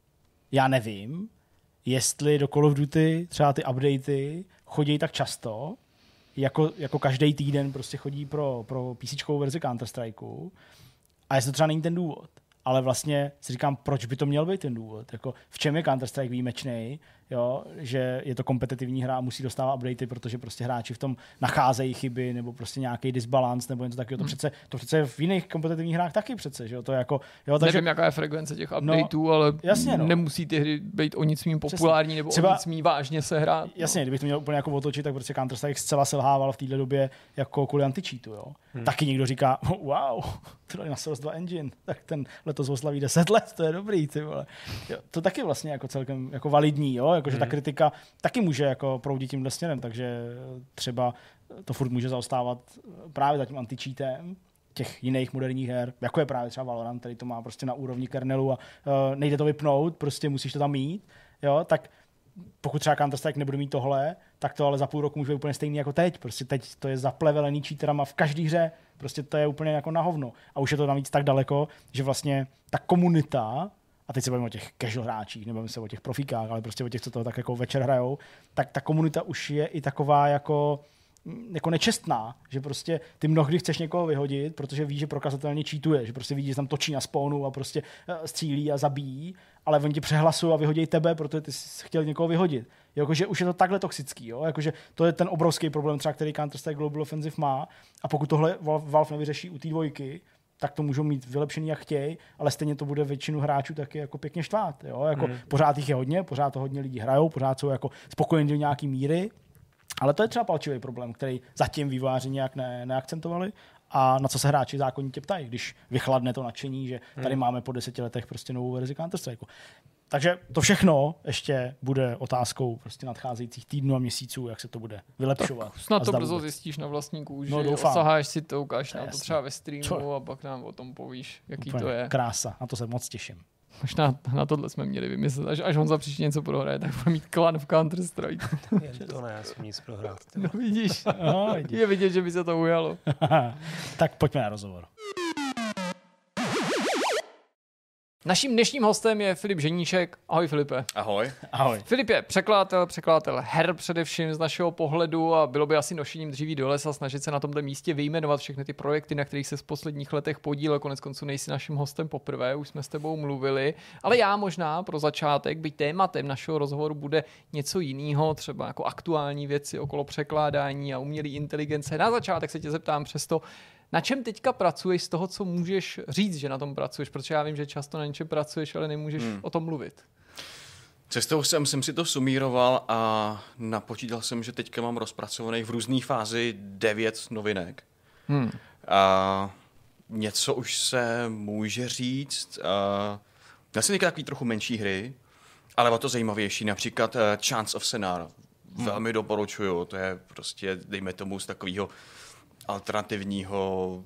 já nevím, jestli do Call of Duty třeba ty updaty chodí tak často, jako, jako každý týden prostě chodí pro, pro PCčkovou verzi Counter-Strikeu. A jestli to třeba není ten důvod. Ale vlastně si říkám, proč by to měl být ten důvod. Jako, v čem je Counter-Strike výjimečný, jo? Že je to kompetitivní hra a musí dostávat updaty, protože prostě hráči v tom nacházejí chyby nebo prostě nějaký disbalans nebo něco takového. To, hmm. přece, to přece je v jiných kompetitivních hrách taky přece. Že jo? To je jako, jo, takže... Nevím, jaká je frekvence těch updateů, no, ale jasně, no. nemusí ty hry být o nic mým populární nebo třeba, o nic mým vážně se hrát. No. Jasně, kdybych to měl úplně jako otočit, tak prostě Counter-Strike zcela selhával v této době jako kvůli anti-cheatu. Jo? Hmm. Taky někdo říká, wow, to je na Source dva engine, tak ten letos oslaví deset let, to je dobrý, ty vole. Jo, to taky vlastně jako celkem jako validní, jo, jakože hmm. ta kritika taky může jako proudit tímhle směrem, takže třeba to furt může zaostávat právě za tím anti-cheatem těch jiných moderních her, jako je právě třeba Valorant, který to má prostě na úrovni kernelu a uh, nejde to vypnout, prostě musíš to tam mít, jo, tak pokud třeba Counter-Strike nebude mít tohle, tak to ale za půl roku může být úplně stejný jako teď. Prostě teď to je zaplevelený cheaterama v každé hře. Prostě to je úplně jako na hovno. A už je to navíc tak daleko, že vlastně ta komunita, a teď se bavíme o těch casual hráčích, nebavíme se o těch profíkách, ale prostě o těch, co to tak jako večer hrajou, tak ta komunita už je i taková jako jako nečestná, že prostě ty mnohdy chceš někoho vyhodit, protože víš, že prokazatelně cheatuje, že prostě vidíš, že tam točí na spawnu a prostě střílí a zabíjí, ale oni ti přehlasují a vyhodí tebe, protože ty jsi chtěl někoho vyhodit. Jakože už je to takhle toxický, jo? Jakože to je ten obrovský problém, třeba který Counter-Strike Global Offensive má, a pokud tohle Valve nevyřeší u té dvojky, tak to můžou mít vylepšený jak chtějí, ale stejně to bude většinu hráčů taky jako pěkně štvát, jo? Jako hmm. pořád jich je hodně, pořád to hodně lidí hrajou, pořád jsou jako spokojení do nějaký míry. Ale to je třeba palčivý problém, který zatím vývojáři nějak ne, neakcentovali a na co se hráči zákonitě ptají, když vychladne to nadšení, že tady hmm. máme po deseti letech prostě novou verzi Counter-Strike. Takže to všechno ještě bude otázkou prostě nadcházejících týdnů a měsíců, jak se to bude vylepšovat. Tak snad to brzo bude. Zjistíš na vlastní kůži, no, osaháš si to, ukáž nám to jasný. třeba ve streamu Co? a pak nám o tom povíš, jaký Úplně to je. Krása, na to se moc těším. Možná na tohle jsme měli vymyslet, až, až Honza příště něco prohraje, tak bude mít klan v Counter-Strike. Jen to ne, já jsem nic prohrát. No vidíš, no, vidíš. je vidět, že by se to ujalo. Tak pojďme na rozhovor. Naším dnešním hostem je Filip Ženíšek. Ahoj Filipe. Ahoj. Ahoj. Filip je překladatel, překladatel her především z našeho pohledu a bylo by asi nošením dříví do lesa snažit se na tomto místě vyjmenovat všechny ty projekty, na kterých se v posledních letech podílel. Konec konců nejsi naším hostem poprvé, už jsme s tebou mluvili, ale já možná pro začátek, byť tématem našeho rozhovoru bude něco jiného, třeba jako aktuální věci okolo překládání a umělé inteligence. Na začátek se tě zeptám přesto, na čem teďka pracuješ z toho, co můžeš říct, že na tom pracuješ? Protože já vím, že často na něčem pracuješ, ale nemůžeš hmm. o tom mluvit. Cestou jsem, jsem si to sumíroval a napočítal jsem, že teďka mám rozpracovaných v různé fázi devět novinek. Hmm. A něco už se může říct. A já jsem teďka takový trochu menší hry, ale o to zajímavější. Například uh, Chants of Sennaar. Hmm. Velmi doporučuju. To je prostě, dejme tomu, z takového alternativního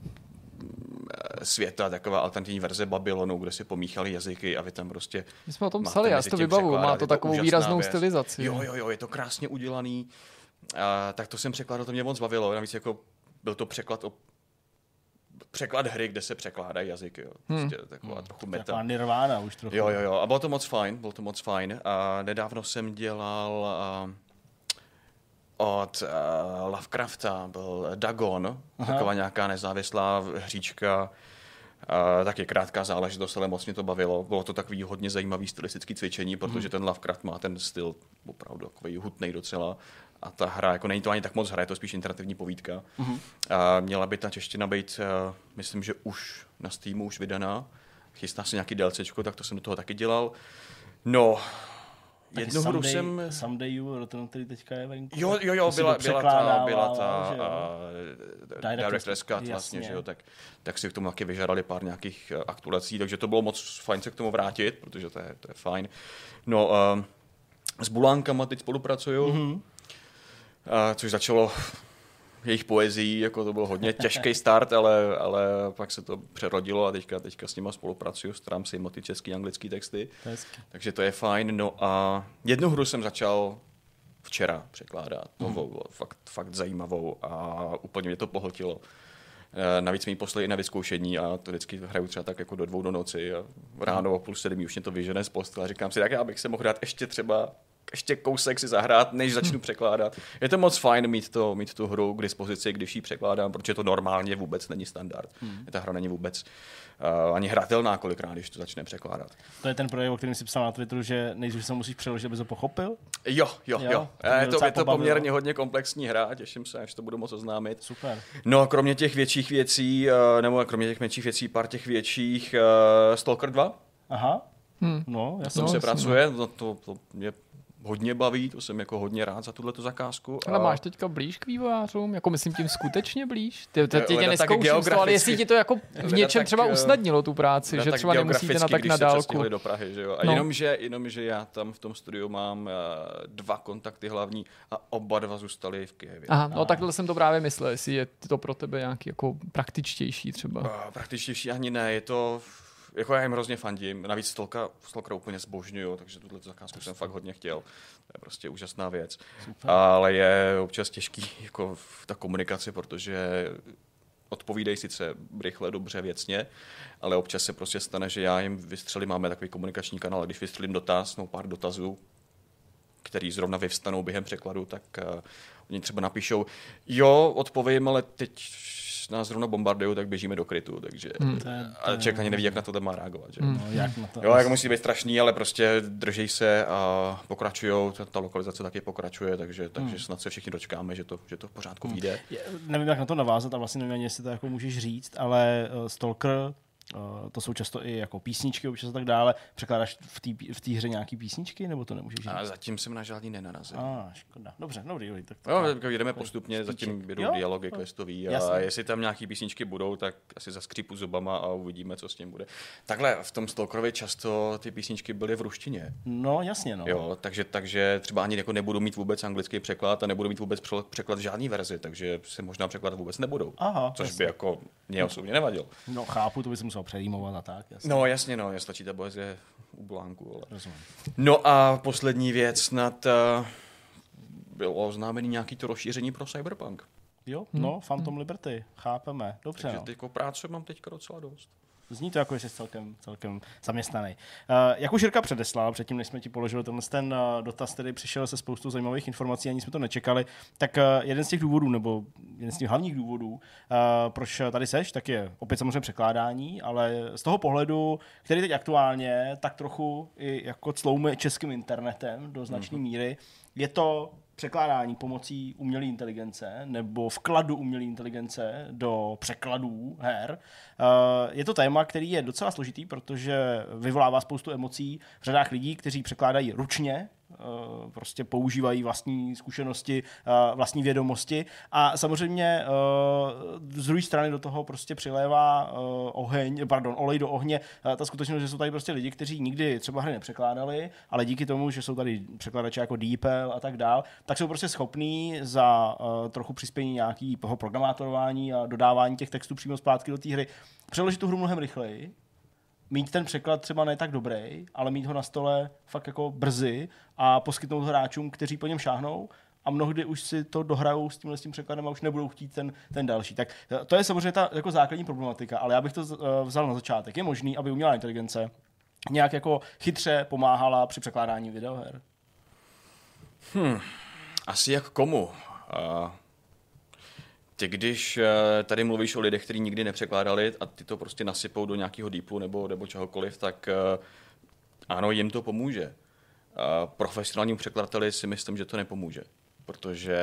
světa, taková alternativní verze Babylonu, kde si pomíchali jazyky a vy tam prostě... My jsme o tom psali, já si to vybavu, má to takovou výraznou věc. Stylizaci. Jo, jo, jo, je to krásně udělaný. A, tak to jsem překládal, to mě moc bavilo. Navíc jako byl to překlad o překlad hry, kde se překládají jazyky. Jo. Prostě hmm. taková hmm. trochu meta. Taková Nirvana už trochu. Jo, jo, jo. A bylo to moc fajn, bylo to moc fajn. A nedávno jsem dělal... A, od uh, Lovecrafta byl Dagon, Aha. taková nějaká nezávislá hříčka, uh, taky krátká záležitost, ale moc mě to bavilo. Bylo to takový hodně zajímavý stylistický cvičení, protože ten Lovecraft má ten styl opravdu takový hutnej docela a ta hra, jako není to ani tak moc hra, je to spíš interaktivní povídka. Uh, měla by ta čeština být, uh, myslím, že už na Steamu už vydaná, chystá se nějaký DLCčko, tak to jsem do toho taky dělal. No... Jednu hru jsem... Someday You Return, který teďka je venku. Jo, jo, jo, byla, byla ta, byla ta uh, Director's Cut vlastně, že jo, tak, tak si k tomu taky vyžadali pár nějakých uh, aktualizací, takže to bylo moc fajn se k tomu vrátit, protože to je, to je fajn. No, uh, s Bulánkama teď spolupracuju, mm-hmm. uh, což začalo jejich poezií, jako to byl hodně těžký start, ale, ale pak se to přerodilo a teďka, teďka s nima spolupracuju, starám se jim o ty český, anglický texty, takže to je fajn. No a jednu hru jsem začal včera překládat, novou, mm. fakt, fakt zajímavou a úplně mě to pohltilo. Navíc mi ji poslali i na vyzkoušení a to vždycky hraju třeba tak jako do dvou do noci a ráno o půl sedmi už mě to vyžene z postele a říkám si, tak já bych se mohl dát ještě třeba ještě kousek si zahrát, než začnu překládat. Je to moc fajn mít, to, mít tu hru k dispozici, když ji překládám, protože to normálně vůbec není standard. Hmm. Ta hra není vůbec uh, ani hratelná kolikrát, když to začne překládat. To je ten projekt, o kterém si psal na Twitteru, že nejdřív se musíš přeložit, aby to pochopil? Jo, jo, jo. jo. To je to, je to poměrně hodně komplexní hra a těším se, až to budu moc oznámit. Super. No a kromě těch větších věcí, uh, nebo kromě těch menších věcí, pár těch větších, uh, Stalker dva. Aha. Hmm. No, jasně. To se pracuje, to, to, to mě hodně baví, to jsem jako hodně rád za tuhletu zakázku. Ale a... máš teďka blíž k vývojářům? Jako myslím tím skutečně blíž? Ty, ty, ty tě neskouším to, ale jestli ti to jako v něčem tak, třeba usnadnilo tu práci, že třeba nemusíte na tak na dálku. Do Prahy, že jo? A no. jenomže, jenomže já tam v tom studiu mám uh, dva kontakty hlavní a oba dva zůstali v Kyjevě. Aha, no takhle jsem to právě myslel, jestli je to pro tebe nějaký jako praktičtější třeba. Uh, praktičtější ani ne, je to... Jako já jim hrozně fandím, navíc Stalka, Stalkera úplně zbožňuju, takže tuhle zakázku jsem fakt hodně chtěl. To je prostě úžasná věc. Super. Ale je občas těžký jako ta komunikace, protože odpovídají sice rychle, dobře, věcně, ale občas se prostě stane, že já jim vystřelím, máme takový komunikační kanál, a když vystřelím dotaz, no pár dotazů, který zrovna vyvstanou během překladu, tak uh, oni třeba napíšou, jo, odpovím, ale teď nás zrovna bombardují, tak běžíme do krytu, takže hmm. a člověk ani neví, jak na to má reagovat. Že? Hmm. No, jak na to jo, jak musí být strašný, ale prostě drží se a pokračujou, ta, ta lokalizace taky pokračuje, takže, takže hmm. snad se všichni dočkáme, že to, že to v pořádku hmm. vyjde. Nevím, jak na to navázat a vlastně nevím, jestli to jako můžeš říct, ale uh, Stalker, Uh, to jsou často i jako písničky, občas a tak dále. Překládáš v té v té hře nějaký písničky, nebo to nemůžeš říct? A zatím jsem na žádný nenarazil. A, škoda. Dobře, dobrý, dobrý. Tak, no, tak jdeme postupně, zatím jedou dialogy questový a jasně. Jestli tam nějaký písničky budou, tak asi zaskřípu zubama a uvidíme, co s tím bude. Takhle, v tom Stalkerovi často ty písničky byly v ruštině. No, jasně, no. Jo, takže, takže třeba ani jako nebudu mít vůbec anglický překlad a nebudu mít vůbec překlad v žádný verzi, takže se možná překládat vůbec nebudou. Aha, což jasně. by jako mě osobně nevadilo. No, chápu, to by se musel přejímovat a tak. Jasně. No, jasně, no, stačí ta poezie u Bulánku. Ale... Rozumím. No a poslední věc, snad uh, bylo oznámený nějaký to rozšíření pro Cyberpunk. Jo, hmm. no, Phantom hmm. Liberty, chápeme. Dobře, takže no. jako práce mám teďka docela dost. Zní to jako, že jsi celkem, celkem zaměstnaný. Uh, jak už Jirka předeslal, předtím, než jsme ti položili tenhle ten uh, dotaz, který přišel se spoustou zajímavých informací, ani jsme to nečekali, tak uh, jeden z těch důvodů, nebo jeden z těch hlavních důvodů, uh, proč tady seš, tak je opět samozřejmě překládání, ale z toho pohledu, který teď aktuálně tak trochu i jako cloumí českým internetem do značné mm-hmm. míry, je to překládání pomocí umělé inteligence nebo vkladu umělé inteligence do překladů her. Je to téma, který je docela složitý, protože vyvolává spoustu emocí v řadách lidí, kteří překládají ručně, prostě používají vlastní zkušenosti, vlastní vědomosti a samozřejmě z druhé strany do toho prostě přilévá oheň, pardon, olej do ohně ta skutečnost, že jsou tady prostě lidi, kteří nikdy třeba hry nepřekládali, ale díky tomu, že jsou tady překladače jako DeepL a tak dál, tak jsou prostě schopní za trochu přispění nějakého programátorování a dodávání těch textů přímo zpátky do té hry přeložit tu hru mnohem rychleji, mít ten překlad třeba ne tak dobrý, ale mít ho na stole fakt jako brzy a poskytnout ho hráčům, kteří po něm šáhnou a mnohdy už si to dohrajou s tímhle s tím překladem a už nebudou chtít ten, ten další. Tak to je samozřejmě ta jako základní problematika, ale já bych to vzal na začátek. Je možný, aby umělá inteligence nějak jako chytře pomáhala při překládání videoher? Hmm, asi jak komu? Uh... Ty, když tady mluvíš o lidech, kteří nikdy nepřekládali a ty to prostě nasypou do nějakého deepu nebo, nebo čehokoliv, tak ano, jim to pomůže. Profesionálním překladateli si myslím, že to nepomůže, protože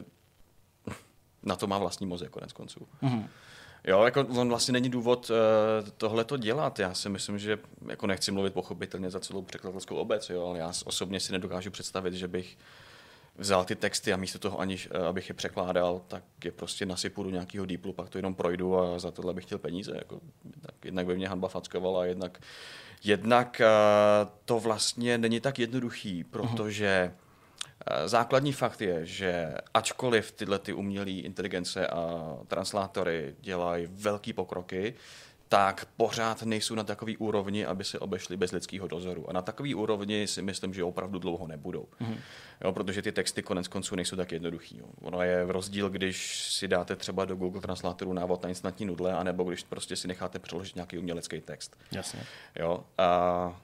na to má vlastní mozek konec konců. Mm-hmm. Jo, jako on vlastně není důvod tohle to dělat. Já si myslím, že jako nechci mluvit pochopitelně za celou překladatelskou obec, jo, ale já osobně si nedokážu představit, že bych vzal ty texty a místo toho, aniž abych je překládal, tak je prostě nasypu do nějakého deeplu, pak to jenom projdu a za tohle bych chtěl peníze. Jako, tak jednak by mě hanba fackovala, jednak, jednak to vlastně není tak jednoduchý, protože uh-huh. základní fakt je, že ačkoliv tyhle ty umělé inteligence a translátory dělají velký pokroky, tak pořád nejsou na takový úrovni, aby se obešli bez lidského dozoru. A na takový úrovni si myslím, že opravdu dlouho nebudou. Mm-hmm. Jo, protože ty texty konec konců nejsou tak jednoduchý. Jo. Ono je rozdíl, když si dáte třeba do Google Translatoru návod na instantní nudle, anebo když prostě si necháte přeložit nějaký umělecký text. Jasně. Jo, a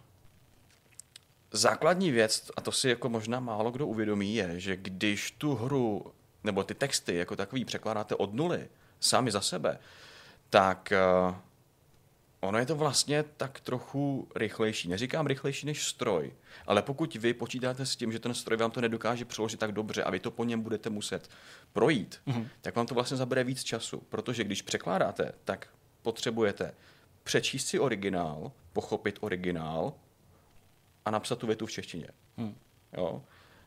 základní věc, a to si jako možná málo kdo uvědomí, je, že když tu hru, nebo ty texty jako takový překládáte od nuly, sami za sebe, tak ono je to vlastně tak trochu rychlejší. Neříkám rychlejší než stroj, ale pokud vy počítáte s tím, že ten stroj vám to nedokáže přeložit tak dobře a vy to po něm budete muset projít, mm-hmm. tak vám to vlastně zabere víc času, protože když překládáte, tak potřebujete přečíst si originál, pochopit originál a napsat tu větu v češtině. Mm. Jo?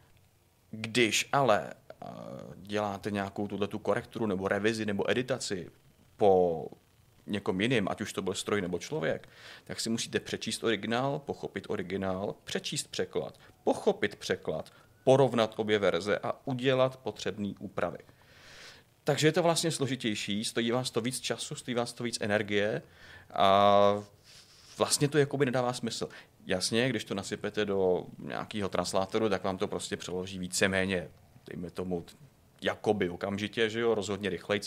Když ale uh, děláte nějakou tuhletu korekturu nebo revizi nebo editaci po někom jiným, ať už to byl stroj nebo člověk, tak si musíte přečíst originál, pochopit originál, přečíst překlad, pochopit překlad, porovnat obě verze a udělat potřebné úpravy. Takže je to vlastně složitější, stojí vás to víc času, stojí vás to víc energie a vlastně to jakoby nedává smysl. Jasně, když to nasypete do nějakého translátoru, tak vám to prostě přeloží víceméně, dejme tomu, jakoby okamžitě, že jo, rozhodně rychlejc,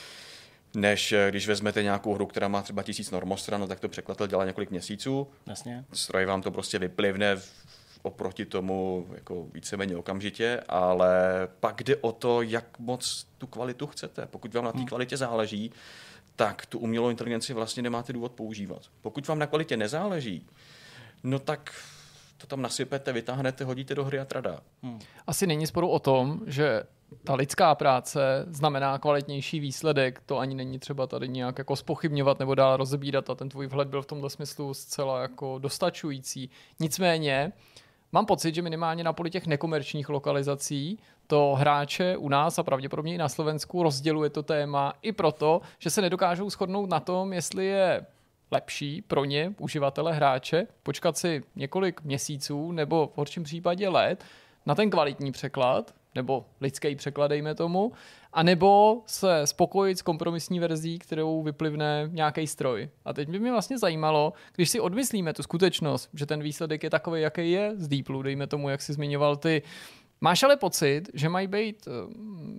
než když vezmete nějakou hru, která má třeba tisíc normostran, no, tak to překladatel dělá několik měsíců. Jasně. Stroj vám to prostě vyplivne oproti tomu jako víceméně okamžitě, ale pak jde o to, jak moc tu kvalitu chcete. Pokud vám na té hmm. kvalitě záleží, tak tu umělou inteligenci vlastně nemáte důvod používat. Pokud vám na kvalitě nezáleží, no tak to tam nasypete, vytáhnete, hodíte do hry a trada. Hmm. Asi není sporu o tom, že ta lidská práce znamená kvalitnější výsledek, to ani není třeba tady nějak jako zpochybňovat nebo dál rozebírat a ten tvůj vhled byl v tomto smyslu zcela jako dostačující. Nicméně mám pocit, že minimálně na poli těch nekomerčních lokalizací to hráče u nás a pravděpodobně i na Slovensku rozděluje to téma i proto, že se nedokážou shodnout na tom, jestli je lepší pro ně, uživatele hráče, počkat si několik měsíců nebo v horším případě let na ten kvalitní překlad, nebo lidský překlad, dejme tomu, anebo se spokojit s kompromisní verzí, kterou vyplivne nějaký stroj. A teď by mě vlastně zajímalo, když si odmyslíme tu skutečnost, že ten výsledek je takový, jaký je z Deeplu, dejme tomu, jak jsi zmiňoval ty. Máš ale pocit, že mají být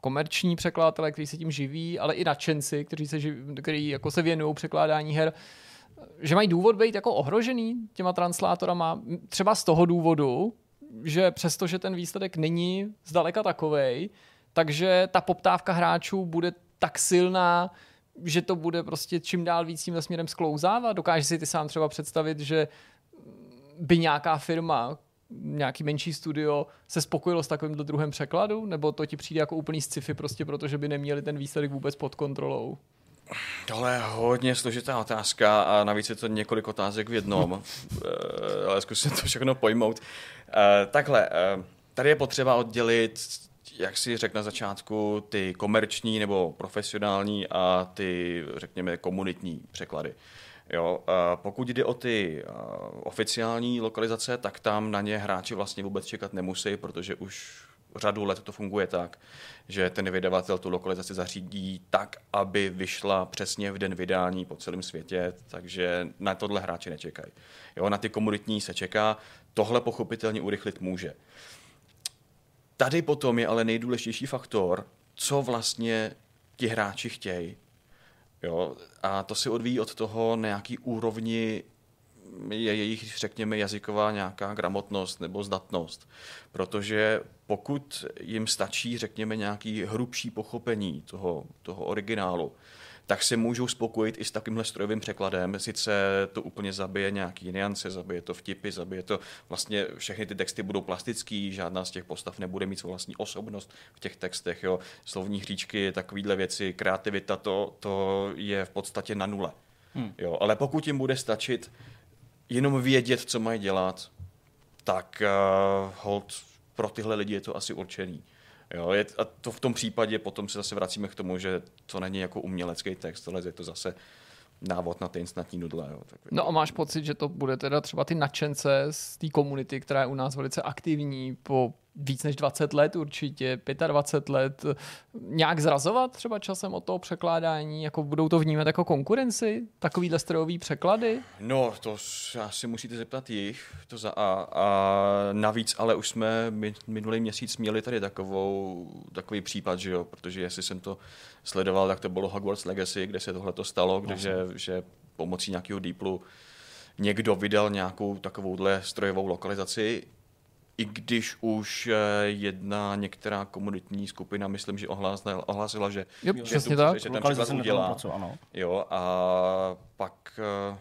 komerční překladatelé, kteří se tím živí, ale i nadšenci, kteří se, živí, kteří jako se věnují překládání her, že mají důvod být jako ohrožený těma translátorama, třeba z toho důvodu, že přestože ten výsledek není zdaleka takovej, takže ta poptávka hráčů bude tak silná, že to bude prostě čím dál víc tím směrem sklouzávat. Dokážeš si ty sám třeba představit, že by nějaká firma, nějaký menší studio se spokojilo s takovýmto druhém překladu? Nebo to ti přijde jako úplný sci-fi prostě, protože by neměli ten výsledek vůbec pod kontrolou? Tohle je hodně složitá otázka a navíc je to několik otázek v jednom, ale zkusím to všechno pojmout. Takhle, tady je potřeba oddělit, jak si řekl na začátku, ty komerční nebo profesionální a ty, řekněme, komunitní překlady. Jo, pokud jde o ty oficiální lokalizace, tak tam na ně hráči vlastně vůbec čekat nemusí, protože už řadu let to funguje tak, že ten vydavatel tu lokalizaci zařídí tak, aby vyšla přesně v den vydání po celém světě, takže na tohle hráči nečekají. Jo, na ty komunitní se čeká, tohle pochopitelně urychlit může. Tady potom je ale nejdůležitější faktor, co vlastně ti hráči chtějí. Jo, a to se odvíjí od toho, na jaký úrovni je jejich, řekněme, jazyková nějaká gramotnost nebo zdatnost. Protože pokud jim stačí, řekněme, nějaký hrubší pochopení toho, toho originálu, tak se můžou spokojit i s takovýmhle strojovým překladem. Sice to úplně zabije nějaký niance, zabije to vtipy, zabije to, vlastně všechny ty texty budou plastický, žádná z těch postav nebude mít svou vlastní osobnost v těch textech. Jo. Slovní hříčky, takovýhle věci, kreativita, to, to je v podstatě na nule. Hmm. Jo. Ale pokud jim bude stačit jenom vědět, co mají dělat, tak uh, hold, pro tyhle lidi je to asi určený. Jo, je, a to v tom případě potom se zase vracíme k tomu, že to není jako umělecký text, ale je to zase návod na ty instantní nudle. Jo. Tak no a máš pocit, že to bude teda třeba ty nadšence z té komunity, která je u nás velice aktivní po víc než dvacet let určitě, dvacet pět let, nějak zrazovat třeba časem od toho překládání? Jako budou to vnímat jako konkurenci? Takovýhle strojový překlady? No, to asi musíte zeptat jich. To za A. A navíc, ale už jsme minulý měsíc měli tady takovou, takový případ, že jo, protože jestli jsem to sledoval, tak to bylo Hogwarts Legacy, kde se tohle to stalo, kde že, že pomocí nějakého Deeplu někdo vydal nějakou takovouhle strojovou lokalizaci, i když už jedna některá komunitní skupina, myslím, že ohlásila, ohlásila že, yep, že, přesně tu, tak. že ten překlad udělá. Jo, a pak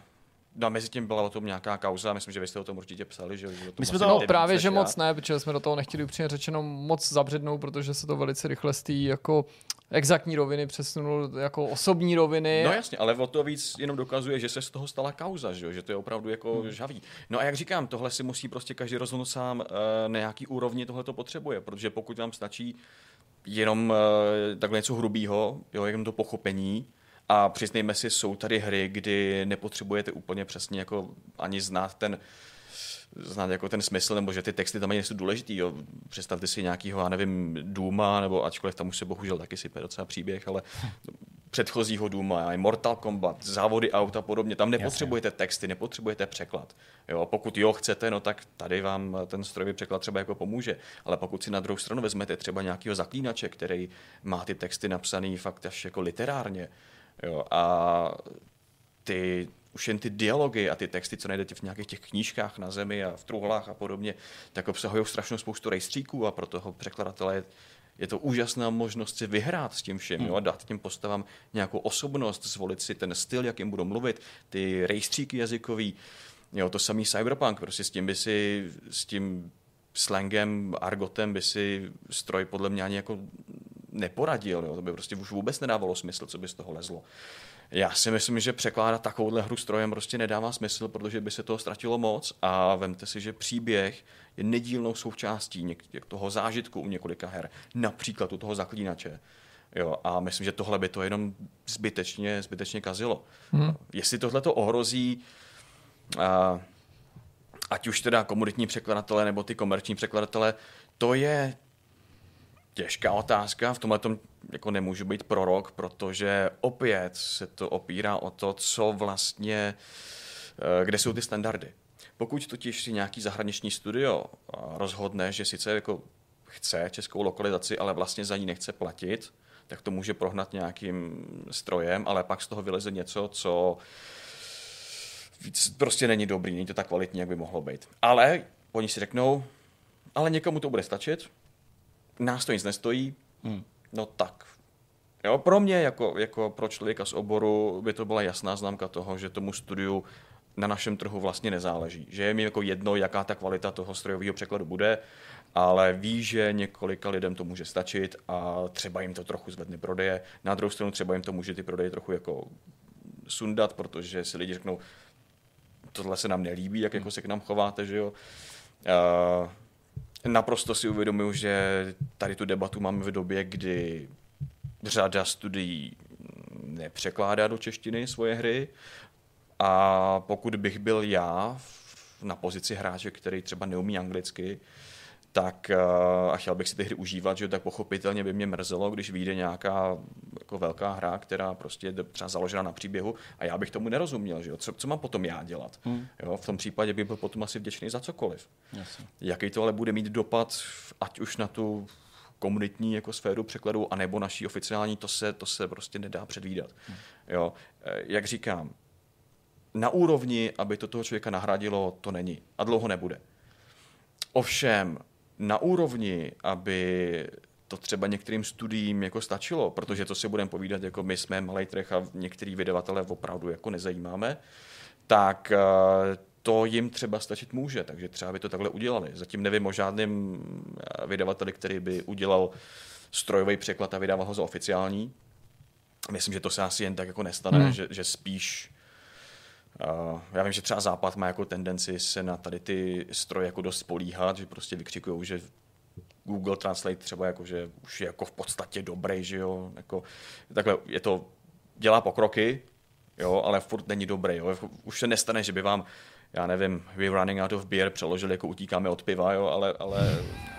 no, mezi tím byla o tom nějaká kauza, myslím, že vy jste o tom určitě psali. Že, že My jsme to právě, že moc ne, protože jsme do toho nechtěli upřímně řečeno moc zabřednout, protože se to velice rychle z té jako exaktní roviny přesunul jako osobní roviny. No jasně, ale o to víc jenom dokazuje, že se z toho stala kauza, že, že to je opravdu jako hmm. žavý. No a jak říkám, tohle si musí prostě každý rozhodnout sám, na jaký úrovni tohle to potřebuje, protože pokud vám stačí jenom takhle něco hrubýho, jo, jenom to pochopení, a přiznejme si, jsou tady hry, kdy nepotřebujete úplně přesně jako ani znát ten znát jako ten smysl, nebo že ty texty tam nejsou důležitý. Jo. Představte si nějakýho, já nevím, Dooma, nebo ačkoliv tam už se bohužel taky sype docela příběh, ale předchozího Dooma, Mortal Kombat, závody aut a podobně, tam nepotřebujete Jasně. texty, nepotřebujete překlad. Jo. Pokud jo chcete, no tak tady vám ten strojový překlad třeba jako pomůže. Ale pokud si na druhou stranu vezmete třeba nějakého zaklínače, který má ty texty napsaný fakt až jako literárně, jo, a ty už jen ty dialogy a ty texty, co najdete v nějakých těch knížkách na zemi a v truhlách a podobně, tak obsahují strašnou spoustu rejstříků a pro toho překladatele je, je to úžasná možnost si vyhrát s tím vším, hmm. jo, a dát těm postavám nějakou osobnost, zvolit si ten styl, jakým budou mluvit, ty rejstříky jazykový, jo, to samý Cyberpunk, prostě s tím by si, s tím slangem, argotem by si stroj podle mě ani jako neporadil, jo, to by prostě už vůbec nedávalo smysl, co by z toho lezlo. Já si myslím, že překládat takovouhle hru strojem prostě nedává smysl, protože by se toho ztratilo moc a vemte si, že příběh je nedílnou součástí něk- toho zážitku u několika her, například u toho zaklínače. Jo, a myslím, že tohle by to jenom zbytečně, zbytečně kazilo. Hmm. Jestli tohle to ohrozí, a, ať už teda komunitní překladatelé nebo ty komerční překladatelé, to je těžká otázka, v tomhle tom jako nemůžu být prorok, protože opět se to opírá o to, co vlastně, kde jsou ty standardy. Pokud totiž si nějaký zahraniční studio rozhodne, že sice jako chce českou lokalizaci, ale vlastně za ní nechce platit, tak to může prohnat nějakým strojem, ale pak z toho vyleze něco, co prostě není dobrý, není to tak kvalitní, jak by mohlo být. Ale oni si řeknou, ale někomu to bude stačit, nás to nic nestojí, hmm. no tak. Jo, pro mě, jako, jako pro člověka z oboru, by to byla jasná známka toho, že tomu studiu na našem trhu vlastně nezáleží. Že je mi jako jedno, jaká ta kvalita toho strojového překladu bude, ale ví, že několika lidem to může stačit a třeba jim to trochu zvedne prodeje. Na druhou stranu třeba jim to může ty prodeje trochu jako sundat, protože si lidi řeknou, tohle se nám nelíbí, jak jako se k nám chováte, že jo. Uh, naprosto si uvědomuji, že tady tu debatu máme v době, kdy řada studií nepřekládá do češtiny svoje hry a pokud bych byl já na pozici hráče, který třeba neumí anglicky, tak a chtěl bych si ty hry užívat, že tak pochopitelně by mě mrzelo, když vyjde nějaká jako velká hra, která prostě je třeba založena na příběhu a já bych tomu nerozuměl, že jo? Co, co mám potom já dělat? Hmm. Jo? V tom případě bych byl potom asi vděčný za cokoliv. Jasně. Jaký to ale bude mít dopad, ať už na tu komunitní jako sféru překladu, anebo naší oficiální, to se, to se prostě nedá předvídat. Hmm. Jo? Jak říkám, na úrovni, aby to toho člověka nahradilo, to není. A dlouho nebude. Ovšem, na úrovni, aby to třeba některým studiím jako stačilo, protože to si budeme povídat, jako my jsme malej trh a některý vydavatelé opravdu jako nezajímáme, tak to jim třeba stačit může, takže třeba by to takhle udělali. Zatím nevím o žádném vydavateli, který by udělal strojový překlad a vydával ho za oficiální. Myslím, že to se asi jen tak jako nestane, hmm. že, že spíš Uh, já vím, že třeba Západ má jako tendenci se na tady ty stroje jako dost spolíhat, že prostě vykřikujou, že Google Translate třeba jako, že už je jako v podstatě dobrý, že jo, jako takhle je to, dělá pokroky, jo, ale furt není dobrý, jo, už se nestane, že by vám, já nevím, we're running out of beer přeložili jako utíkáme od piva, jo, ale, ale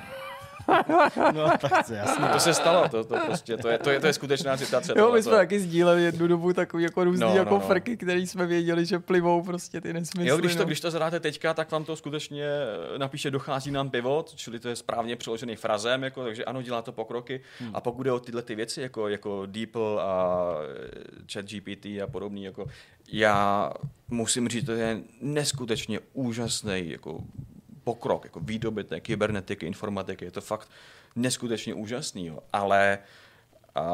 no, tak to jasně. To se stalo, to, to, prostě, to, je, to, je, to je skutečná citace. Jo, my jsme to taky sdíleli jednu dobu takový jako různý no, jako no, no. frky, který jsme věděli, že plivou prostě ty nesmysly. Jo, když to, no. když to zadáte teďka, tak vám to skutečně napíše dochází nám pivo, čili to je správně přeložený frazem, jako, takže ano, dělá to pokroky. Hmm. A pokud jde o tyhle ty věci, jako, jako DeepL a ChatGPT a podobný, jako, já musím říct, to je neskutečně úžasný jako pokrok, jako výdobytek, kybernetiky, informatiky, je to fakt neskutečně úžasný, jo. Ale a,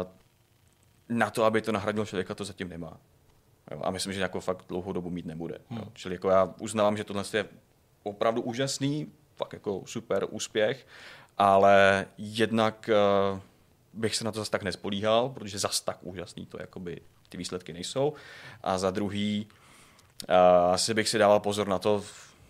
na to, aby to nahradilo člověka, to zatím nemá. Jo. A myslím, že nějakou fakt dlouhou dobu mít nebude. Hmm. Jo. Čili jako já uznávám, že tohle je opravdu úžasný, fakt jako super úspěch, ale jednak uh, bych se na to zase tak nespolíhal, protože zase tak úžasný to jakoby ty výsledky nejsou. A za druhý uh, asi bych si dával pozor na to,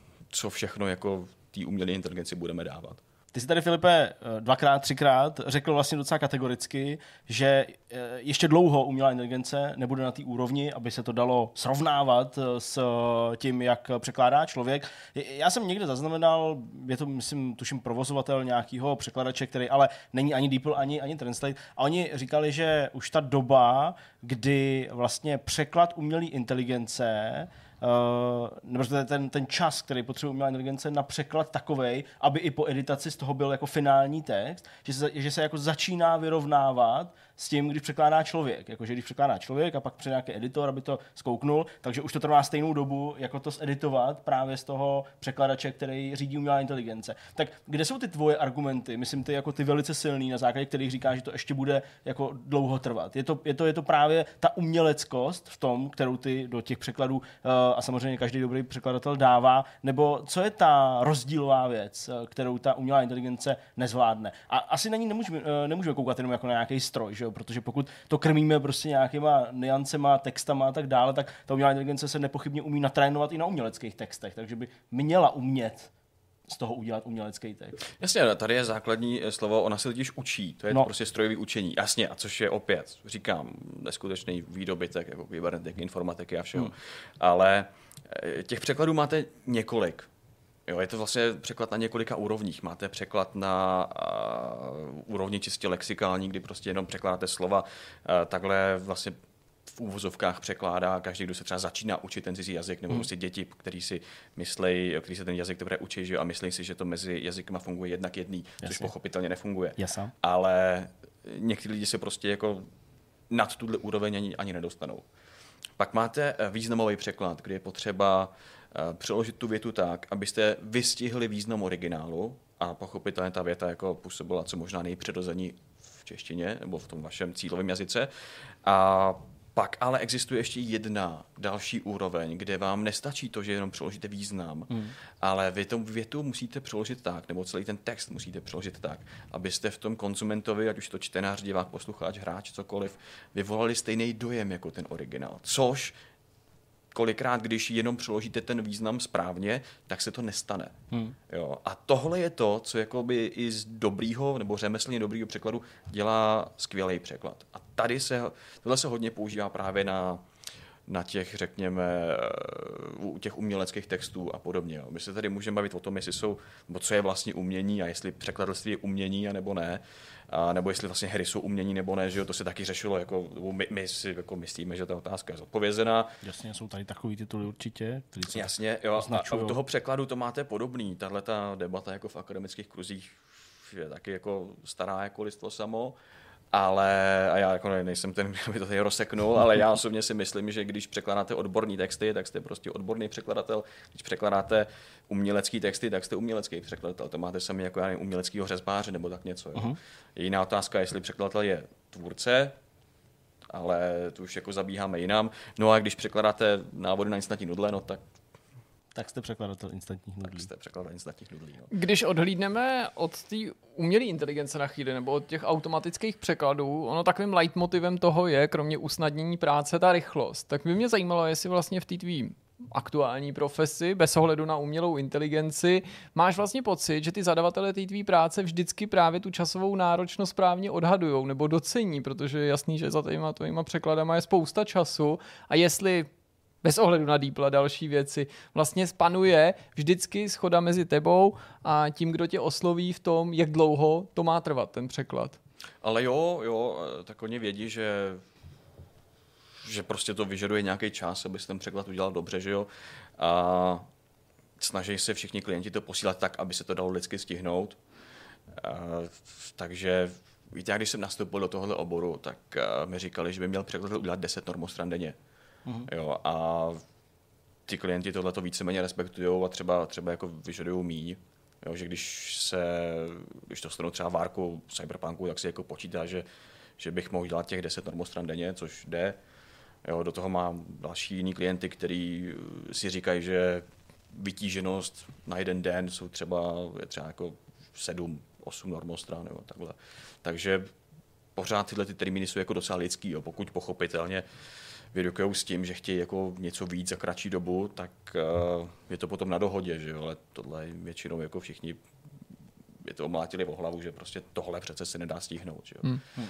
co všechno jako té umělé inteligenci budeme dávat. Ty jsi tady, Filipe, dvakrát, třikrát řekl vlastně docela kategoricky, že ještě dlouho umělá inteligence nebude na té úrovni, aby se to dalo srovnávat s tím, jak překládá člověk. Já jsem někde zaznamenal, je to, myslím, tuším provozovatel nějakého překladače, který ale není ani DeepL, ani, ani Translate. A oni říkali, že už ta doba, kdy vlastně překlad umělé inteligence Uh, nebo ten, ten čas, který potřebuje umělá inteligence na překlad takovej, aby i po editaci z toho byl jako finální text, že se, že se jako začíná vyrovnávat s tím, když překládá člověk. Jakože když překládá člověk a pak přijde nějaký editor, aby to zkouknul, takže už to trvá stejnou dobu, jako to zeditovat právě z toho překladače, který řídí umělá inteligence. Tak kde jsou ty tvoje argumenty? Myslím, ty jako ty velice silný, na základě kterých říkáš, že to ještě bude jako dlouho trvat. Je to, je to, je to právě ta uměleckost v tom, kterou ty do těch překladů uh, a samozřejmě každý dobrý překladatel dává, nebo co je ta rozdílová věc, kterou ta umělá inteligence nezvládne? A asi na ní nemůžeme, nemůžeme koukat jenom jako na nějaký stroj, že jo? Protože pokud to krmíme prostě nějakýma niancema, textama a tak dále, tak ta umělá inteligence se nepochybně umí natrénovat i na uměleckých textech, takže by měla umět z toho udělat umělecký text. Jasně, tady je základní slovo, ona se totiž učí, to je no. prostě strojový učení, jasně, a což je opět, říkám, neskutečný výdobytek, jako kybernetiky, informatiky a všeho, hmm. ale těch překladů máte několik. Jo, je to vlastně překlad na několika úrovních. Máte překlad na uh, úrovni čistě lexikální, kdy prostě jenom překládáte slova uh, takhle vlastně v úvozovkách překládá každý, kdo se třeba začíná učit ten cizí jazyk, nebo hmm. prostě děti, kteří si myslí, kteří se ten jazyk teprve učí, že, a myslí si, že to mezi jazykama funguje jednak jedný, Jasně. což pochopitelně nefunguje. Jasně. Ale někteří lidi se prostě jako nad tuhle úroveň ani, ani nedostanou. Pak máte významový překlad, kdy je potřeba přeložit tu větu tak, abyste vystihli význam originálu a pochopitelně ta věta jako působila co možná nejpřirození v češtině nebo v tom vašem cílovém jazyce. A pak ale existuje ještě jedna další úroveň, kde vám nestačí to, že jenom přeložíte význam, hmm. ale vy tu větu musíte přeložit tak, nebo celý ten text musíte přeložit tak, abyste v tom konzumentovi, ať už to čtenář, divák, posluchač, hráč, cokoliv, vyvolali stejný dojem jako ten originál. Což kolikrát, když jenom přeložíte ten význam správně, tak se to nestane. Hmm. Jo. A tohle je to, co jakoby i z dobrýho nebo řemeslně dobrýho překladu dělá skvělý překlad. A tady se, tohle se hodně používá právě na, na těch, řekněme, u těch uměleckých textů a podobně. Jo. My se tady můžeme bavit o tom, jestli jsou, nebo co je vlastně umění a jestli překladatelství je umění a nebo ne. A nebo jestli vlastně hry jsou umění nebo ne, že jo, to se taky řešilo, jako my, my si jako myslíme, že ta otázka je zodpovězená. Jasně, jsou tady takový tituly určitě. Jasně, jo, a u toho překladu to máte podobný. Tahle ta debata jako v akademických kruzích je taky jako stará jako listvo samo, ale, a já jako nejsem ten, kdo by to tady rozseknul, ale já osobně si myslím, že když překládáte odborný texty, tak jste prostě odborný překladatel. Když překládáte umělecký texty, tak jste umělecký překladatel. To máte sami jako já nevím, uměleckýho řezbáře nebo tak něco. Jo. Uh-huh. Je jiná otázka, jestli překladatel je tvůrce, ale tu už jako zabíháme jinam. No a když překládáte návody na instantní nudle, no tak Tak jste překladatel instantních nudlí. Tak jste překladatel instantních nudlí. No. Když odhlídneme od té umělé inteligence na chvíli nebo od těch automatických překladů, ono takovým leitmotivem toho je, kromě usnadnění práce, ta rychlost. Tak by mě zajímalo, jestli vlastně v té tvý aktuální profesi, bez ohledu na umělou inteligenci, máš vlastně pocit, že ty zadavatelé té tvý práce vždycky právě tu časovou náročnost správně odhadujou nebo docení, protože je jasný, že za těma tvýma překladama je spousta času a jestli bez ohledu na Deepl a další věci, vlastně spanuje vždycky shoda mezi tebou a tím, kdo tě osloví v tom, jak dlouho to má trvat, ten překlad. Ale jo, jo, tak oni vědí, že, že prostě to vyžaduje nějaký čas, aby se ten překlad udělal dobře, že jo. A snaží se všichni klienti to posílat tak, aby se to dalo lidsky stihnout. A, takže víte, když jsem nastoupil do tohohle oboru, tak mi říkali, že by měl překladatel udělat deset normostran denně. Mm-hmm. Jo, a ty klienti tohleto víceméně respektujou a třeba, třeba jako vyžadují míň. Jo, že když se, když to stanu třeba várku Cyberpunku, tak si jako počítá, že, že bych mohl dělat těch deset normostran denně, což jde. Jo, do toho mám další jiný klienty, kteří si říkají, že vytíženost na jeden den jsou třeba, je třeba jako sedm, osm normostran, jo, takhle. Takže pořád tyhle ty termíny jsou jako docela lidský, jo, pokud pochopitelně vyrukujou s tím, že chtějí jako něco víc za kratší dobu, tak uh, je to potom na dohodě, že jo, ale tohle většinou jako všichni je to omlátili o hlavu, že prostě tohle přece se nedá stihnout, že jo. Hmm. Hmm.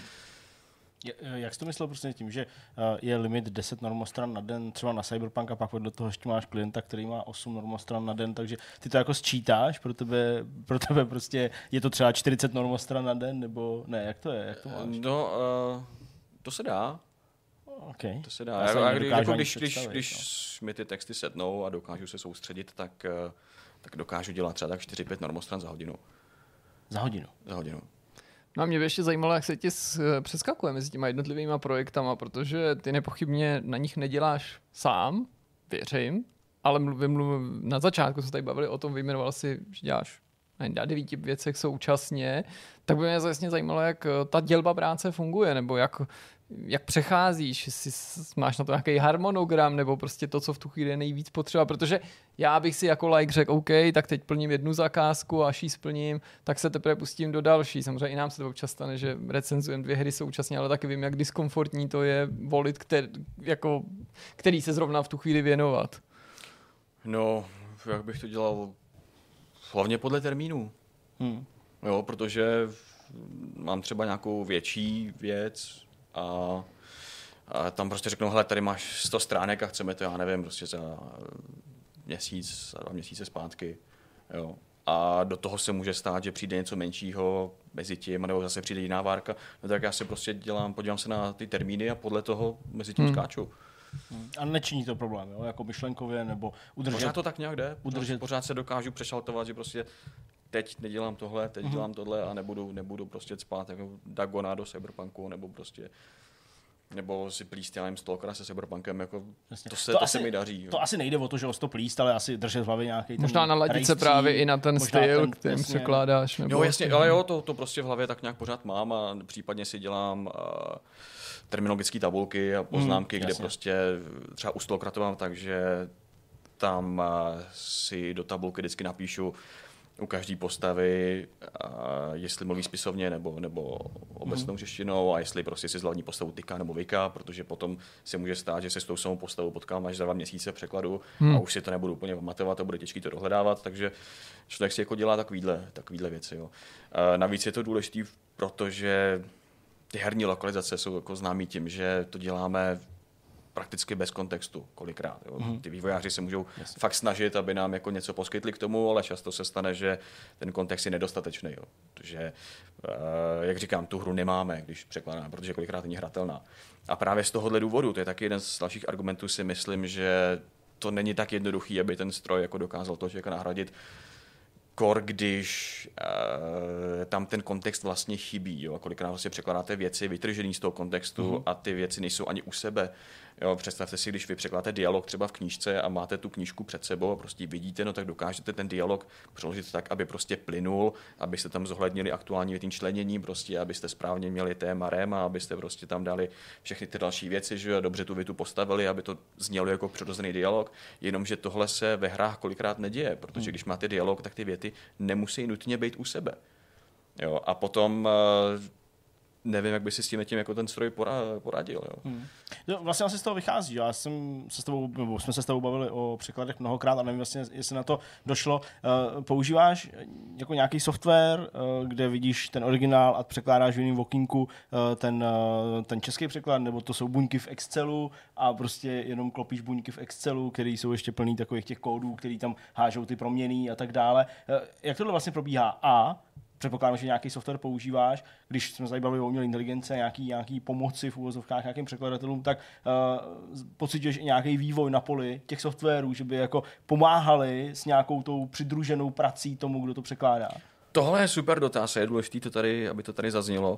Jak jsi to myslel prostě tím, že je limit deset normostran na den třeba na Cyberpunk a pak do toho ještě máš klienta, který má osm normostran na den, takže ty to jako sčítáš, pro tebe, pro tebe prostě je to třeba čtyřicet normostran na den, nebo ne, jak to je, jak to máš? No, uh, to se dá. Okay. To se dá. Já já, když, jako když, když, když no. mi ty texty sednou a dokážu se soustředit, tak, tak dokážu dělat třeba tak čtyři pět normostran za hodinu. Za hodinu? Za hodinu. No a mě by ještě zajímalo, jak se ti přeskakuje mezi těma jednotlivými projektama, protože ty nepochybně na nich neděláš sám, věřím, ale mluvím, mluvím, na začátku jsme tady bavili o tom, vyjmenoval si, že děláš na devíti věcech současně, tak by mě vlastně zajímalo, jak ta dělba práce funguje, nebo jak, jak přecházíš, jestli máš na to nějaký harmonogram, nebo prostě to, co v tu chvíli je nejvíc potřeba, protože já bych si jako like řekl, OK, tak teď plním jednu zakázku a až ji splním, tak se teprve pustím do další. Samozřejmě i nám se to občas stane, že recenzujeme dvě hry současně, ale taky vím, jak diskomfortní to je volit, který, jako, který se zrovna v tu chvíli věnovat. No, jak bych to dělal? Hlavně podle termínů. Hmm. Jo, protože mám třeba nějakou větší věc a, a tam prostě řeknou, hele, tady máš sto stránek a chceme to, já nevím, prostě za měsíc, za dva měsíce zpátky. Jo. A do toho se může stát, že přijde něco menšího, mezi tím, nebo zase přijde jiná várka, no tak já si prostě dělám, podívám se na ty termíny a podle toho mezi tím hmm. skáču. A nečiní to problém, jo? Jako myšlenkově, nebo udržet... Pořád to tak nějak jde, udržet... pořád se dokážu přešaltovat, že prostě teď nedělám tohle, teď mm-hmm. dělám tohle a nebudu, nebudu prostě spát jako Dagona do Cyberpunku, nebo prostě nebo si plíst, já nevím, Stalkera se Cyberpunkem, jako to se, to, to asi, se mi daří. To jo. Asi nejde o to, že o to plíst, ale asi držet v hlavě nějaký ten možná naladit se právě i na ten styl, ten, kterým jasně, překládáš. Nebo jo, jasně, ale jo, to, to prostě v hlavě tak nějak pořád mám a případně si dělám uh, terminologické tabulky a poznámky, mm, kde prostě třeba u Stalkera to mám tak, že tam uh, si do tabulky vždycky napíšu u každé postavy, a jestli mluví spisovně nebo, nebo obecnou řeštinou a jestli prostě si zvládní postavu tyka nebo vyka, protože potom se může stát, že se s tou samou postavou potkám až za dva měsíce překladu hmm. a už si to nebudu úplně pamatovat a bude těžký to dohledávat, takže člověk si jako dělá takovýhle, takovýhle věci. Jo. A navíc je to důležité, protože ty herní lokalizace jsou jako známý tím, že to děláme prakticky bez kontextu kolikrát. Jo. Mm. Ty vývojáři se můžou Jasně. fakt snažit, aby nám jako něco poskytli k tomu, ale často se stane, že ten kontext je nedostatečný. Jo. Protože, uh, jak říkám, tu hru nemáme, když překládáme, protože kolikrát není hratelná. A právě z tohohle důvodu, to je taky jeden z dalších argumentů, si myslím, že to není tak jednoduchý, aby ten stroj jako dokázal to člověka nahradit, kor, když uh, tam ten kontext vlastně chybí. Jo. Kolikrát vlastně překládáte věci vytržený z toho kontextu mm. a ty věci nejsou ani u sebe. Jo, představte si, když vy překládáte dialog třeba v knížce a máte tu knížku před sebou a prostě vidíte, no tak dokážete ten dialog přeložit tak, aby prostě plynul, abyste tam zohlednili aktuální větní členění, prostě abyste správně měli téma réma, abyste prostě tam dali všechny ty další věci, že dobře tu větu postavili, aby to znělo jako přirozený dialog, jenomže tohle se ve hrách kolikrát neděje, protože když máte dialog, tak ty věty nemusí nutně být u sebe. Jo, a potom nevím, jak by si s tím, tím jako ten stroj poradil. Jo. Hmm. Jo, vlastně asi z toho vychází. Já jsem se s tebou, nebo jsme se s tebou bavili o překladech mnohokrát a nevím vlastně, jestli na to došlo. Uh, používáš jako nějaký software, uh, kde vidíš ten originál a překládáš v jiném okýnku uh, ten, uh, ten český překlad, nebo to jsou buňky v Excelu a prostě jenom klopíš buňky v Excelu, které jsou ještě plný takových těch kódů, který tam hážou ty proměny a tak dále. Uh, jak tohle vlastně probíhá? A předpokládám, že nějaký software používáš, když jsme se bavili o umělé inteligence, nějaký, nějaký pomoci v úvozovkách nějakým překladatelům, tak uh, pociťuješ i nějaký vývoj na poli těch softwarů, že by jako pomáhali s nějakou tou přidruženou prací tomu, kdo to překládá? Tohle je super dotaz, je důležité to tady, aby to tady zaznělo.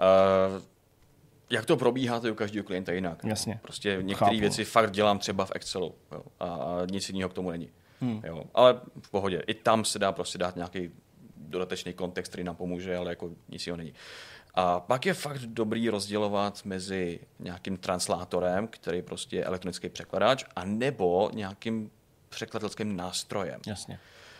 Uh, jak to probíhá, to je u každého klienta jinak. Jasně. Prostě některé věci fakt dělám třeba v Excelu, jo, a, a nic jiného k tomu není. Hmm. Jo, ale v pohodě. I tam se dá prostě dát nějaký dodatečný kontext, který nám pomůže, ale jako nic jiného není. A pak je fakt dobrý rozdělovat mezi nějakým translátorem, který prostě je elektronický překladač, a nebo nějakým překladatelským nástrojem. Jasně.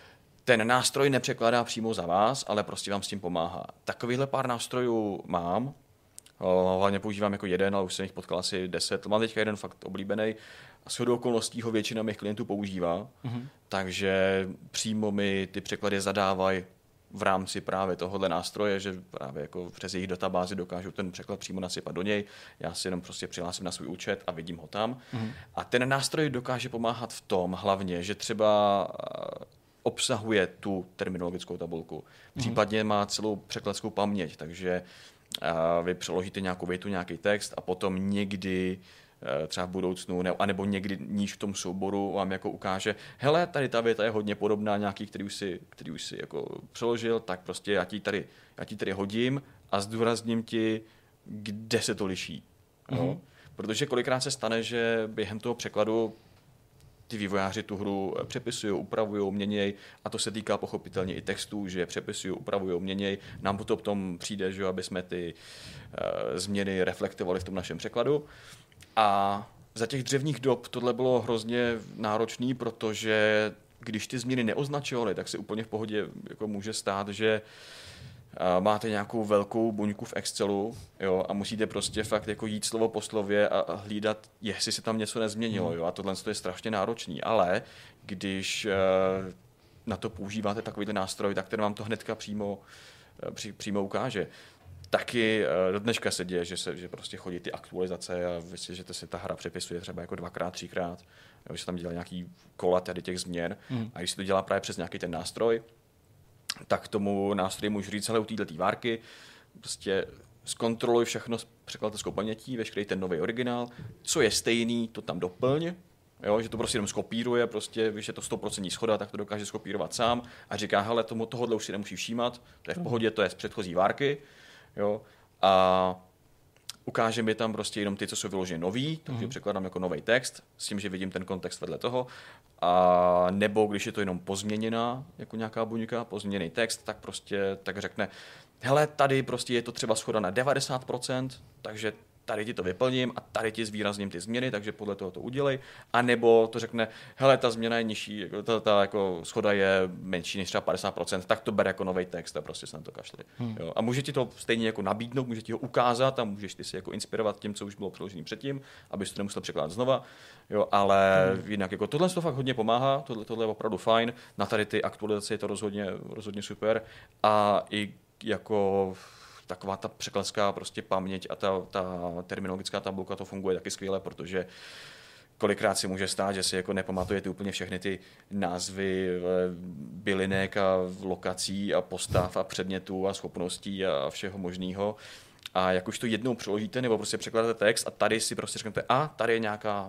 Ten nástroj nepřekládá přímo za vás, ale prostě vám s tím pomáhá. Takovýhle pár nástrojů mám, hlavně používám jako jeden, ale už jsem jich potkal asi deset. Mám teďka jeden fakt oblíbený a shodou okolností ho většina mých klientů používá, mm-hmm. takže přímo mi ty překlady zadávají v rámci právě tohohle nástroje, že právě jako přes jejich databázi dokážu ten překlad přímo nasypat do něj. Já si jenom prostě přihlásím na svůj účet a vidím ho tam. Mm-hmm. A ten nástroj dokáže pomáhat v tom hlavně, že třeba obsahuje tu terminologickou tabulku. Případně má celou překladskou paměť, takže vy přeložíte nějakou větu, nějaký text a potom někdy třeba v budoucnu, ne, anebo někdy níž v tom souboru vám jako ukáže, hele, tady ta věta je hodně podobná nějaký, který už si, který už si jako přeložil, tak prostě já ti tady, já ti tady hodím a zdůrazním ti, kde se to liší. Mm-hmm. No? Protože kolikrát se stane, že během toho překladu ty vývojáři tu hru přepisují, upravují, měnějí, a to se týká pochopitelně i textů, že přepisují, upravují, měnějí. Nám to potom přijde, že aby jsme ty uh, změny reflektovali v tom našem překladu. A za těch dřevních dob tohle bylo hrozně náročné, protože když ty změny neoznačovaly, tak se úplně v pohodě jako může stát, že máte nějakou velkou buňku v Excelu, jo, a musíte prostě fakt jako jít slovo po slově a hlídat, jestli se tam něco nezměnilo. Jo, a tohle je strašně náročný. Ale když uh, na to používáte takovýhle nástroj, tak ten vám to hnedka přímo, uh, pří, přímo ukáže. Taky do dneška se děje, že, se, že prostě chodí ty aktualizace a vlastně, že to se ta hra přepisuje třeba jako dvakrát, třikrát, jo, že se tam dělá nějaký kola tady těch změn. Mm. A když se to dělá právě přes nějaký ten nástroj, tak tomu nástroji můžu říct, hele, u této várky prostě zkontroluj všechno s překladatelskou pamětí, veškerý ten nový originál, co je stejný, to tam doplň, jo, že to prostě jenom skopíruje, prostě, když je to sto procent shoda, tak to dokáže skopírovat sám a říká, hele, tomu, tohohle už si nemusí všímat, to je v pohodě, to je z předchozí várky, jo, a ukáže mi tam prostě jenom ty, co jsou vyloženě nový, takže mm. překladám jako nový text, s tím, že vidím ten kontext vedle toho, a nebo když je to jenom pozměněná, jako nějaká buňka, pozměněný text, tak prostě tak řekne, hele, tady prostě je to třeba shoda na devadesát procent, takže tady ti to vyplním a tady ti zvýrazním ty změny, takže podle toho to udělej. A nebo to řekne, hele, ta změna je nižší, ta, ta jako schoda je menší než třeba padesát procent, tak to bere jako nový text a prostě se na to kašli. Hmm. Jo. A může ti to stejně jako nabídnout, může ti ho ukázat a můžeš ty si jako inspirovat tím, co už bylo přeložené předtím, abys to nemusel překládat znova. Jo, ale hmm. jinak jako tohle to fakt hodně pomáhá, tohle, tohle je opravdu fajn. Na tady ty aktualizace je to rozhodně, rozhodně super. A i jako taková ta překladská prostě paměť a ta, ta terminologická tabulka, to funguje taky skvěle, protože kolikrát si může stát, že si jako nepamatujete úplně všechny ty názvy bylinek a lokací a postav a předmětů a schopností a všeho možného. A jak už to jednou přeložíte nebo prostě překládáte text a tady si prostě řeknete, a tady je nějaká,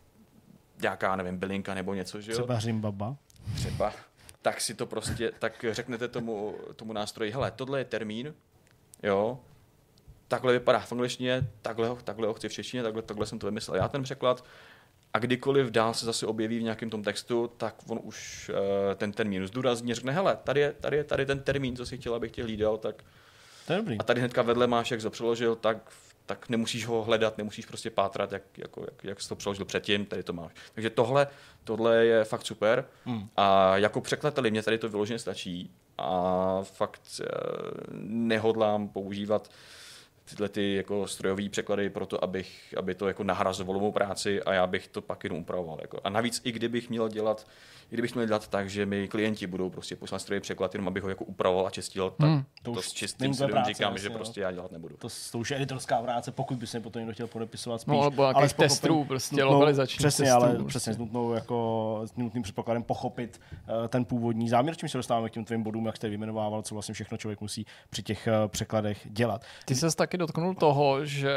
nějaká nevím, bylinka nebo něco, že jo? Třeba Řimbaba. Třeba. Tak si to prostě, tak řeknete tomu, tomu nástroji, hele, tohle je termín, jo, takhle vypadá v angličtině, takhle ho, takhle ho chci v češtině, takhle, takhle jsem to vymyslel já ten překlad. A kdykoliv dál se zase objeví v nějakém tom textu, tak on už uh, ten termín zdůrazní, řekne, hele, tady je, tady je tady ten termín, co si chtěl, abych tě hlídal, tak to je dobrý. A tady hnedka vedle máš, jak jsi to přeložil, tak, tak nemusíš ho hledat, nemusíš prostě pátrat, jak, jako, jak, jak jsi to přeložil předtím, tady to máš. Takže tohle, tohle je fakt super hmm. a jako překladateli mě tady to vyloženě stačí a fakt uh, nehodlám používat tyhle ty jako strojové překlady pro to, abych, aby to jako nahrazovalo mou práci a já bych to pak jenom upravoval. Jako. A navíc i kdybych měl dělat, i kdybych měl dělat tak, že mi klienti budou prostě poslat strojový překlad, jenom abych ho jako upravoval a čistil, tak hmm. to, to s čistým svědomím říkám, vlastně, že prostě já dělat nebudu. To, to už je editorská práce, pokud by se potom někdo chtěl podepisovat spíš. No, alebo ale testů, prostě lokalizační přesně, testů. ale prostě. přesně s nutnou jako s nutným předpokladem pochopit uh, ten původní záměr, čím se dostáváme k těm tvým bodům, jak jste vyjmenovával, co vlastně všechno člověk musí při těch uh, překladech dělat. Ty ses taky dotknul toho, že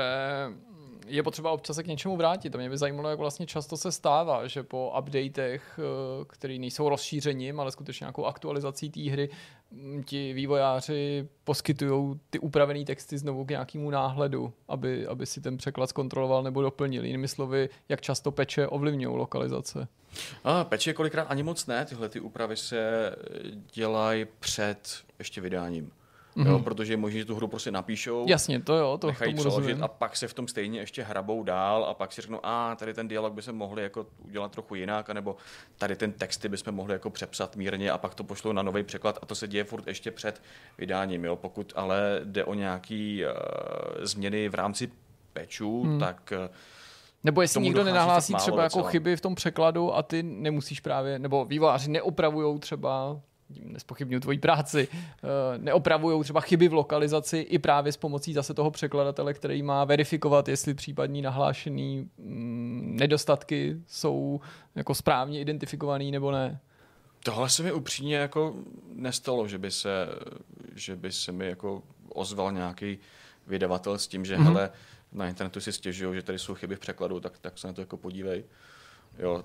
je potřeba občas se k něčemu vrátit. A mě by zajímalo, jak vlastně často se stává, že po updatech, které nejsou rozšířením, ale skutečně nějakou aktualizací té hry, ti vývojáři poskytují ty upravené texty znovu k nějakému náhledu, aby, aby si ten překlad zkontroloval nebo doplnil. Jinými slovy, jak často peče ovlivňují lokalizace. A peče kolikrát ani moc ne. Tyhle ty úpravy se dělají před ještě vydáním. Mm-hmm. Jo, protože je možné, že tu hru prostě napíšou, jasně, to jo, to nechají přeložit a pak se v tom stejně ještě hrabou dál a pak si řeknou, a tady ten dialog by se mohli jako udělat trochu jinak, anebo tady ten texty bychom mohli jako přepsat mírně a pak to pošlou na nový překlad a to se děje furt ještě před vydáním. Jo. Pokud ale jde o nějaký uh, změny v rámci patchů, hmm. tak uh, nebo jestli někdo nenahlásí třeba jako chyby v tom překladu a ty nemusíš právě, nebo vývojáři neopravujou třeba, nespochybňuji tvoji práci, neopravují třeba chyby v lokalizaci i právě s pomocí zase toho překladatele, který má verifikovat, jestli případní nahlášený mm, nedostatky jsou jako správně identifikovaný nebo ne. Tohle se mi upřímně jako nestalo, že by se, že by se mi jako ozval nějaký vydavatel s tím, že mm-hmm. hele, na internetu si stěžují, že tady jsou chyby v překladu, tak, tak se na to jako podívej. Jo,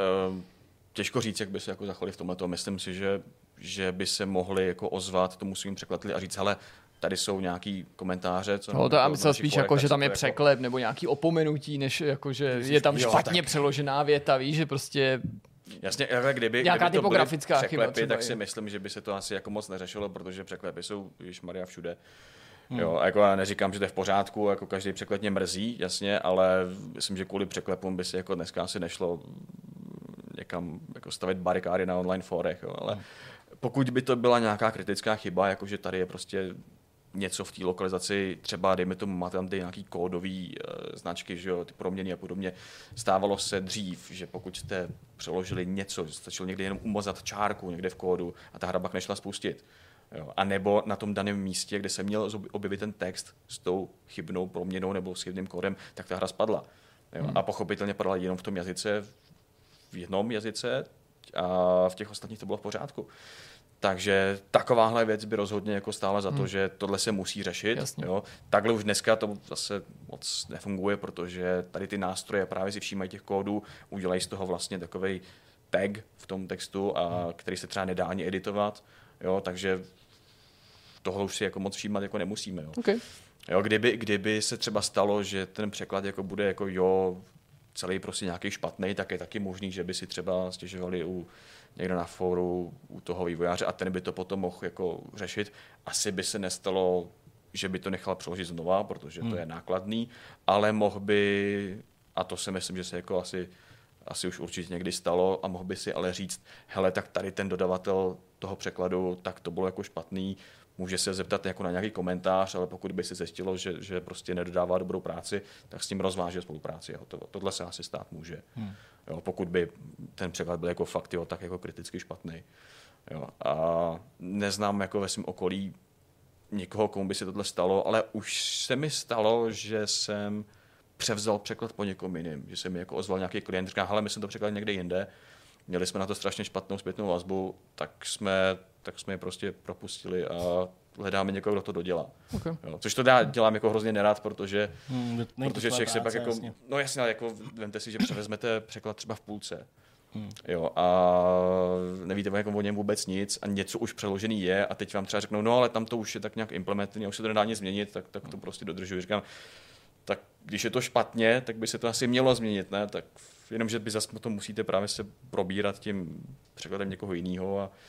těžko říct, jak by se jako zachovali v tomhleto. Myslím si, že, že by se mohli jako ozvat tomu svým překladateli a říct, hele, tady jsou nějaký komentáře. Co no to já myslel spíš jako, že tam je překlep jako nebo nějaký opomenutí, než jako, že je tam jo, špatně tak přeložená věta, víš, že prostě jasně, ale kdyby, nějaká kdyby to typografická byly překlepy, chyba tak si je. myslím, že by se to asi jako moc neřešilo, protože překlepy jsou ježišmarja všude. Hmm. Jo, jako já neříkám, že to je v pořádku, jako každý překlep mě mrzí, jasně, ale myslím, že kvůli překlepům by se jako dneska asi nešlo někam jako stavit barikády na online forech, jo, ale hmm. pokud by to byla nějaká kritická chyba, jakože tady je prostě něco v té lokalizaci, třeba dejme tomu, máte tam nějaký kódový uh, značky, že jo, ty proměny a podobně. Stávalo se dřív, že pokud jste přeložili něco, že stačilo někde jenom umazat čárku někde v kódu a ta hra pak nešla spustit. Jo. A nebo na tom daném místě, kde se měl objevit ten text s tou chybnou proměnou nebo s chybným kódem, tak ta hra spadla. Jo. Hmm. A pochopitelně padla jenom v tom jazyce, v jednom jazyce a v těch ostatních to bylo v pořádku. Takže takováhle věc by rozhodně jako stála za to, hmm. že tohle se musí řešit. Jo. Takhle už dneska to zase moc nefunguje, protože tady ty nástroje právě si všímají těch kódů, udělají z toho vlastně takovej tag v tom textu, a který se třeba nedá ani editovat. Jo. Takže tohle už si jako moc všímat jako nemusíme. Jo. Okay. Jo, kdyby, kdyby se třeba stalo, že ten překlad jako bude jako jo, celý prostě nějaký špatný, tak je taky možný, že by si třeba stěžovali u někde na fóru u toho vývojáře a ten by to potom mohl jako řešit. Asi by se nestalo, že by to nechal přeložit znova, protože hmm. to je nákladný, ale mohl by, a to si myslím, že se jako asi, asi už určitě někdy stalo, a mohl by si ale říct, hele, tak tady ten dodavatel toho překladu, tak to bylo jako špatný, může se zeptat jako na nějaký komentář, ale pokud by se zjistilo, že, že prostě nedodává dobrou práci, tak s tím rozváže spolupráci. Jo. To, tohle se asi stát může. Hmm. Jo, pokud by ten překlad byl jako fakt jo, tak jako kriticky špatný. Jo. A neznám jako ve svém okolí nikoho, komu by se tohle stalo, ale už se mi stalo, že jsem převzal překlad po někom jiným, že se mi jako ozval nějaký klient, říká, hele, my jsme to překlad někde jinde, měli jsme na to strašně špatnou zpětnou vazbu, tak jsme, tak jsme je prostě propustili a hledáme někoho, kdo to dodělá. Okay. Jo, což to dá, dělám jako hrozně nerad, protože, hmm, protože člověk se pak jako, jasně. no jasně, ale jako vemte si, že převezmete překlad třeba v půlce. Hmm. Jo, a nevíte jako o něm vůbec nic a něco už přeložený je a teď vám třeba řeknou, no ale tam to už je tak nějak implementované, už se to nedá nic změnit, tak, tak to prostě dodržuji. Říkám, tak když je to špatně, tak by se to asi mělo změnit, ne? Tak jenomže by zase to musíte právě se probírat tím překladem někoho jiného. A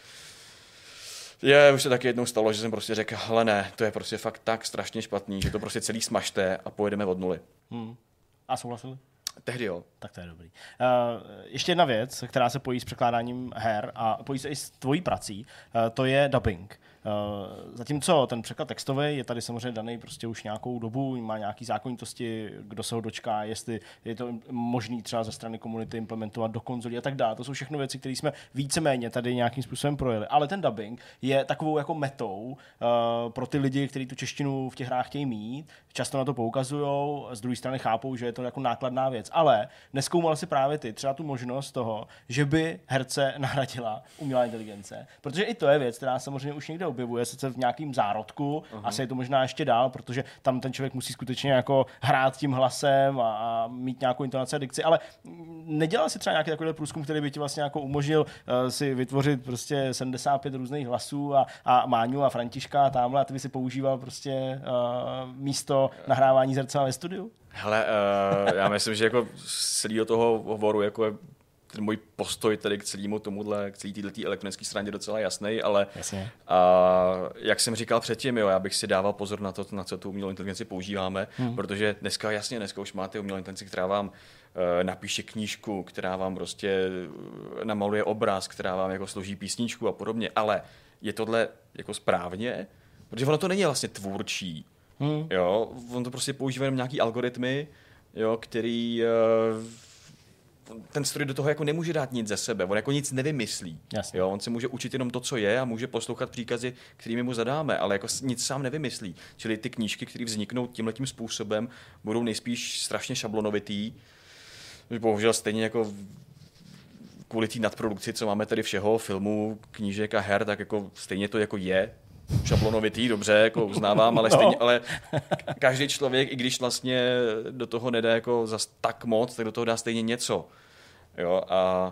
je, už se taky jednou stalo, že jsem prostě řekl, hele ne, to je prostě fakt tak strašně špatný, že to prostě celý smažte a pojedeme od nuly. Hmm. A souhlasili? Tehdy jo. Tak to je dobrý. Uh, ještě jedna věc, která se pojí s překládáním her a pojí se i s tvojí prací, uh, to je dubbing. Uh, zatímco ten překlad textový je tady samozřejmě daný prostě už nějakou dobu, má nějaký zákonitosti, kdo se ho dočká, jestli je to možný třeba ze strany komunity implementovat do konzolí a tak dále. To jsou všechno věci, které jsme víceméně tady nějakým způsobem projeli. Ale ten dubbing je takovou jako metou uh, pro ty lidi, kteří tu češtinu v těch hrách chtějí mít. Často na to poukazují, z druhé strany chápou, že je to jako nákladná věc. Ale neskoumal si právě ty třeba tu možnost toho, že by herce nahradila umělá inteligence. Protože i to je věc, která samozřejmě už někde objevuje, sice v nějakým zárodku, uh-huh. asi je to možná ještě dál, protože tam ten člověk musí skutečně jako hrát tím hlasem a, a mít nějakou intonaci a dikci, ale nedělal si třeba nějaký takový průzkum, který by ti vlastně jako umožnil uh, si vytvořit prostě sedmdesát pět různých hlasů a, a Máňu a Františka a tamhle a ty by si používal prostě uh, místo nahrávání zrcadla ve studiu? Hele, uh, já myslím, že jako z celého toho hovoru jako je ten můj postoj tady k celému tomuhle, k celé této elektronické straně docela jasný, ale a, jak jsem říkal předtím, jo, já bych si dával pozor na to, na co tu umělou inteligenci používáme, hmm. protože dneska jasně, dneska už máte umělou inteligenci, která vám uh, napíše knížku, která vám prostě namaluje obraz, která vám jako složí písničku a podobně, ale je tohle jako správně? Protože ono to není vlastně tvůrčí. Hmm. Jo, on to prostě používá jenom nějaký algoritmy, jo, který uh, ten stroj do toho jako nemůže dát nic ze sebe, on jako nic nevymyslí. Jo, on se může učit jenom to, co je a může poslouchat příkazy, kterými mu zadáme, ale jako nic sám nevymyslí. Čili ty knížky, které vzniknou tímhletím způsobem, budou nejspíš strašně šablonovitý. Bohužel stejně jako kvůli té nadprodukci, co máme tady všeho, filmů, knížek a her, tak jako stejně to jako je šablonovitý, dobře, jako uznávám, ale, stejně, no. ale každý člověk, i když vlastně do toho nedá jako zas tak moc, tak do toho dá stejně něco. Jo, a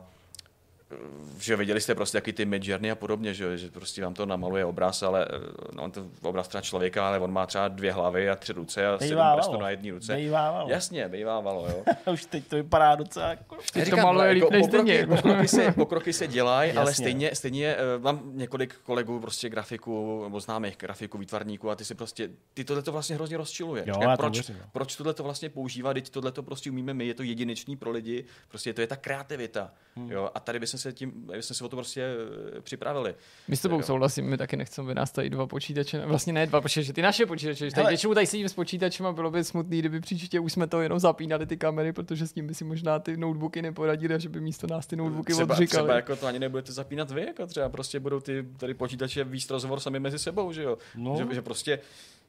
že viděli jste prostě jaký ty Midjourney a podobně, že, že prostě vám to namaluje obraz, ale no, on to obraz třeba člověka, ale on má třeba dvě hlavy a tři ruce a sedm prstů na jedné ruce. Bejvávalo. Jasně, bejvávalo, jo. Už teď to vypadá docela jako... Teď to maluje líp než pokroky, pokroky, se, pokroky se dělají, ale stejně, stejně uh, mám několik kolegů prostě grafiků, nebo známých grafiků, výtvarníků a ty si prostě, ty tohle to vlastně hrozně rozčiluje. Jo, Říkám, to proč, věřím, proč tohle to vlastně používá, teď tohle to prostě umíme my, je to jedinečný pro lidi, prostě to je ta kreativita. Hmm. Jo, a tady bychom se tím, bychom se o to prostě připravili. My s tebou souhlasím, my taky nechceme, aby nás tady dva počítače, vlastně ne dva počítače, ty naše počítače, tady většinou tady sedíme s počítačem a bylo by smutný, kdyby příště už jsme to jenom zapínali ty kamery, protože s tím by si možná ty notebooky neporadili a že by místo nás ty notebooky třeba, odříkali. Třeba jako to ani nebudete zapínat vy, jako třeba prostě budou ty tady počítače výst rozhovor sami mezi sebou, že jo? No. Že, že prostě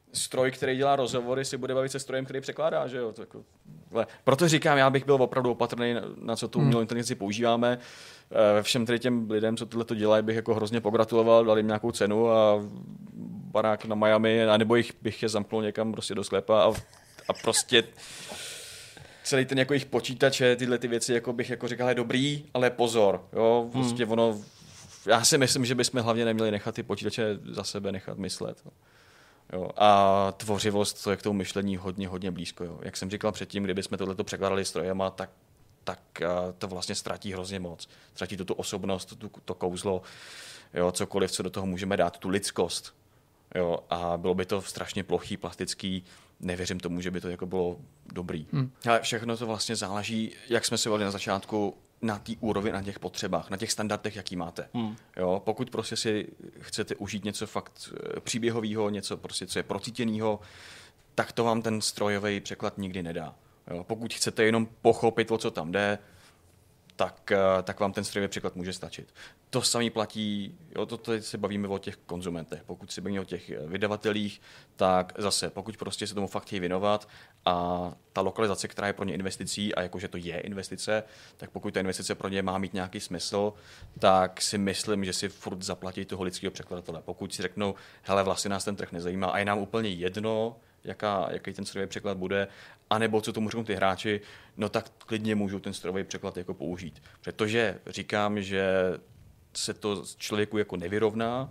stroj, který dělá rozhovory, si bude bavit se strojem, který překládá, že jo. Jako, proto říkám, já bych byl opravdu opatrný, na co tu umělou inteligenci používáme. Všem tedy těm lidem, co tohle to dělají, bych jako hrozně pogratuloval, dal jim nějakou cenu a barák na Miami, anebo jich bych je zamknul někam prostě do sklepa a, a prostě celý ten jako jejich počítače, tyhle ty věci, jako bych jako říkal, je dobrý, ale pozor, jo, prostě hmm. ono, já si myslím, že bychom hlavně neměli nechat ty počítače za sebe nechat myslet. Jo, a tvořivost, to je k tomu myšlení hodně, hodně blízko. Jo. Jak jsem říkal předtím, kdybychom tohleto překládali strojema, tak, tak to vlastně ztratí hrozně moc. Ztratí to tu osobnost, tu, to kouzlo, jo, cokoliv, co do toho můžeme dát, tu lidskost. Jo, a bylo by to strašně plochý, plastický, nevěřím tomu, že by to jako bylo dobrý. Hmm. Ale všechno to vlastně záleží, jak jsme si volili na začátku, na té úrovni, na těch potřebách, na těch standardech, jaký máte. Hmm. Jo, pokud prostě si chcete užít něco fakt příběhového, něco prostě, co je procítěného, tak to vám ten strojový překlad nikdy nedá. Jo, pokud chcete jenom pochopit, o co tam jde, tak, tak vám ten strojový překlad může stačit. To samé platí, jo, to tady se bavíme o těch konzumentech. Pokud se bavíme o těch vydavatelích, tak zase, pokud prostě se tomu fakt chtějí věnovat a ta lokalizace, která je pro ně investicí, a jakože to je investice, tak pokud ta investice pro ně má mít nějaký smysl, tak si myslím, že si furt zaplatí toho lidského překladatele. Pokud si řeknou, hele, vlastně nás ten trh nezajímá a je nám úplně jedno, jaká, jaký ten strojový překlad bude, anebo co tomu řeknou ty hráči, no tak klidně můžou ten strojový překlad jako použít. Protože říkám, že se to člověku jako nevyrovná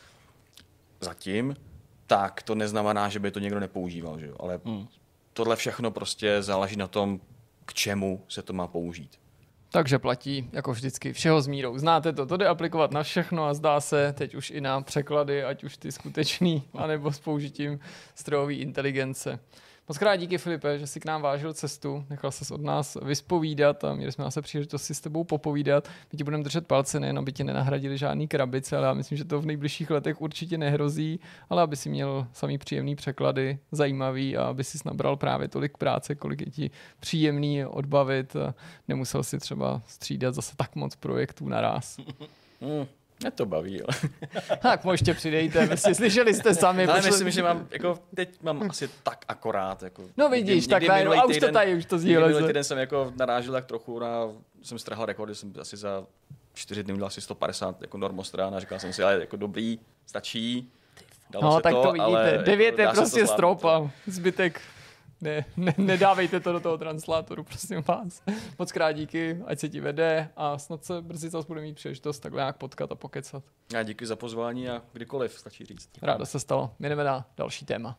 zatím, tak to neznamená, že by to někdo nepoužíval. Že jo? Ale hmm. tohle všechno prostě záleží na tom, k čemu se to má použít. Takže platí, jako vždycky, všeho s mírou. Znáte to, to jde aplikovat na všechno a zdá se teď už i na překlady, ať už ty skutečný, anebo s použitím strojové inteligence. Moc krát díky, Filipe, že jsi k nám vážil cestu, nechal ses od nás vyspovídat a měli jsme zase příležitost si s tebou popovídat. My ti budeme držet palce, nejen aby ti nenahradili žádný krabice, ale já myslím, že to v nejbližších letech určitě nehrozí, ale aby si měl samý příjemný překlady, zajímavý a aby si nabral právě tolik práce, kolik je ti příjemný odbavit a nemusel si třeba střídat zase tak moc projektů naraz. Mm. Mě to baví, jo. Tak možště přidejte, vlastně slyšeli jste sami. Ale myslím, že mám, jako teď mám asi tak akorát. Jako, no vidíš, tak tady, a už to tady, už to sdílel. Minulý týden jsem jako narážil tak trochu na, jsem strhal rekordy, jsem asi za čtyři dny udělal asi sto padesát jako normostrán a říkal jsem si, ale jako dobrý, stačí. Dalo no se tak to, to vidíte, devět je prostě strop a zbytek. Ne, ne, nedávejte to do toho translátoru, prosím vás. Moc krát díky, ať se ti vede a snad se brzy zase bude mít příležitost takhle nějak potkat a pokecat. Já díky za pozvání a kdykoliv, stačí říct. Ráda se stalo. My jdeme na další téma.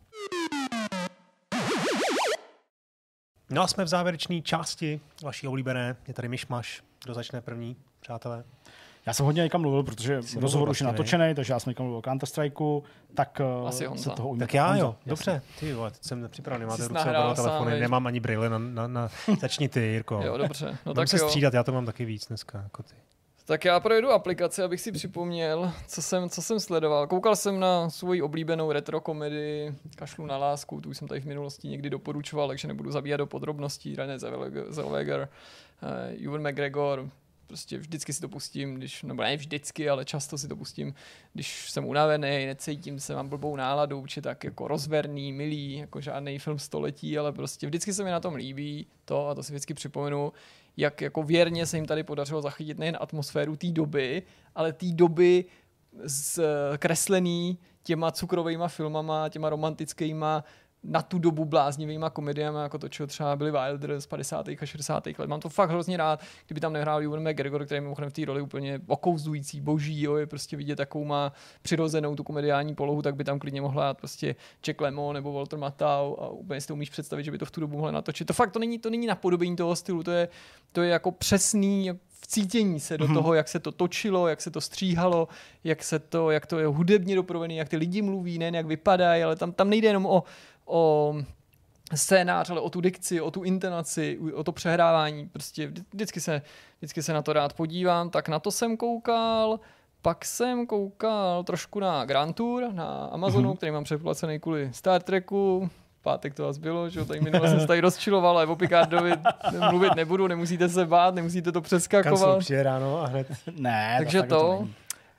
No a jsme v závěrečné části vaší oblíbené. Je tady myšmaš. Kdo začne první, přátelé? Já jsem hodně někam mluvil, protože rozhovor už je natočený, takže já jsem někam mluvil o Counter-Strikeu, tak asi se toho ujme. Tak já jo, Honza. Dobře. Ty vole, teď jsem nepřipravený, máte v ruce oba telefony, veď. Nemám ani brýle na, na, na... Začni ty, Jirko. Jo, dobře. No tak se jo. střídat, já to mám taky víc dneska, jako ty. Tak já projdu aplikaci, abych si připomněl, co jsem, co jsem sledoval. Koukal jsem na svoji oblíbenou retro komedii Kašlu na lásku, tu jsem tady v minulosti někdy doporučoval, takže nebudu zabíhat do podrobností. René Zellweger, uh, Ewan McGregor, prostě vždycky si to pustím, když, nebo ne vždycky, ale často si to pustím, když jsem unavený, necítím se, mám blbou náladu, či tak jako rozverný, milý, jako žádný film století, ale prostě vždycky se mi na tom líbí to, a to si vždycky připomenu, jak jako věrně se jim tady podařilo zachytit nejen atmosféru té doby, ale té doby zkreslený těma cukrovejma filmama, těma romantickýma, na tu dobu bláznivýma komediemi, jako to, čeho třeba byli Wilder z padesátých a šedesátých let. Mám to fakt hrozně rád, kdyby tam nehrál Ewan McGregor, který mimochodem v té roli úplně okouzlující, boží, jo, je prostě vidět, jakou má přirozenou tu komediální polohu, tak by tam klidně mohla dát prostě Jack Lemmon nebo Walter Matthau a úplně si to umíš představit, že by to v tu dobu mohla natočit. To fakt to není, to není napodobení toho stylu, to je, to je jako přesný vcítění se do mm-hmm. toho, jak se to točilo, jak se to stříhalo, jak se to, jak to je hudebně doprovedené, jak ty lidi mluví, nejen jak vypadají, ale tam, tam nejde jenom o o scénář, ale o tu dikci, o tu intonaci, o to přehrávání. Prostě vždycky se, vždycky se na to rád podívám. Tak na to jsem koukal. Pak jsem koukal trošku na Grand Tour na Amazonu, mm-hmm. který mám předplacený kvůli Star Treku. Pátek to vás bylo, že tady minule jsem se tady rozčiloval, ale o Picardovi mluvit nebudu, nemusíte se bát, nemusíte to přeskakovat. Kancel přijde ráno a hned. Ne, takže to. to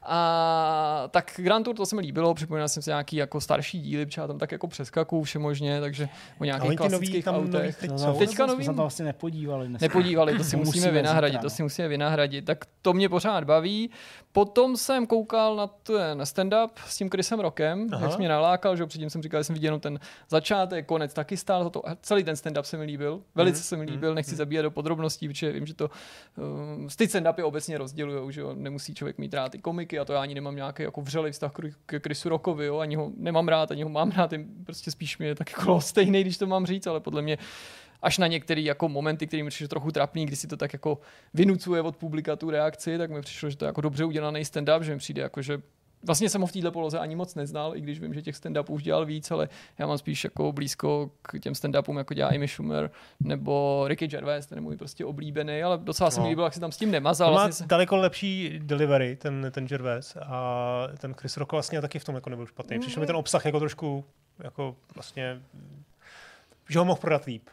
A tak Grand Tour to se mi líbilo, připomínal jsem si nějaký jako starší díly, třeba tam tak jako přeskakuju všemožně, takže o nějakých klasických nový, autech. Teď no, teďka nový. Jsme tam vlastně nepodívali. Dneska. Nepodívali, to si musíme vynahradit, to si musíme vynahradit. Tak to mě pořád baví. Potom jsem koukal na ten stand-up s tím Chrisem Rockem, Aha. jak jsi mě nalákal, že předtím jsem říkal, že jsem viděl ten začátek, konec taky stál za to. Celý ten stand-up se mi líbil, velice mm. se mi líbil, nechci mm. zabíjat do podrobností, protože vím, že to uh, ty stand-upy obecně rozdělujou, že jo, nemusí člověk mít rád ty komiky a to já ani nemám nějaký jako vřelý vztah k Chrisu Rockovi, jo, ani ho nemám rád, ani ho mám rád, prostě spíš mi je tak jako stejný, když to mám říct, ale podle mě až na některé jako momenty, které mi přišlo trochu trapný, když si to tak jako vynucuje od publika tu reakci, tak mi přišlo, že to je jako dobře udělaný stand-up, že mi přijde jako, že vlastně jsem ho v této poloze ani moc neznal, i když vím, že těch stand-upů už dělal víc, ale já mám spíš jako blízko k těm stand-upům, jako dělá Amy Schumer nebo Ricky Gervais, ten je můj prostě oblíbený, ale docela no. se mi líbilo, jak si tam s tím nemazal. To má vlastně daleko lepší delivery, ten, ten Gervais, a ten Chris Rock vlastně taky v tom jako nebyl špatný. Přišel mi ten obsah jako trošku jako vlastně, že ho mohl prodat líp.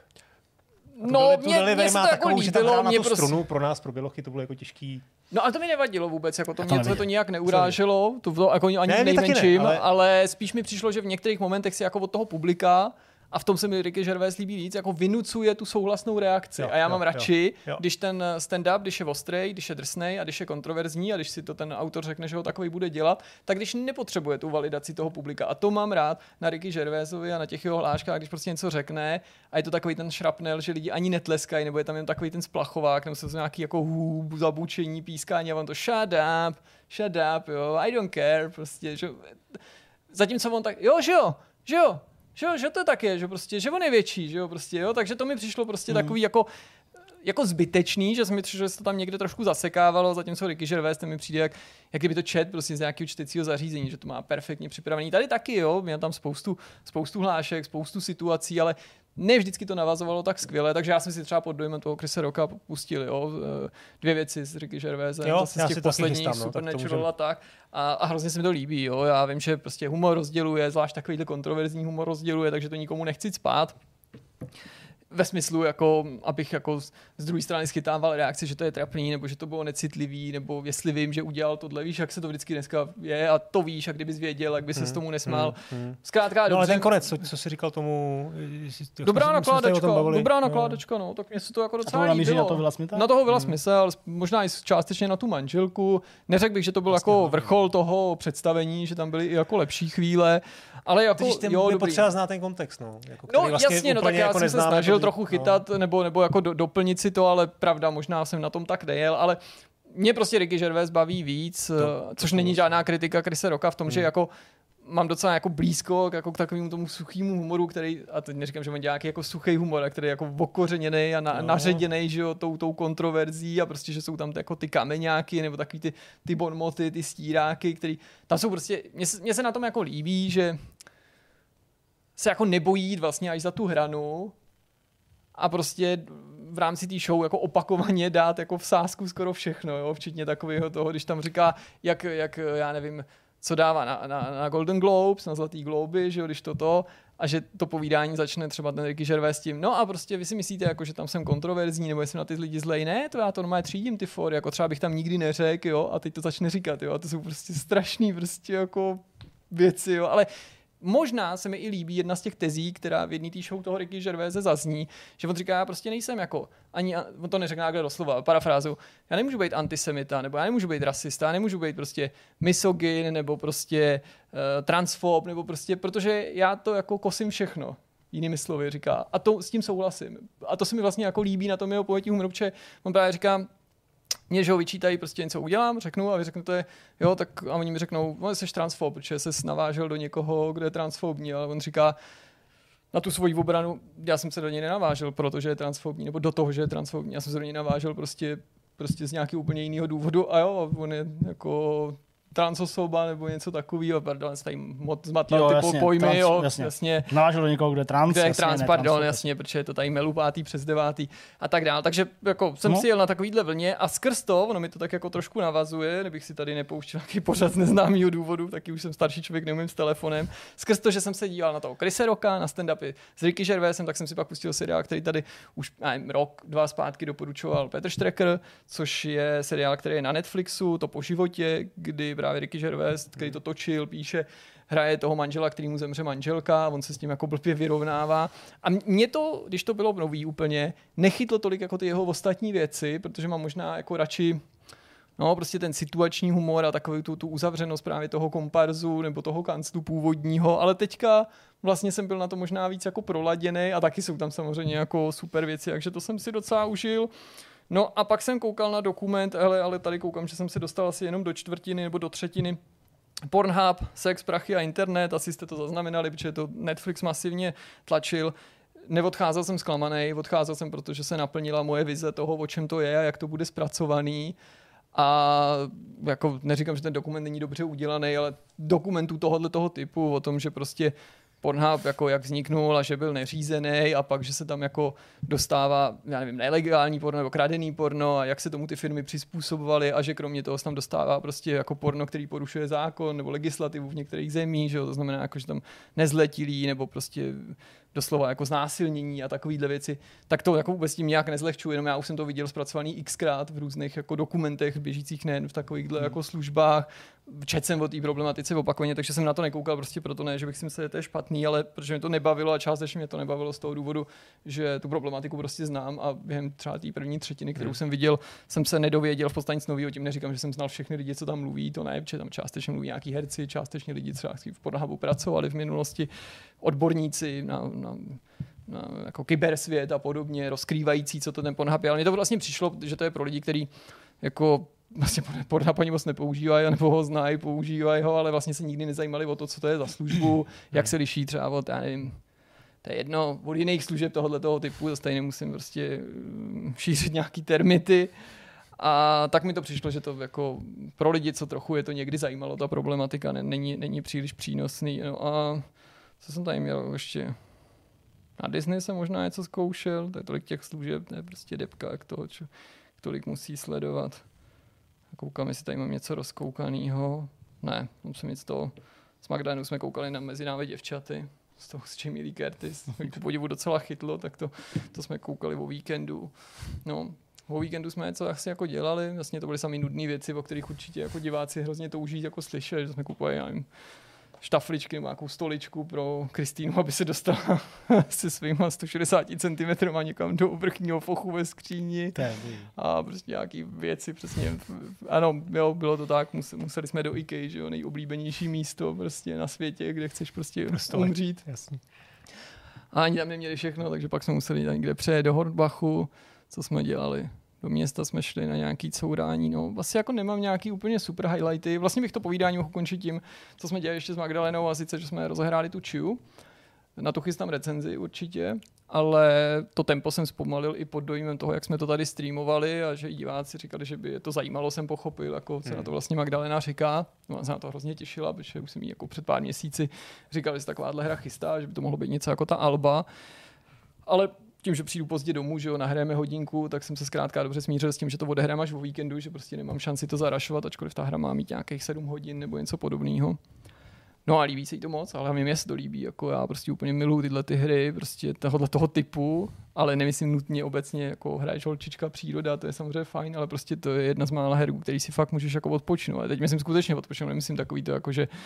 No, mě, mě se to jako líbilo. Mě prostě... strunu, pro nás, pro bělochy, to bylo jako těžký. No ale to mi nevadilo vůbec, jako to, to mě to, to nějak neuráželo, to bylo jako ani ne, nejmenším, ne, ale... ale spíš mi přišlo, že v některých momentech si jako od toho publika, a v tom se mi Ricky Gervais líbí víc, jako vynucuje tu souhlasnou reakci. Jo, a já mám jo, radši, jo, jo. když ten stand-up, když je ostrej, když je drsnej a když je kontroverzní a když si to ten autor řekne, že ho takový bude dělat, tak když nepotřebuje tu validaci toho publika. A to mám rád na Ricky Gervaisovi a na těch jeho hláškách, když prostě něco řekne a je to takový ten šrapnel, že lidi ani netleskají, nebo je tam jen takový ten splachovák, nebo se to nějaký jako hůb, zabučení, pískání a on to shut up, shut up, jo, I don't care, prostě, že... Zatímco on tak, jo, že jo, že jo, Že, že to tak je, že prostě, že on je větší, že jo, prostě, jo, takže to mi přišlo prostě mm. takový jako, jako zbytečný, že se mi přišlo, že se to tam někde trošku zasekávalo, zatímco Ricky Gervais, ten mi přijde jak, jak kdyby to čet prostě z nějakého čtecího zařízení, že to má perfektně připravený. Tady taky, jo, měl tam spoustu, spoustu hlášek, spoustu situací, ale ne vždycky to navazovalo tak skvěle, takže já jsem si třeba pod dojmem toho Chrisa Rocka pustil, jo, dvě věci z Ricky Gervaisem, zase z těch posledních, no, Supernatural a tak. A, a hrozně se mi to líbí, jo, já vím, že prostě humor rozděluje, zvlášť takovýhle kontroverzní humor rozděluje, takže to nikomu nechci cpát. Ve smyslu, jako, abych jako z, z druhé strany schytával reakci, že to je trapný, nebo že to bylo necitlivý, nebo jestli vím, že udělal tohle, víš, jak se to vždycky dneska je a to víš, a kdybys věděl, jak by se hmm, s tomu nesmál. Hmm, hmm. Zkrátka, no, dobře. ale ten konec, co, co jsi říkal tomu... Dobrá nakládačka, dobrá nakládačka, no, tak mě se to jako docela líbilo. Na to Willa Smitha? Na toho Willa Smitha, ale možná i částečně na tu manželku. Neřekl bych, že to byl vlastně jako vrchol toho představení, že tam byly i jako lepší chvíle, ale jako, jo, je potřeba znát ten kontext, no. Jako, no vlastně jasně, no tak já jako jsem se snažil trochu chytat, no. nebo, nebo jako do, doplnit si to, ale pravda, možná jsem na tom tak nejel, ale mě prostě Ricky Gervais baví víc, to, což to není žádná kritika Chrise Rocka v tom, hmm. že jako mám docela jako blízko jako k takovému tomu suchému humoru, který, a teď neříkám, že mám nějaký jako suchý humor, který je jako okořeněný a na, no. naředěný, že jo, tou, tou kontroverzí a prostě, že jsou tam ty, jako ty kameňáky nebo takový ty, ty bonmoty, ty stíráky, který tam jsou prostě, mně se, mně se na tom jako líbí, že se jako nebojí jít vlastně až za tu hranu a prostě v rámci té show jako opakovaně dát jako v sázku skoro všechno, jo, včetně takového toho, když tam říká, jak, jak já nevím, co dává na, na, na Golden Globes, na Zlatý globy, že jo, když toto, a že to povídání začne třeba ten Ricky Gervais s tím, no a prostě vy si myslíte, jako, že tam jsem kontroverzní, nebo jsem na ty lidi zlej, ne, to já to normálně třídím ty for, jako třeba bych tam nikdy neřekl, jo, a teď to začne říkat, jo, a to jsou prostě strašný prostě jako věci, jo, ale možná se mi i líbí jedna z těch tezí, která v jedné té show toho Ricky Gervaise zazní, že on říká, já prostě nejsem jako, ani, on to neřekne takhle doslova, parafrázu, já nemůžu být antisemita, nebo já nemůžu být rasista, já nemůžu být prostě misogyn, nebo prostě uh, transfob, nebo prostě, protože já to jako kosím všechno. Jinými slovy říká. A to s tím souhlasím. A to se mi vlastně jako líbí na tom jeho pojetí humoru, protože on právě říká, mě, že ho vyčítají, prostě něco udělám, řeknu a vy řeknete, jo, tak a oni mi řeknou, no, jsi transfob, protože ses navážel do někoho, kdo je transfobní, ale on říká, na tu svoji obranu, já jsem se do něj nenavážel, protože je transfobní, nebo do toho, že je transfobní, já jsem se do něj navážel prostě, prostě z nějakého úplně jiného důvodu a jo, on je jako transosoba nebo něco takového, pardon, se tady moc zmatal ty jasně, pojmy, trans, jo, jasně. jasně. Navážel do někoho, kdo je trans. Kdo je jasně, trans, ne, pardon, trans, jasně, protože je to tady melu pátý přes devátý a tak dál. Takže jako jsem no. si jel na takovýhle vlně a skrz to, ono mi to tak jako trošku navazuje, kdybych si tady nepouštěl nějaký pořad z neznámého důvodu, taky už jsem starší člověk, neumím s telefonem. Skrz to, že jsem se díval na toho Chrise Rocka, na stand-upy s Ricky Gervaisem, tak jsem si pak pustil seriál, který tady už nevím, rok, dva zpátky doporučoval Petr Štreker, což je seriál, který je na Netflixu, to po životě, kdy právě Ricky Gervais, který to točil, píše, hraje toho manžela, který mu zemře manželka, on se s tím jako blbě vyrovnává. A mě to, když to bylo nový úplně, nechytlo tolik jako ty jeho ostatní věci, protože mám možná jako radši no, prostě ten situační humor a takovou tu, tu uzavřenost právě toho komparzu nebo toho kanclu původního, ale teďka vlastně jsem byl na to možná víc jako proladěnej a taky jsou tam samozřejmě jako super věci, takže to jsem si docela užil. No a pak jsem koukal na dokument, ale, ale tady koukám, že jsem se dostal asi jenom do čtvrtiny nebo do třetiny. Pornhub, sex, prachy a internet, asi jste to zaznamenali, protože to Netflix masivně tlačil. Neodcházel jsem zklamaný, odcházel jsem, protože se naplnila moje vize toho, o čem to je a jak to bude zpracovaný. A jako neříkám, že ten dokument není dobře udělaný, ale dokumentů tohohle toho typu o tom, že prostě Pornhub jako jak vzniknul a že byl neřízený a pak, že se tam jako dostává, já nevím, nelegální porno nebo kradený porno a jak se tomu ty firmy přizpůsobovaly a že kromě toho se tam dostává prostě jako porno, který porušuje zákon nebo legislativu v některých zemích, že jo? To znamená jako, že tam nezletilí nebo prostě doslova jako znásilnění a takovýhle věci, tak to jako vůbec tím nějak nezlehčuji, jenom já už jsem to viděl zpracovaný xkrát v různých jako dokumentech běžících, nejen v takovýchhle hmm. jako službách. Četl jsem o té problematice opakovaně, takže jsem na to nekoukal prostě proto ne, že bych si myslel, že to je špatný, ale protože mě to nebavilo a částečně mě to nebavilo z toho důvodu, že tu problematiku prostě znám a během třeba té první třetiny, kterou hmm. jsem viděl, jsem se nedověděl v podstatě nic nového, tím neříkám, že jsem znal všechny lidi, co tam mluví, to ne, protože tam částečně mluví nějaký herci, částečně lidi třeba v Pornhubu pracovali v minulosti, odborníci na, na, na jako kybersvět a podobně, rozkrývající, co to ten Pornhub je, ale mně to vlastně přišlo, že to je pro lidi, kteří jako vlastně Pornhub ani moc nepoužívají, nebo ho znají, používají ho, ale vlastně se nikdy nezajímali o to, co to je za službu, jak se liší třeba od, já nevím, to je jedno, od jiných služeb tohoto typu, zase tady nemusím prostě šířit nějaký termity. A tak mi to přišlo, že to jako pro lidi, co trochu je to někdy zajímalo, ta problematika není, není příliš přínosný. No a co jsem tady měl ještě? Na Disney jsem možná něco zkoušel, to je tolik těch služeb, to je prostě depka, jak toho, čo, tolik musí sledovat. Koukám, jestli tady mám něco rozkoukanýho. Ne, musím nic toho. S Magdalenou jsme koukali na Mezinárodní děvčaty, z toho s Jamie Lee Curtis. Mě ku podivu docela chytlo, tak to, to jsme koukali o víkendu. No, o víkendu jsme něco asi jako dělali, vlastně to byly samé nudné věci, o kterých určitě jako diváci hrozně touží jako slyšeli, že jsme kupovali, já nevím, štafličky, nějakou stoličku pro Kristýnu, aby se dostala se svýma sto šedesát centimetrů někam do vrchního fochu ve skříni. A prostě nějaký věci, přesně. Ano, jo, bylo to tak, museli jsme do IKEA, že jo, nejoblíbenější místo prostě na světě, kde chceš prostě Prostoj. umřít. Jasně. A ani tam neměli všechno, takže pak jsme museli někde přejet do Hornbachu, co jsme dělali. Do města jsme šli na nějaký courání, no vlastně jako nemám nějaký úplně super highlighty. Vlastně bych to povídání mohl končit tím, co jsme dělali ještě s Magdalenou a sice, že jsme rozehráli tu Čiu. Na to chystám recenzi určitě, ale to tempo jsem zpomalil i pod dojmem toho, jak jsme to tady streamovali a že i diváci říkali, že by je to zajímalo, jsem pochopil, jako co hmm. na to vlastně Magdalena říká. No, se na to hrozně těšila, protože už jsem jí jako před pár měsíci říkali, že se takováhle hra chystá, že by to mohlo být něco jako ta Alba. Ale tím, že přijdu pozdě domů, že jo, nahrajeme hodinku, tak jsem se zkrátka dobře smířil s tím, že to odehrám až o víkendu, že prostě nemám šanci to zarašovat, ačkoliv ta hra má mít nějakých sedm hodin nebo něco podobného. No a líbí se jí to moc, ale mě se to líbí, jako já prostě úplně miluji tyhle ty hry, prostě tohohle toho typu, ale nemyslím nutně obecně jako hraješ holčička, příroda, to je samozřejmě fajn, ale prostě to je jedna z mála her, který si fakt můžeš jako odpočinout. A teď myslím skutečně odpočinout, nemyslím takový to jako, že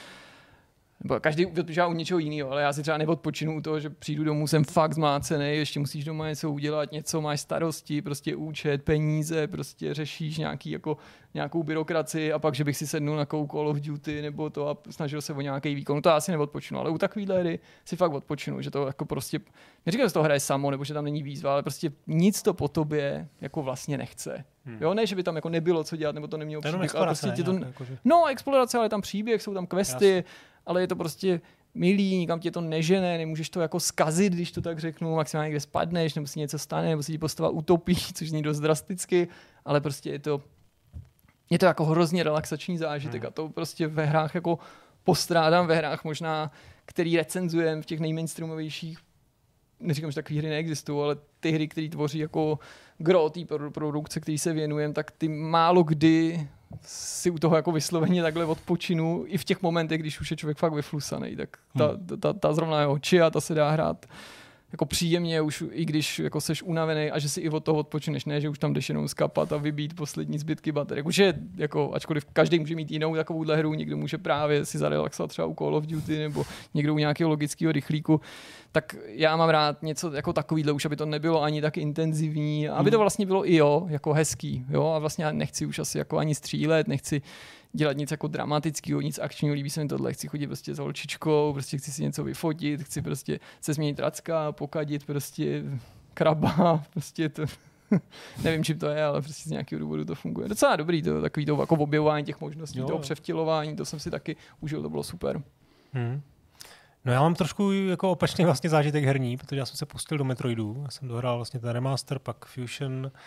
každý odpočívá u něčeho jiného, ale já si třeba neodpočinu u toho, že přijdu domů, jsem fakt zmácený, ještě musíš doma něco udělat, něco, máš starosti, prostě účet, peníze, prostě řešíš nějaký, jako, nějakou byrokracii a pak, že bych si sednul na Call of Duty nebo to a snažil se o nějaký výkon, no to já si neodpočinu, ale u takovýhle hry si fakt odpočinu, že to jako prostě, neříkám, že to hraje samo, nebo že tam není výzva, ale prostě nic to po tobě jako vlastně nechce. Hmm. Jo, ne, že by tam jako nebylo co dělat, nebo to nemělo příběh, ale prostě tě to... Jako, že... No, explorace, ale tam příběh, jsou tam questy, Jasně. ale je to prostě milý, nikam tě to nežene, nemůžeš to jako zkazit, když to tak řeknu, maximálně někde spadneš, nebo si něco stane, nebo si ti postava utopí, což není dost drasticky, ale prostě je to je to jako hrozně relaxační zážitek hmm. a to prostě ve hrách jako postrádám, ve hrách možná, který recenzujem v těch nejmainstreamovějších, neříkám, že takové hry neexistují, ale ty hry, které tvoří jako gro té produkce, který se věnujem, tak ty málo kdy si u toho jako vysloveně takhle odpočinu i v těch momentech, když už je člověk fakt vyflusaný, tak ta, hmm. ta, ta, ta zrovna jeho Chia, ta se dá hrát jako příjemně, už i když jako seš unavený a že si i od toho odpočineš, ne, že už tam jdeš jenom skapat a vybít poslední zbytky baterie. Už je, jako, ačkoliv každý může mít jinou takovouhle hru, někdo může právě si zarelaxovat třeba u Call of Duty nebo někdo u nějakého logického rychlíku, tak já mám rád něco jako takovýhle už, aby to nebylo ani tak intenzivní, aby to vlastně bylo i jo, jako hezký, jo, a vlastně já nechci už asi jako ani střílet, nechci dělat nic jako dramatického, nic akčního, líbí se mi tohle, chci chodit prostě s holčičkou, prostě chci si něco vyfotit, chci prostě se změnit racka, pokadit prostě kraba, prostě to, nevím, čím to je, ale prostě z nějakého důvodu to funguje. Docela dobrý to, takový to jako objevování těch možností, jo. toho převtilování, to jsem si taky užil, to bylo super. Hmm. No já mám trošku jako opačný vlastně zážitek herní, protože já jsem se pustil do Metroidů. Já jsem dohrál vlastně ten remaster, pak Fusion, uh,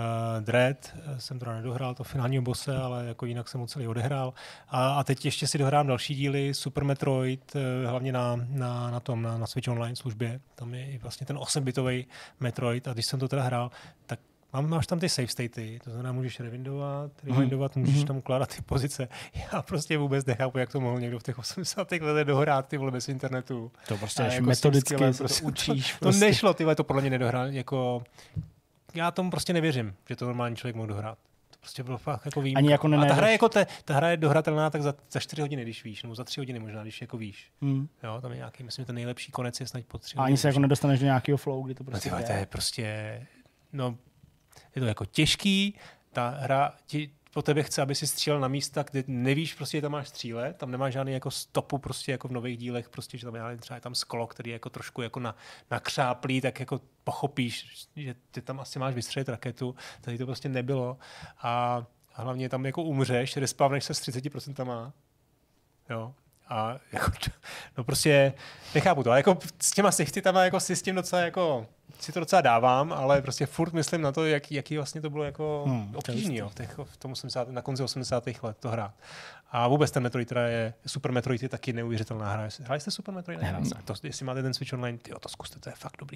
Dread, jsem teda nedohrál to finálního bosse, ale jako jinak jsem ho celý odehrál. A, a teď ještě si dohrám další díly, Super Metroid, uh, hlavně na, na, na tom, na, na Switch Online službě. Tam je i vlastně ten osmbitový Metroid a když jsem to teda hrál, tak Mám, máš tam ty save statey, to znamená, můžeš rewindovat, rewindovat, můžeš mm. tam ukládat ty pozice. Já prostě vůbec nechápu, jak to mohl někdo v těch osmdesátých letech dohrát, ty vole, bez internetu. To prostě jako metodicky prostě to učíš. Prostě. To nešlo, ty vole, to podle mě nedohrál. Jako, já tomu prostě nevěřím, že to normální člověk mohl dohrát. To prostě bylo fakt jako výjimka. Ani jako a ta hra, jako te, ta hra je dohratelná tak za, za čtyři hodiny, když víš, nebo za tři hodiny možná, když jako víš. Mm. Jo, tam je nějaký, myslím, ten nejlepší konec je snad po tři hodiny. A ani se jako nedostaneš do nějakého flow, kdy to prostě no, ty, to je prostě, no, je to jako těžký, ta hra ti po tebe chce, aby si střílel na místa, kde nevíš prostě, že tam máš střílet, tam nemáš žádný jako stopu prostě jako v nových dílech, prostě, že tam je třeba je tam sklo, který je jako trošku jako na, nakřáplý, tak jako pochopíš, že ty tam asi máš vystřelit raketu, tady to prostě nebylo a hlavně tam jako umřeš, respavneš se s třicet procent má, jo. A jako, no prostě nechápu to, ale jako s těma sichtitama jako si s tím docela jako si to docela dávám, ale prostě furt myslím na to, jak, jaký vlastně to bylo jako hmm, obtížný, jo, těch, v tom osmdesátých na konci osmdesátých let to hrát. A vůbec ten Metroid teda je, Super Metroid je taky neuvěřitelná hra. Hráli jste Super Metroid? Ne, to, jestli máte ten Switch Online, tyjo, to zkuste, to je fakt dobrý.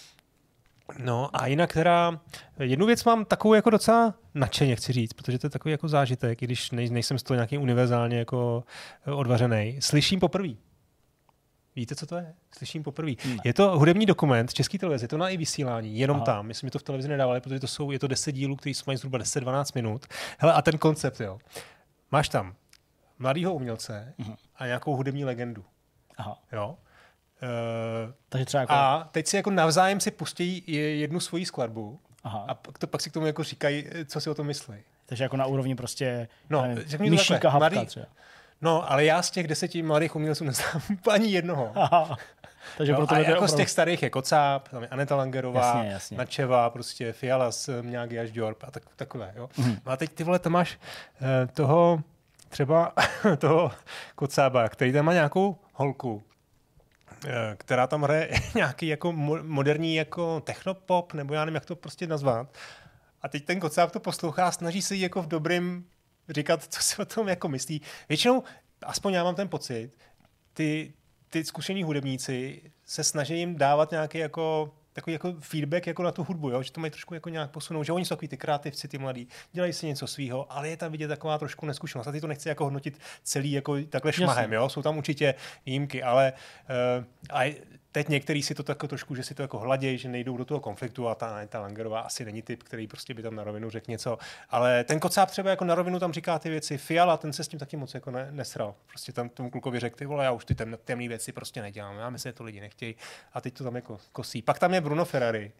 No a jinak teda, jednu věc mám takovou jako docela nadšeně, chci říct, protože to je takový jako zážitek, i když nej, nejsem z toho nějaký univerzálně jako odvařenej. Slyším poprvé. Víte, co to je? Slyším poprvé. Je to hudební dokument České televize, je to na i vysílání, jenom Aha. tam. Myslím, že to v televizi nedávali, protože to jsou, je to deset dílů, který mají zhruba deset dvanáct minut. Hele, a ten koncept, jo. Máš tam mladýho umělce uh-huh. a nějakou hudební legendu. Aha. Jo. Uh, Takže třeba jako... A teď si jako navzájem si pustí jednu svoji skladbu Aha. a pak, to, pak si k tomu jako říkají, co si o tom myslí. Takže jako na úrovni prostě no, myšíka hapka třeba. No, ale já z těch deseti mladých umělců neznám ani jednoho. Aha. Takže no, proto a jako opravdu... z těch starých je Kocáb, tam je Aneta Langerová, jasně, jasně. Načeva, prostě Fiala z Mňágy až Džorb a tak, takové. Jo? Mm. No a teď ty vole, tam máš uh, toho třeba toho Kocába, který tam má nějakou holku, která tam hraje nějaký jako moderní jako technopop, nebo já nevím, jak to prostě nazvat. A teď ten Kocáb to poslouchá a snaží se jí jako v dobrým říkat, co si o tom jako myslí. Většinou, aspoň já mám ten pocit, ty, ty zkušení hudebníci se snaží jim dávat nějaký jako takový jako feedback jako na tu hudbu, jo? Že to mají trošku jako nějak posunout, že oni jsou takový ty kreativci, ty mladí, dělají si něco svýho, ale je tam vidět taková trošku neskušenost. A ty to nechci jako hodnotit celý jako takhle šmahem, jo? Jsou tam určitě výjimky, ale uh, a teď některý si to tak trošku, že si to jako hladějí, že nejdou do toho konfliktu a ta, ta Langerová asi není typ, který prostě by tam na rovinu řekl něco, ale ten Kocáb třeba jako na rovinu tam říká ty věci, Fiala, ten se s tím taky moc jako ne, nesral. Prostě tam tomu klukovi řekl, ty vole, já už ty tem, temný věci prostě nedělám, já myslím, že to lidi nechtějí a teď to tam jako kosí. Pak tam je Bruno Ferrari,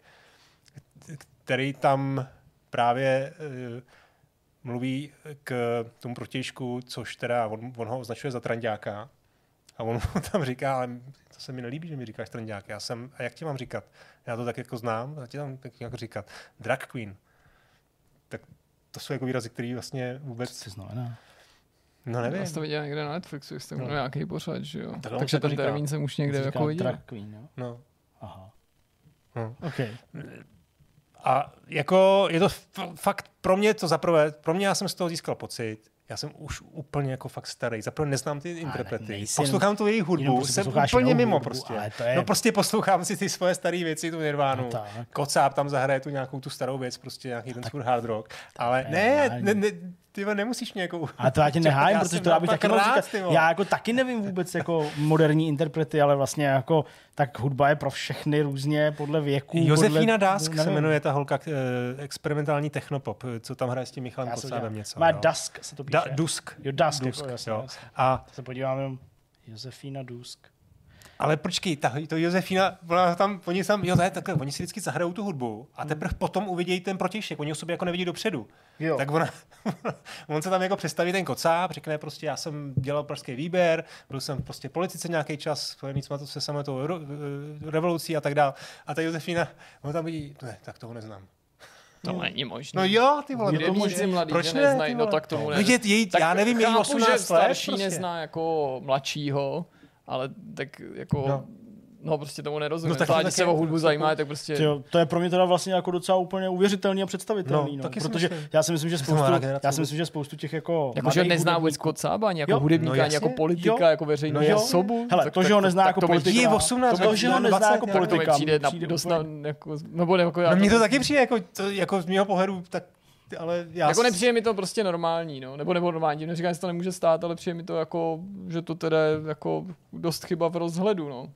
který tam právě uh, mluví k tomu protějšku, což teda on, on ho označuje za tranďáka a on tam říká, ale to se mi nelíbí, že mi říkáš trendák. Já jsem, a jak ti mám říkat? Já to tak jako znám, a ti tam tak jako říkat. Drag queen. Tak to jsou jako výrazy, které vlastně vůbec... Co znamená? No nevím. Já to viděl někde na Netflixu, jestli to no. nějaký pořad, že jo. Tak takže ten termín jsem už někde jako viděl. Drag queen, jo? No. Aha. No. Okay. A jako je to fakt pro mě to zaprvé, pro mě já jsem z toho získal pocit, já jsem už úplně jako fakt starý. Zaprvé neznám ty interprety. Poslouchám tu jejich hudbu, prostě jsem úplně mimo hudbu, prostě. Je... No prostě poslouchám si ty svoje staré věci, tu Nirvánu. No Kocáb tam zahraje tu nějakou tu starou věc, prostě nějaký ten svůj hard rock. Ale ne, ne, ne, ty nemusíš mě jako... A to já tě nehájím, protože to já bych taky mohl říkat. Já jako taky nevím vůbec jako moderní interprety, ale vlastně jako tak hudba je pro všechny různě podle věku. Josefína podle, Dusk se jmenuje ta holka, experimentální technopop, co tam hraje s tím Michalem Kocábem něco. Má Dusk se to píše. Da, Dusk. Jo, Dusk. Dusk jako, jasně, jo. jasně. A se podívám jenom. Josefína Dusk. Ale počkej, ta, to Josefína, ona tam, oni tam, jo, to je takhle, oni si vždycky zahrajou tu hudbu a teprve potom uvidějí ten protějšek, oni o sobě jako nevidí dopředu. Jo. Tak ona, on se tam jako představí ten Kocáb, řekne prostě, já jsem dělal pražský výběr, byl jsem prostě politice nějaký čas, spojený to se samou tou revolucí a tak dál. A ta Josefína, on tam vidí, ne, tak toho neznám. To no, není možné. No jo, ty vole, to může mladý, proč ne, neznají, no tak tomu ne. No, je, je, já nevím, její osmnáct let. Starší prostě. Nezná jako mladšího, ale tak jako... No. No prostě tomu nerozumím. No, tak se o hudbu zajímá, tak prostě... Tyjo, to je pro mě teda vlastně jako docela úplně uvěřitelný a představitelný. No, no, protože myslím, já si myslím, že spoustu, já si myslím, že spoustu těch jako... Jakože nezná vůbec Kocába, ani jako jo, hudebníka, no, ani jako politika, jo, jako veřejnou no, osobu. Hele, tak, to, že ho nezná jako politika... Je osmnáct, to, že ho nezná jako politika. Přijde dost na... Nebo jako... No mně to taky přijde, jako z mého pohledu, tak ale já jako nepřijde mi to prostě normální, no, nebo nebo normální, neříkám, že to nemůže stát, ale přijde mi to jako, že to teda jako dost chyba v rozhledu, no.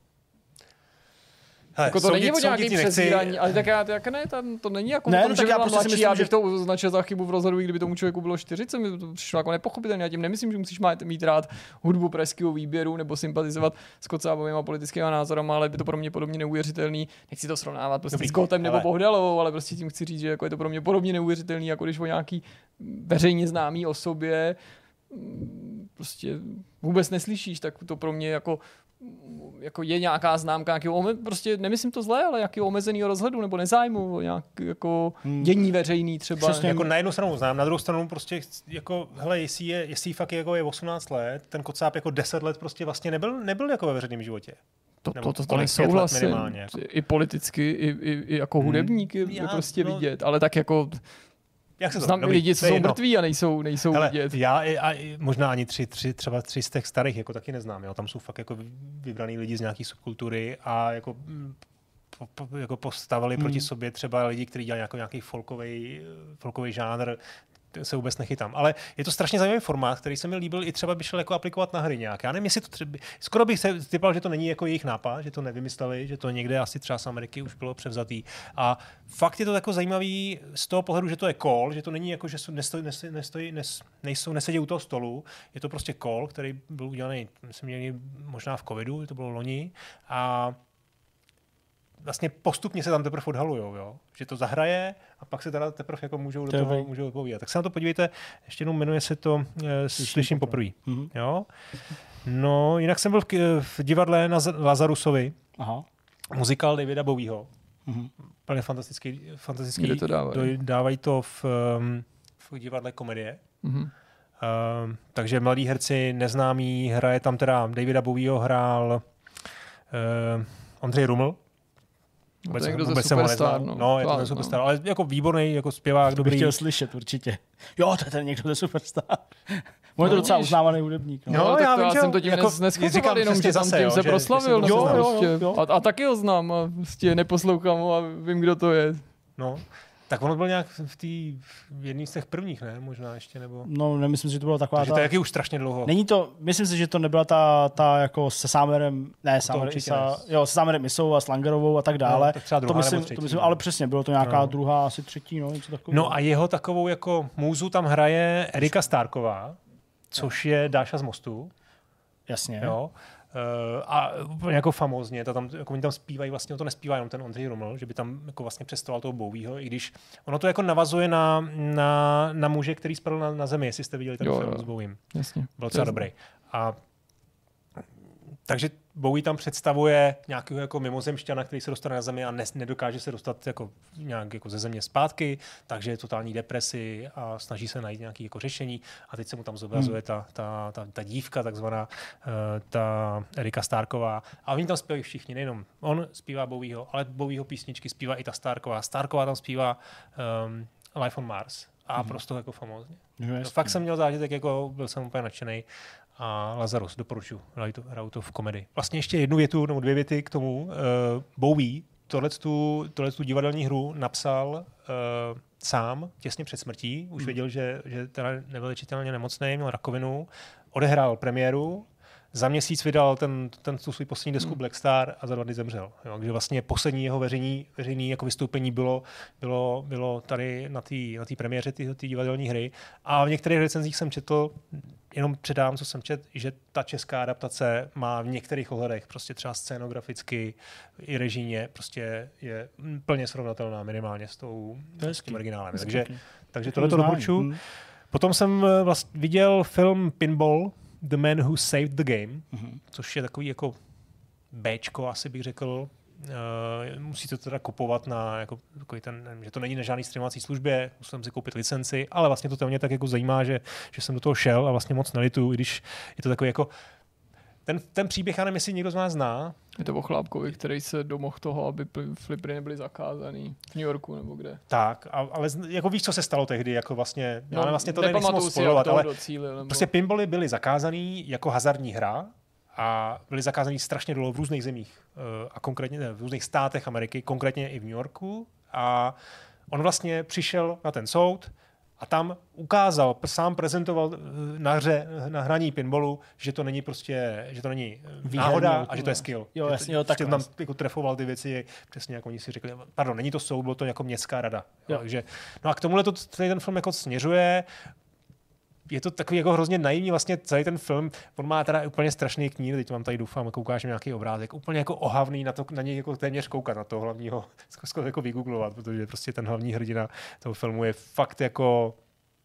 Hele, jako to soudit, není o nějaký přezírání, ale tak já, tak ne, tam, to není jako ne, tom, no, že já prostě mladší, myslím, já bych že... to označil za chybu v rozhledu, kdyby tomu člověku bylo čtyřicet, mi to přišlo jako nepochopitelné. Já tím nemyslím, že musíš mít rád hudbu pražského výběru nebo sympatizovat s Kocábovými politickými názorama, ale je to pro mě podobně neuvěřitelný. Nechci to srovnávat prostě s Gotem nebo Bohdalovou, ale prostě tím chci říct, že jako je to pro mě podobně neuvěřitelný, jako když o nějaký veřejně známý osobě prostě vůbec neslyšíš, tak to pro mě jako jako je nějaká známka, nějakého, prostě nemyslím to zlé, ale jakého omezeného rozhledu nebo nezájmu, nějak jako hmm. dění veřejný třeba. Přesně, jako na jednu stranu znám, na druhou stranu prostě jako, hele, jestli je, jestli fakt jako je osmnáct let, ten Kocáb jako deset let prostě vlastně nebyl, nebyl jako ve veřejném životě. To, to, to, to nesouhlasím. I politicky, i, i, i jako hudebník hmm. je, je prostě no, vidět, ale tak jako jak se to znám dobrý, lidi, co jsou mrtví a nejsou, nejsou hele, vidět. Já a, možná ani tři, tři, třeba tři z těch starých jako taky neznám. Jo? Tam jsou fakt jako vybraný lidi z nějaký subkultury a jako, po, po, jako postavili hmm. proti sobě třeba lidi, kteří dělají jako nějaký folkový, folkový žánr, se vůbec nechytám. Ale je to strašně zajímavý formát, který se mi líbil i třeba by šel jako aplikovat na hry nějak. Já nevím, jestli to třeba, skoro bych se typal, že to není jako jejich nápad, že to nevymysleli, že to někde asi třeba z Ameriky už bylo převzatý. A fakt je to jako zajímavý z toho pohledu, že to je call, že to není jako, že nestojí, nestojí, nestojí, nes, nejsou, nesedí u toho stolu. Je to prostě call, který byl udělaný, myslím, někdy možná v covidu, to bylo loni. A vlastně postupně se tam teprve odhalujou, jo? Že to zahraje a pak se teda teprve jako můžou do toho můžou odpovídat. Tak se na to podívejte, ještě jednou jmenuje se to e, Slyším poprvé. Mm-hmm. Jo? No, jinak jsem byl v, v divadle na Lazarusovi. Aha. Muzikál Davida Bowieho. Mm-hmm. Úplně fantastický. fantastický Kde to dávají? Dávají to v, v divadle komedie. Mm-hmm. Um, takže mladí herci, neznámí, hraje tam teda Davida Bowieho hrál uh, Ondřej Ruml. Vůbec, no, vůbec jsem ho neznal. No, no je to ten Superstar, ale jako výborný, jako zpěvák, dobrý. Bych chtěl slyšet určitě. Jo, to je ten někdo ze Superstar. Můj to docela uznávaný hudebník. No, no já, vím, já jsem to tím jako, neschoval, jenom že tam tím se proslavil. Jo, jo, prostě. jo, jo. A, a taky ho znám a prostě neposlouchám ho a vím, kdo to je. No. Tak ono byl nějak v té v jedný z těch prvních, ne? Možná ještě, nebo... No, nemyslím si, že to bylo taková... Takže ta... to je jaký už strašně dlouho. Není to, myslím si, že to nebyla ta, ta jako se Sámerem, ne, Sámerem Isa, jo, se Sámerem Isou a Slangerovou a tak dále. No, tak třeba druhá to myslím, nebo třetí. To myslím, ale přesně, bylo to nějaká no. druhá, asi třetí, no, něco takového. No a jeho takovou jako můzu tam hraje Erika Starková, což je Dáša z Mostu. Jasně. Jo. Uh, a úplně jako famózně, to tam, jako oni tam zpívají, vlastně on to nespívá jenom ten Ondřej Ruml, že by tam jako vlastně přestoval toho Bowieho, i když ono to jako navazuje na, na, na muže, který spadl na, na zemi, jestli jste viděli ten jo, film jo. s Bowiem. Jasně. Byl docela dobrý. A takže Bowie tam představuje nějakého jako mimozemšťana, který se dostane na zemi a ne, nedokáže se dostat jako nějak jako ze země zpátky, takže je totální depresi a snaží se najít nějaké jako řešení a teď se mu tam zobrazuje hmm. ta, ta, ta, ta dívka, takzvaná ta Erika Starková a oni tam zpívají všichni, nejenom on zpívá Bowieho, ale Bowieho písničky zpívá i ta Starková. Starková tam zpívá um, Life on Mars a hmm. prostě jako famózně. No, fakt jsem měl zážitek, jako byl jsem úplně nadšenej. A Lazarus, doporučuji, hraju to, hraju to v komedii. Vlastně ještě jednu větu, nebo dvě věty k tomu. Uh, Bowie, tohletu, tohletu divadelní hru napsal uh, sám těsně před smrtí. Už hmm. věděl, že, že teda nevylečitelně nemocný, měl rakovinu. Odehrál premiéru, za měsíc vydal ten, ten tu svůj poslední desku hmm. Black Star a za dva dny zemřel. Jo, takže vlastně poslední jeho veřejný, veřejný jako vystoupení bylo, bylo, bylo tady na té na premiéře té divadelní hry. A v některých recenzích jsem četl, jenom předám, co jsem četl, že ta česká adaptace má v některých ohledech prostě třeba scénograficky i režijně prostě je plně srovnatelná minimálně s, tou, s tím originálem. Takže, takže tohle to doporučuji. Hmm. Potom jsem vlastně viděl film Pinball, The Man Who Saved the Game, mm-hmm. což je takový jako béčko, asi bych řekl. Uh, musíte to teda kupovat na, jako, takový ten, nevím, že to není na žádný streamovací službě, musím si koupit licenci, ale vlastně to mě tak jako zajímá, že, že jsem do toho šel a vlastně moc nelituju, i když je to takový jako ten, ten příběh, já nevím, jestli někdo z vás zná. Je to o chlápkovi, který se domohl toho, aby flipry nebyly zakázaný v New Yorku nebo kde. Tak, a, ale jako víš, co se stalo tehdy, jako vlastně, no, ale vlastně to nechci moc spojovat, ale docíli, nebo... prostě pinbally byly zakázaný jako hazardní hra a byly zakázaný strašně dlouho v různých zemích a konkrétně ne, v různých státech Ameriky, konkrétně i v New Yorku a on vlastně přišel na ten soud a tam ukázal, sám prezentoval na hře, na hraní pinballu, že to není prostě, že to není náhoda a že to je skill. Jo, jasně, jo, tak tam jako trefoval ty věci, přesně jak oni si řekli, pardon, není to soud, bylo to jako městská rada. Jo. Takže, no a k tomuhle to ten film jako směřuje. Je to takový jako hrozně naivní vlastně celý ten film. On má teda úplně strašný knír, teď vám tady doufám, jako ukážeme nějaký obrázek, úplně jako ohavný, na, to, na něj jako téměř koukat, na toho hlavního, zkusit jako vygooglovat, protože prostě ten hlavní hrdina toho filmu je fakt jako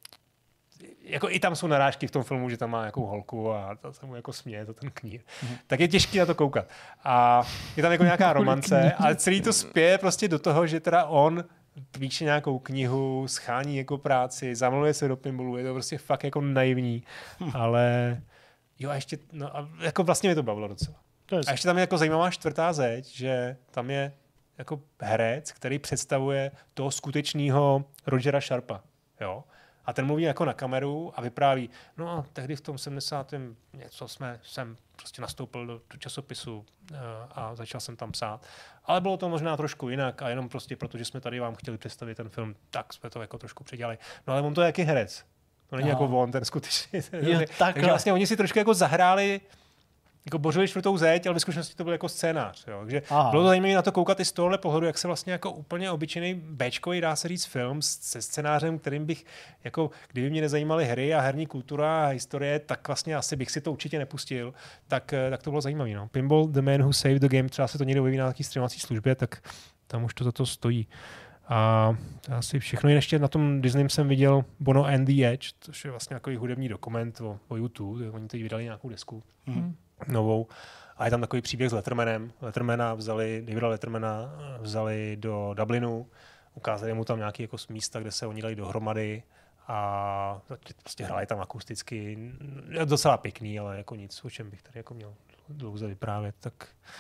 jako i tam jsou narážky v tom filmu, že tam má nějakou holku a to se mu jako směje, to ten knír. Mm-hmm. Tak je těžký na to koukat. A je tam jako nějaká romance, ale celý to spěje prostě do toho, že teda on píše nějakou knihu, schání jako práci, zamluje se do pinballu, je to prostě fakt jako naivní, hm. ale jo a ještě, no a jako vlastně mi to bavilo docela. To a ještě tam je jako zajímavá čtvrtá zeď, že tam je jako herec, který představuje toho skutečného Rogera Sharpa, jo. A ten mluví jako na kameru a vypráví, no a tehdy v tom sedmdesátém něco jsme, jsem prostě nastoupil do, do časopisu uh, a začal jsem tam psát. Ale bylo to možná trošku jinak a jenom prostě proto, že jsme tady vám chtěli představit ten film, tak jsme to jako trošku předělali. No ale on to je jaký herec. To není no. jako on, ten skutečný. Jo, takže vlastně oni si trošku jako zahráli jako bořili čtvrtou zeď, ale ve skutečnosti to byl jako scénář. Jo. Takže Aha. bylo to zajímavé na to koukat i z tohohle pohledu, jak se vlastně jako úplně obyčejný béčkový, dá se říct, film se scénářem, kterým bych, jako, kdyby mě nezajímaly hry a herní kultura a historie, tak vlastně asi bych si to určitě nepustil. Tak, tak to bylo zajímavé. No. Pinball, The Man Who Saved the Game, třeba se to někde objeví na nějaký streamovací službě, tak tam už to za to stojí. A to asi všechno. Ještě na tom Disneym jsem viděl Bono and the Edge, což je vlastně takový hudební dokument o, o YouTube. Oni teď vydali nějakou desku. Mm-hmm. novou. A je tam takový příběh s Lettermanem. Lettermana vzali, Davida Lettermana vzali do Dublinu, ukázali mu tam nějaké jako místa, kde se oni dali dohromady a prostě hráli tam akusticky. Docela pěkný, ale jako nic, o čem bych tady jako měl dlouze vyprávět. Tak...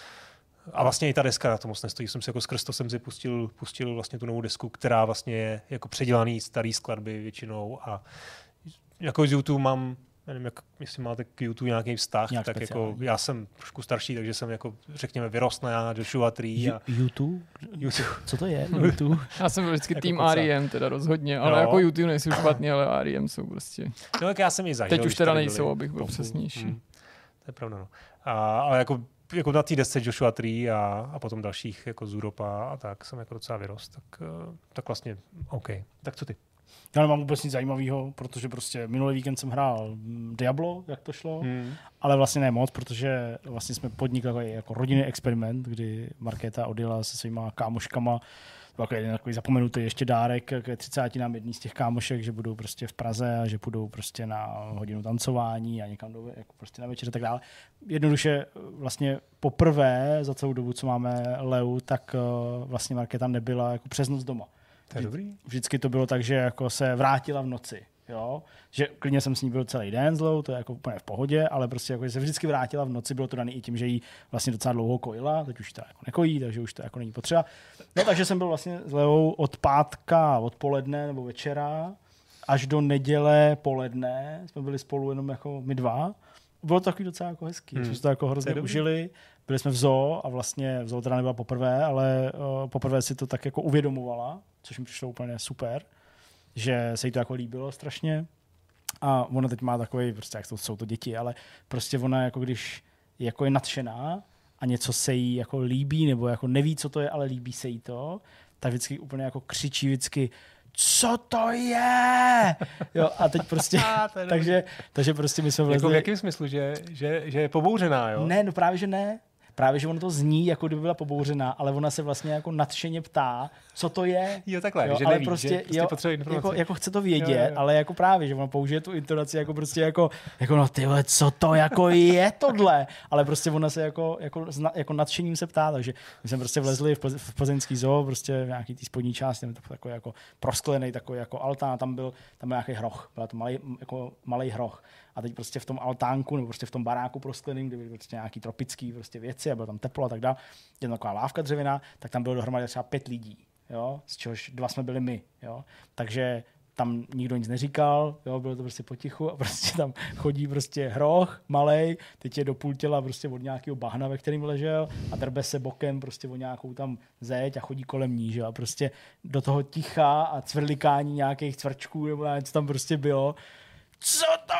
A vlastně i ta deska na to moc nestojí. Jsem si jako skrz to jsem si pustil, pustil vlastně tu novou desku, která vlastně je jako předělaný starý skladby většinou a jako z YouTube mám nevím, jak, jestli máte k YouTube nějaký vztah, nějak tak speciální. Jako já jsem trošku starší, takže jsem jako, řekněme, vyrost na Joshua Tree. A... YouTube? YouTube? Co to je? YouTube? Já jsem byl vždycky jako tým R E M, teda rozhodně, ale no. jako YouTube nejsou špatný, ale R E M jsou prostě... No tak já jsem ji zažil. Teď už teda nejsou, abych byl přesnější. Hmm. To je pravda, no. A, ale jako, jako na té desce Joshua Tree a, a potom dalších, jako z Europa a tak, jsem jako docela vyrost, tak, tak vlastně OK. Tak co ty? Já nemám vůbec nic zajímavého, protože prostě minulý víkend jsem hrál Diablo, jak to šlo, hmm. ale vlastně ne moc, protože vlastně jsme podnikli jako rodinný experiment, kdy Markéta odjela se svýma kámoškama, to byl jeden takový zapomenutý ještě dárek k třicátinám jedný z těch kámošek, že budou prostě v Praze a že půjdou prostě na hodinu tancování a někam do, jako prostě na večer a tak dále. Jednoduše vlastně poprvé za celou dobu, co máme Leu, tak vlastně Markéta nebyla jako přes noc doma. To je dobrý. Vždycky to bylo tak, že jako se vrátila v noci. Jo? Že klidně jsem s ní byl celý den zlou, to je jako úplně v pohodě, ale prostě jako, že se vždycky vrátila v noci, bylo to dané i tím, že jí vlastně docela dlouho kojila, teď už to jako nekojí, takže už to jako není potřeba. No takže jsem byl vlastně s Leou od pátka odpoledne nebo večera až do neděle poledne, jsme byli spolu jenom jako my dva. Bylo to takový docela jako hezký, hmm. jsme to jako hrozně užili byli jsme v zoo a vlastně v zoo teda nebyla poprvé, ale uh, poprvé si to tak jako uvědomovala, což mi přišlo úplně super, že se jí to jako líbilo strašně. A ona teď má takový, prostě jak to jsou to děti, ale prostě ona jako když jako je nadšená a něco se jí jako líbí, nebo jako neví, co to je, ale líbí se jí to, tak vždycky úplně jako křičí vždycky, co to je? Jo, a teď prostě, takže, takže prostě my jsme vlezli... Jako v jakém smyslu, že, že, že je pobouřená, jo? Ne, no právě, že ne. Právě, že ono to zní, jako kdyby byla pobouřená, ale ona se vlastně jako nadšeně ptá, co to je. Jo, takhle, jo, že ale neví, prostě, že prostě jo, potřebuje informace. Jako, jako chce to vědět, jo, jo. ale jako právě, že ona použije tu intonaci jako prostě jako, jako no ty vole, co to jako je tohle? Ale prostě ona se jako, jako, jako nadšením se ptá, takže my jsme prostě vlezli v, v plzeňský zoo, prostě v nějaký té spodní části, tam je to takový jako prosklený takový jako altán, tam byl, tam byl nějaký hroch, byl to malý, jako malý hroch. A teď prostě v tom altánku nebo prostě v tom baráku proskleným, kde byly prostě nějaký tropický prostě věci a bylo tam teplo a tak dále, je taková lávka dřevěná, tak tam bylo dohromady třeba pět lidí, jo, z čehož dva jsme byli my, jo. Takže tam nikdo nic neříkal, jo, bylo to prostě potichu a prostě tam chodí prostě hroch malej, teď je do půl těla prostě od nějakého bahna, ve kterým ležel a drbe se bokem prostě o nějakou tam zeď a chodí kolem ní, že? A prostě do toho ticha a cvrlikání nějakých cvrčků nebo něco tam prostě bylo. Co to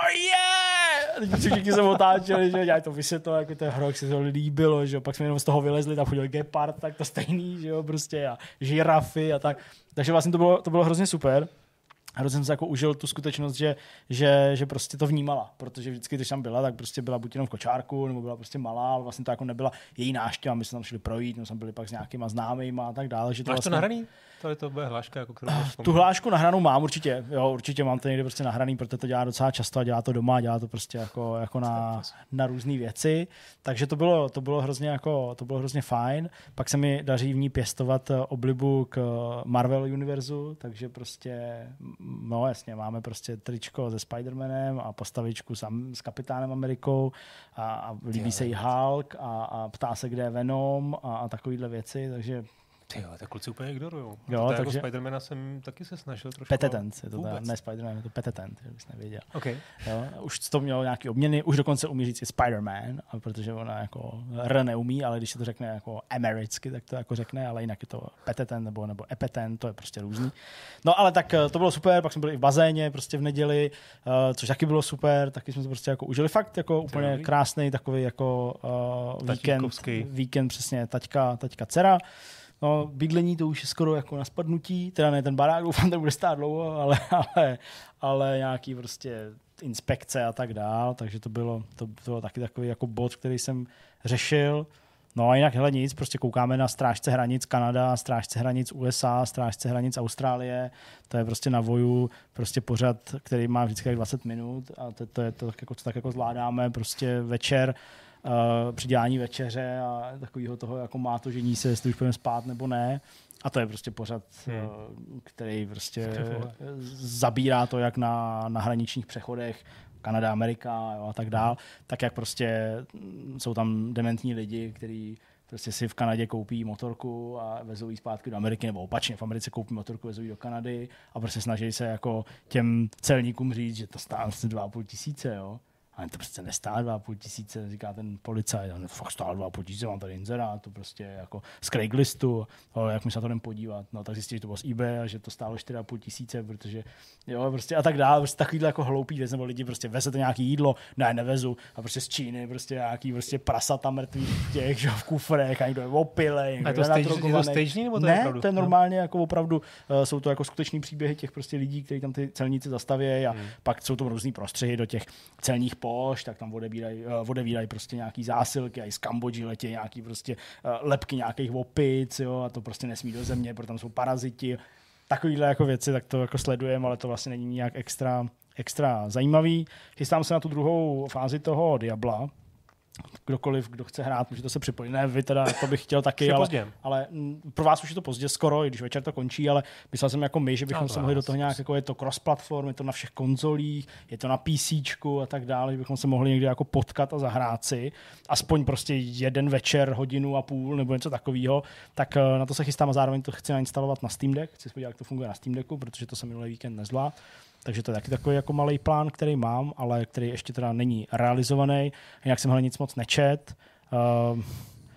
je? A teď všichni se otáčeli, že já to vysvětlil, jako ten hroch se to líbilo, že jo, pak jsme jenom z toho vylezli, tam chodil gepard, tak to stejný, že jo, prostě a žirafy a tak. Takže vlastně to bylo, to bylo hrozně super. Hrozně jsem se jako užil tu skutečnost, že, že, že prostě to vnímala, protože vždycky, když tam byla, tak prostě byla buď jenom v kočárku, nebo byla prostě malá, ale vlastně to jako nebyla její návštěva, my jsme tam šli projít, nebo jsme byli pak s nějakýma známýma a tak dále. Že to Máš vlastně... to nahraný? To je to bude hláška, jako kterou máš. Tu hlášku nahranou mám určitě, jo, určitě mám to někde prostě nahraný, protože to dělá docela často a dělá to doma, dělá to prostě jako, jako na, na různé věci, takže to bylo, to bylo hrozně jako, to bylo hrozně fajn. Pak se mi daří v ní pěstovat oblibu k Marvel univerzu, takže prostě, no jasně, máme prostě tričko se Spider-Manem a postavičku s, s Kapitánem Amerikou a, a líbí se jí Hulk a, a ptá se, kde je Venom a, a takovýhle věci, takže ty jo, tak kluci úplně ignorujou. Jo, to takže... jako Spider-Mana jsem taky se snažil trošku. Petetent, je to ta, ne Spider-Man, je to Petetent, že bys nevěděl. Okay. Jo, už to mělo nějaký obměny, už dokonce umí říct i Spider-Man, protože ona jako R neumí, ale když se to řekne jako americky, tak to jako řekne, ale jinak je to Petetent nebo, nebo Epetent, to je prostě různý. No ale tak to bylo super, pak jsme byli i v bazéně prostě v neděli, což taky bylo super, taky jsme to prostě jako užili. Fakt jako úplně krásný takový jako uh, víkend, víkend přesně taťka, taťka dcera. No, bydlení to už je skoro jako na spadnutí, teda ne ten barák, doufám, to bude stát dlouho, ale, ale, ale nějaký prostě inspekce a tak dál, takže to bylo, to, to bylo taky takový jako bod, který jsem řešil. No a jinak hele nic, prostě koukáme na Strážce hranic Kanada, Strážce hranic U S A, Strážce hranic Austrálie, to je prostě na voju, prostě pořad, který má vždycky dvacet minut a to, to je to, tak jako, to tak jako zvládáme, prostě večer, Uh, při dělání večeře a takového toho, jako má to žení se, jestli už půjdeme spát nebo ne. A to je prostě pořad, hmm. uh, který prostě zabírá to, jak na, na hraničních přechodech Kanada, Amerika, jo, a tak dál, tak jak prostě jsou tam dementní lidi, kteří prostě si v Kanadě koupí motorku a vezou ji zpátky do Ameriky, nebo opačně, v Americe koupí motorku, vezou ji do Kanady a prostě snaží se jako těm celníkům říct, že to stále vlastně dva a půl tisíce, jo. Ale to prostě nestále dva a půl tisíce, říká ten policajt, ale fakt stále dva a půl tisíce, mám tady inzerát, to prostě jako z Craigslistu, ale jak my se na to jdem podívat, no tak zjistí, že to bylo z eBay a že to stálo čtyři a půl tisíce, protože jo, prostě a tak dále, prostě takovýhle jako hloupý věc, nebo lidi prostě vezete nějaký jídlo, ne, nevezu, a prostě z Číny, prostě nějaký prostě prasata mrtvý těch, že v kufrech, a někdo je opilej, a to stagení, nebo to ne, je opravdu? to je normálně no. Jako opravdu, uh, jsou to jako skutečný příběhy těch prostě lidí, kteří tam ty celníci zastavějí a hmm. pak jsou to různý prostřihy do těch celních pošt, tak tam odevírají uh, odevírají prostě nějaký zásilky, a i z Kambodži letí nějaký prostě uh, lepky nějakých opic, jo, a to prostě nesmí do země, protože tam jsou paraziti. Takovýhle jako věci, tak to jako sledujeme, ale to vlastně není nějak extra, extra zajímavý. Chystám se na tu druhou fázi toho Diabla. Kdokoliv, kdo chce hrát, může to se připojit. Ne, vy teda, to bych chtěl taky, ale, ale pro vás už je to pozdě skoro, i když večer to končí, ale myslel jsem jako my, že bychom no, se mohli do toho nějak, jako je to cross-platform, je to na všech konzolích, je to na PCčku a tak dále, že bychom se mohli někdy jako potkat a zahrát si, aspoň prostě jeden večer, hodinu a půl nebo něco takového, tak na to se chystám a zároveň to chci nainstalovat na Steam Deck, chci podívat, jak to funguje na Steam Decku, protože to jsem minulý víkend nezvládl. Takže to je taky takový jako malý plán, který mám, ale který ještě teda není realizovaný. Jinak jsem hele nic moc nečet. Uh,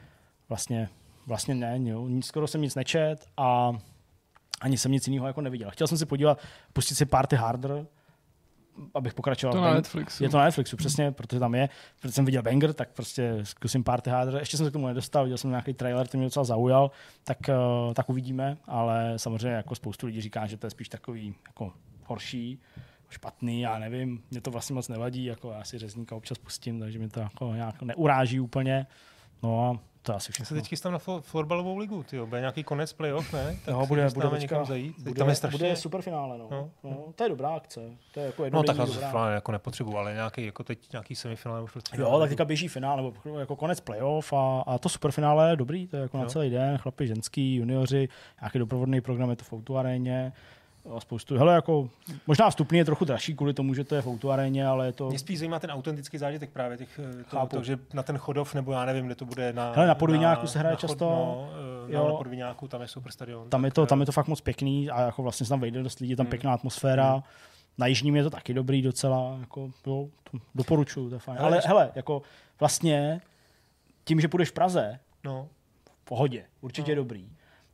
vlastně, vlastně ne, jo. Skoro jsem nic nečet a ani jsem nic jiného jako neviděl. Chtěl jsem si podívat, pustit si Party Harder, abych pokračoval. To na Netflixu. Je to na Netflixu, přesně, protože tam je. Protože jsem viděl Banger, tak prostě zkusím Party Harder. Ještě jsem se k tomu nedostal, viděl jsem nějaký trailer, ten mě docela zaujal, tak, uh, tak uvidíme, ale samozřejmě jako spoustu lidí říká, že to je spíš takový jako horší, špatný, já nevím, mě to vlastně moc nevadí, jako já si Řezníka občas pustím, takže mě to jako nějak neuráží úplně. No a to asi všechno. Já se teď chystám na florbalovou ligu, tyjo. Bude nějaký konec playoff, ne? Tak no, bude, bude někam zajít. Bude, tam je strašně... bude superfinále, no. No, no. To je dobrá akce. To je jako no tak dobrá. Jako nepotřebuji, ale nějaký, jako teď nějaký semifinále už prostě. Jo, tak teďka běží finál, nebo jako konec playoff a, a to superfinále je dobrý, to je jako jo. Na celý den, chlapi, ženský, junioři, nějaký doprovodný program, je to v Outu aréně. Spoustu. Hele, jako, možná vstupný je trochu dražší kvůli tomu, že to je v Outu aréně, ale je to... Mě spíš zajímá ten autentický zážitek právě těch, to, to, že na ten Chodov, nebo já nevím, kde to bude na... Hele, na Podviňáku se hraje na, často. No, jo, na Podviňáku, tam je super stadion. Tam, tak, je to, tam je to fakt moc pěkný a jako vlastně se tam vejde dost lidí, tam hmm. pěkná atmosféra. Hmm. Na Jižním je to taky dobrý docela, jako, jo, to doporučuju, to je fajn. Ale, ale hele, jako vlastně tím, že půjdeš v Praze, no. v pohodě, určitě no. dobrý,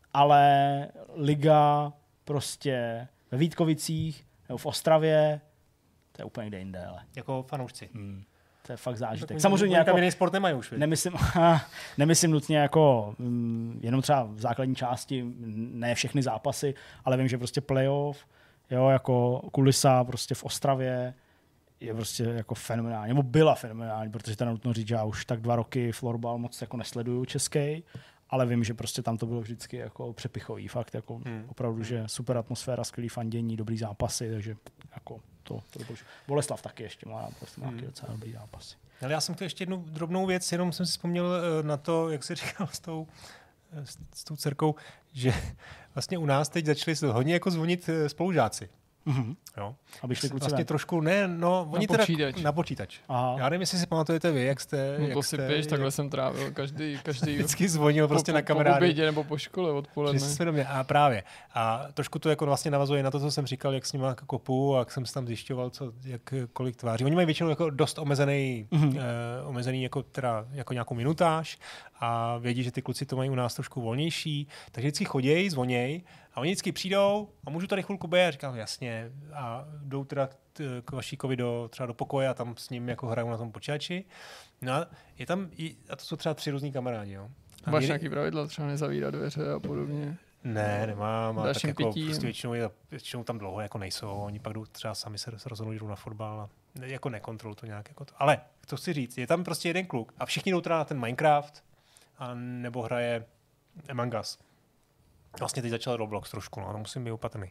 ale liga prostě ve Vítkovicích nebo v Ostravě, to je úplně někde jinde, ale. Jako fanoušci. Hmm. To je fakt zážitek. Tak samozřejmě jako, jiný sport nemají už. Nemyslím, nemyslím nutně jako um, jenom třeba v základní části, ne všechny zápasy, ale vím, že prostě playoff, jo, jako kulisa prostě v Ostravě je prostě jako fenomenální, nebo byla fenomenální, protože to nutno říct, že já už tak dva roky florbal moc jako nesleduju český, ale vím, že prostě tam to bylo vždycky jako přepichový, fakt jako hmm. opravdu, že super atmosféra, skvělý fandění, dobrý zápasy, takže jako to, to doporučuji. Boleslav taky ještě má prostě nějaký hmm. docela dobrý zápasy. Ale já jsem chtěl ještě jednu drobnou věc, jenom jsem si vzpomněl na to, jak jsi říkal s tou, s, s tou dcerkou, že vlastně u nás teď začali hodně jako zvonit spolužáci. Mm-hmm. Jo. Aby šli kluci vlastně ven. trošku, ne, no, oni na teda počítač. na počítač. Aha. Já nevím, jestli si pamatujete vy, jak jste... No jak to si jste, pěš, jak... takhle jsem trávil každý, každý vždycky zvonil prostě po, na kamarády. Po obědě nebo po škole odpoledne. Svědomě. A právě. A trošku to jako vlastně navazuje na to, co jsem říkal, jak s nimi kopu a jak jsem se tam zjišťoval, co, jak, kolik tváří. Oni mají většinou jako dost omezený, mm-hmm. eh, omezený jako, teda, jako nějakou minutáž a vědí, že ty kluci to mají u nás trošku volnější, takže vždycky chodějí, zvonějí a oni vždycky přijdou a můžu tady chvilku být a říkám jasně a jdou teda k Vašíkovi do, třeba do pokoje a tam s ním jako hrajou na tom počítači. No a je tam, i, a to jsou třeba tři různý kamarádi, jo. A máš jde... nějaký pravidla, třeba nezavírat dveře a podobně? Ne, nemám. Dáš tak jako pití, prostě většinou, je, většinou tam dlouho jako nejsou. Oni pak jdou třeba sami se rozhodnou, jdou na fotbal a ne, jako nekontrolují to nějak. Jako to. Ale to chci říct, je tam prostě jeden kluk a všichni jdou teda na ten Minecraft a nebo hraje Among Us. Vlastně teď začal Roblox trošku, no, to musím být opatrný.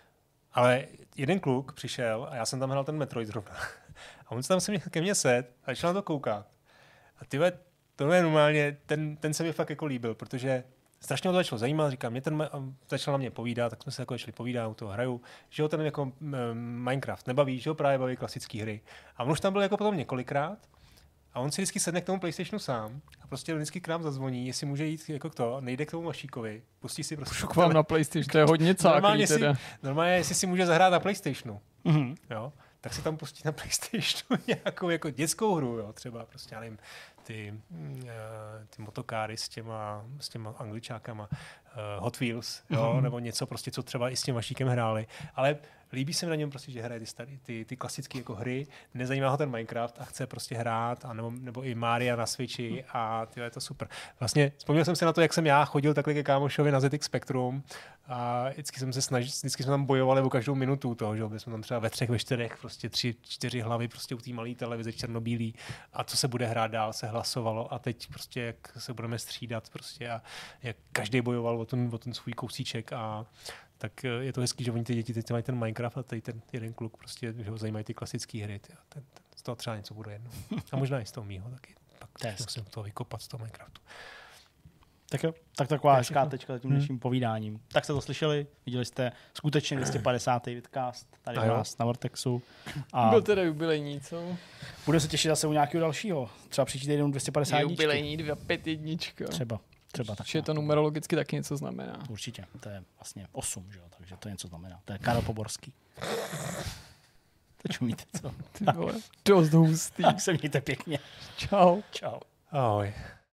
Ale jeden kluk přišel a já jsem tam hrál ten Metroid zrovna. A on se tam se ke mně set a začal na to koukat. A tyhle, to je normálně, ten, ten se mi fakt jako líbil, protože strašně ho to začalo zajímat, říkám, mě ten začal na mě povídat, tak jsme se jako začali povídat, u toho hraju, že ho ten jako Minecraft nebaví, že ho právě baví klasické hry. A on už tam byl jako potom několikrát a on si vždycky sedne k tomu PlayStationu sám a prostě vždycky k nám zazvoní, jestli může jít jako k to, nejde k tomu Vašíkovi, pustí si prostě... Šuk vám na PlayStation, to je hodně cáklý normálně teda. Si, normálně, jestli si může zahrát na PlayStationu, Mm-hmm. jo, tak si tam pustí na PlayStationu nějakou jako dětskou hru, jo, třeba prostě, já nevím, ty, uh, ty motokáry s těma, s těma angličákama, uh, Hot Wheels, jo, mm-hmm. nebo něco prostě, co třeba i s tím Vašíkem hráli, ale líbí se mi na něm prostě, že hraje ty, starý, ty, ty klasické jako hry, nezajímá ho ten Minecraft a chce prostě hrát, a nebo, nebo i Maria na Switchi a tyhle, je to super. Vlastně vzpomněl jsem si na to, jak jsem já chodil takhle ke kámošovi na Z X Spectrum a vždycky jsem se snažil, vždycky jsme tam bojovali o každou minutu toho, že byli jsme tam třeba ve třech, ve čtyřech, prostě tři, čtyři hlavy prostě u té malé televize černobílý a co se bude hrát dál, se hlasovalo a teď prostě jak se budeme střídat prostě a jak každý bojoval o ten, o ten svůj kousíček a tak je to hezký, že oni ty děti teď mají ten Minecraft a tady ten jeden kluk prostě, že ho zajímají ty klasické hry. Ty, ten, ten, z toho třeba něco bude jedno. A možná i z toho mýho taky. Pak musím toho vykopat z toho Minecraftu. Tak jo, tak taková hezká tečka za tím dnešním hmm. povídáním. Tak jste to slyšeli, viděli jste skutečně dvě stě padesátý vidcast tady u nás na Vortexu. A byl teda jubilejní, co? Budeme se těšit zase u nějakého dalšího. Třeba příští týden dvě stě padesát. Jubilejní dvě pět jednička. Třeba. Třeba tak. Je to numerologicky taky něco znamená. Určitě, to je vlastně osm, že jo, takže to něco znamená. To je Karel Poborský. To čumíte, co? Ty vole, dost hustý. Tak se mějte pěkně. Čau. Čau. Ahoj.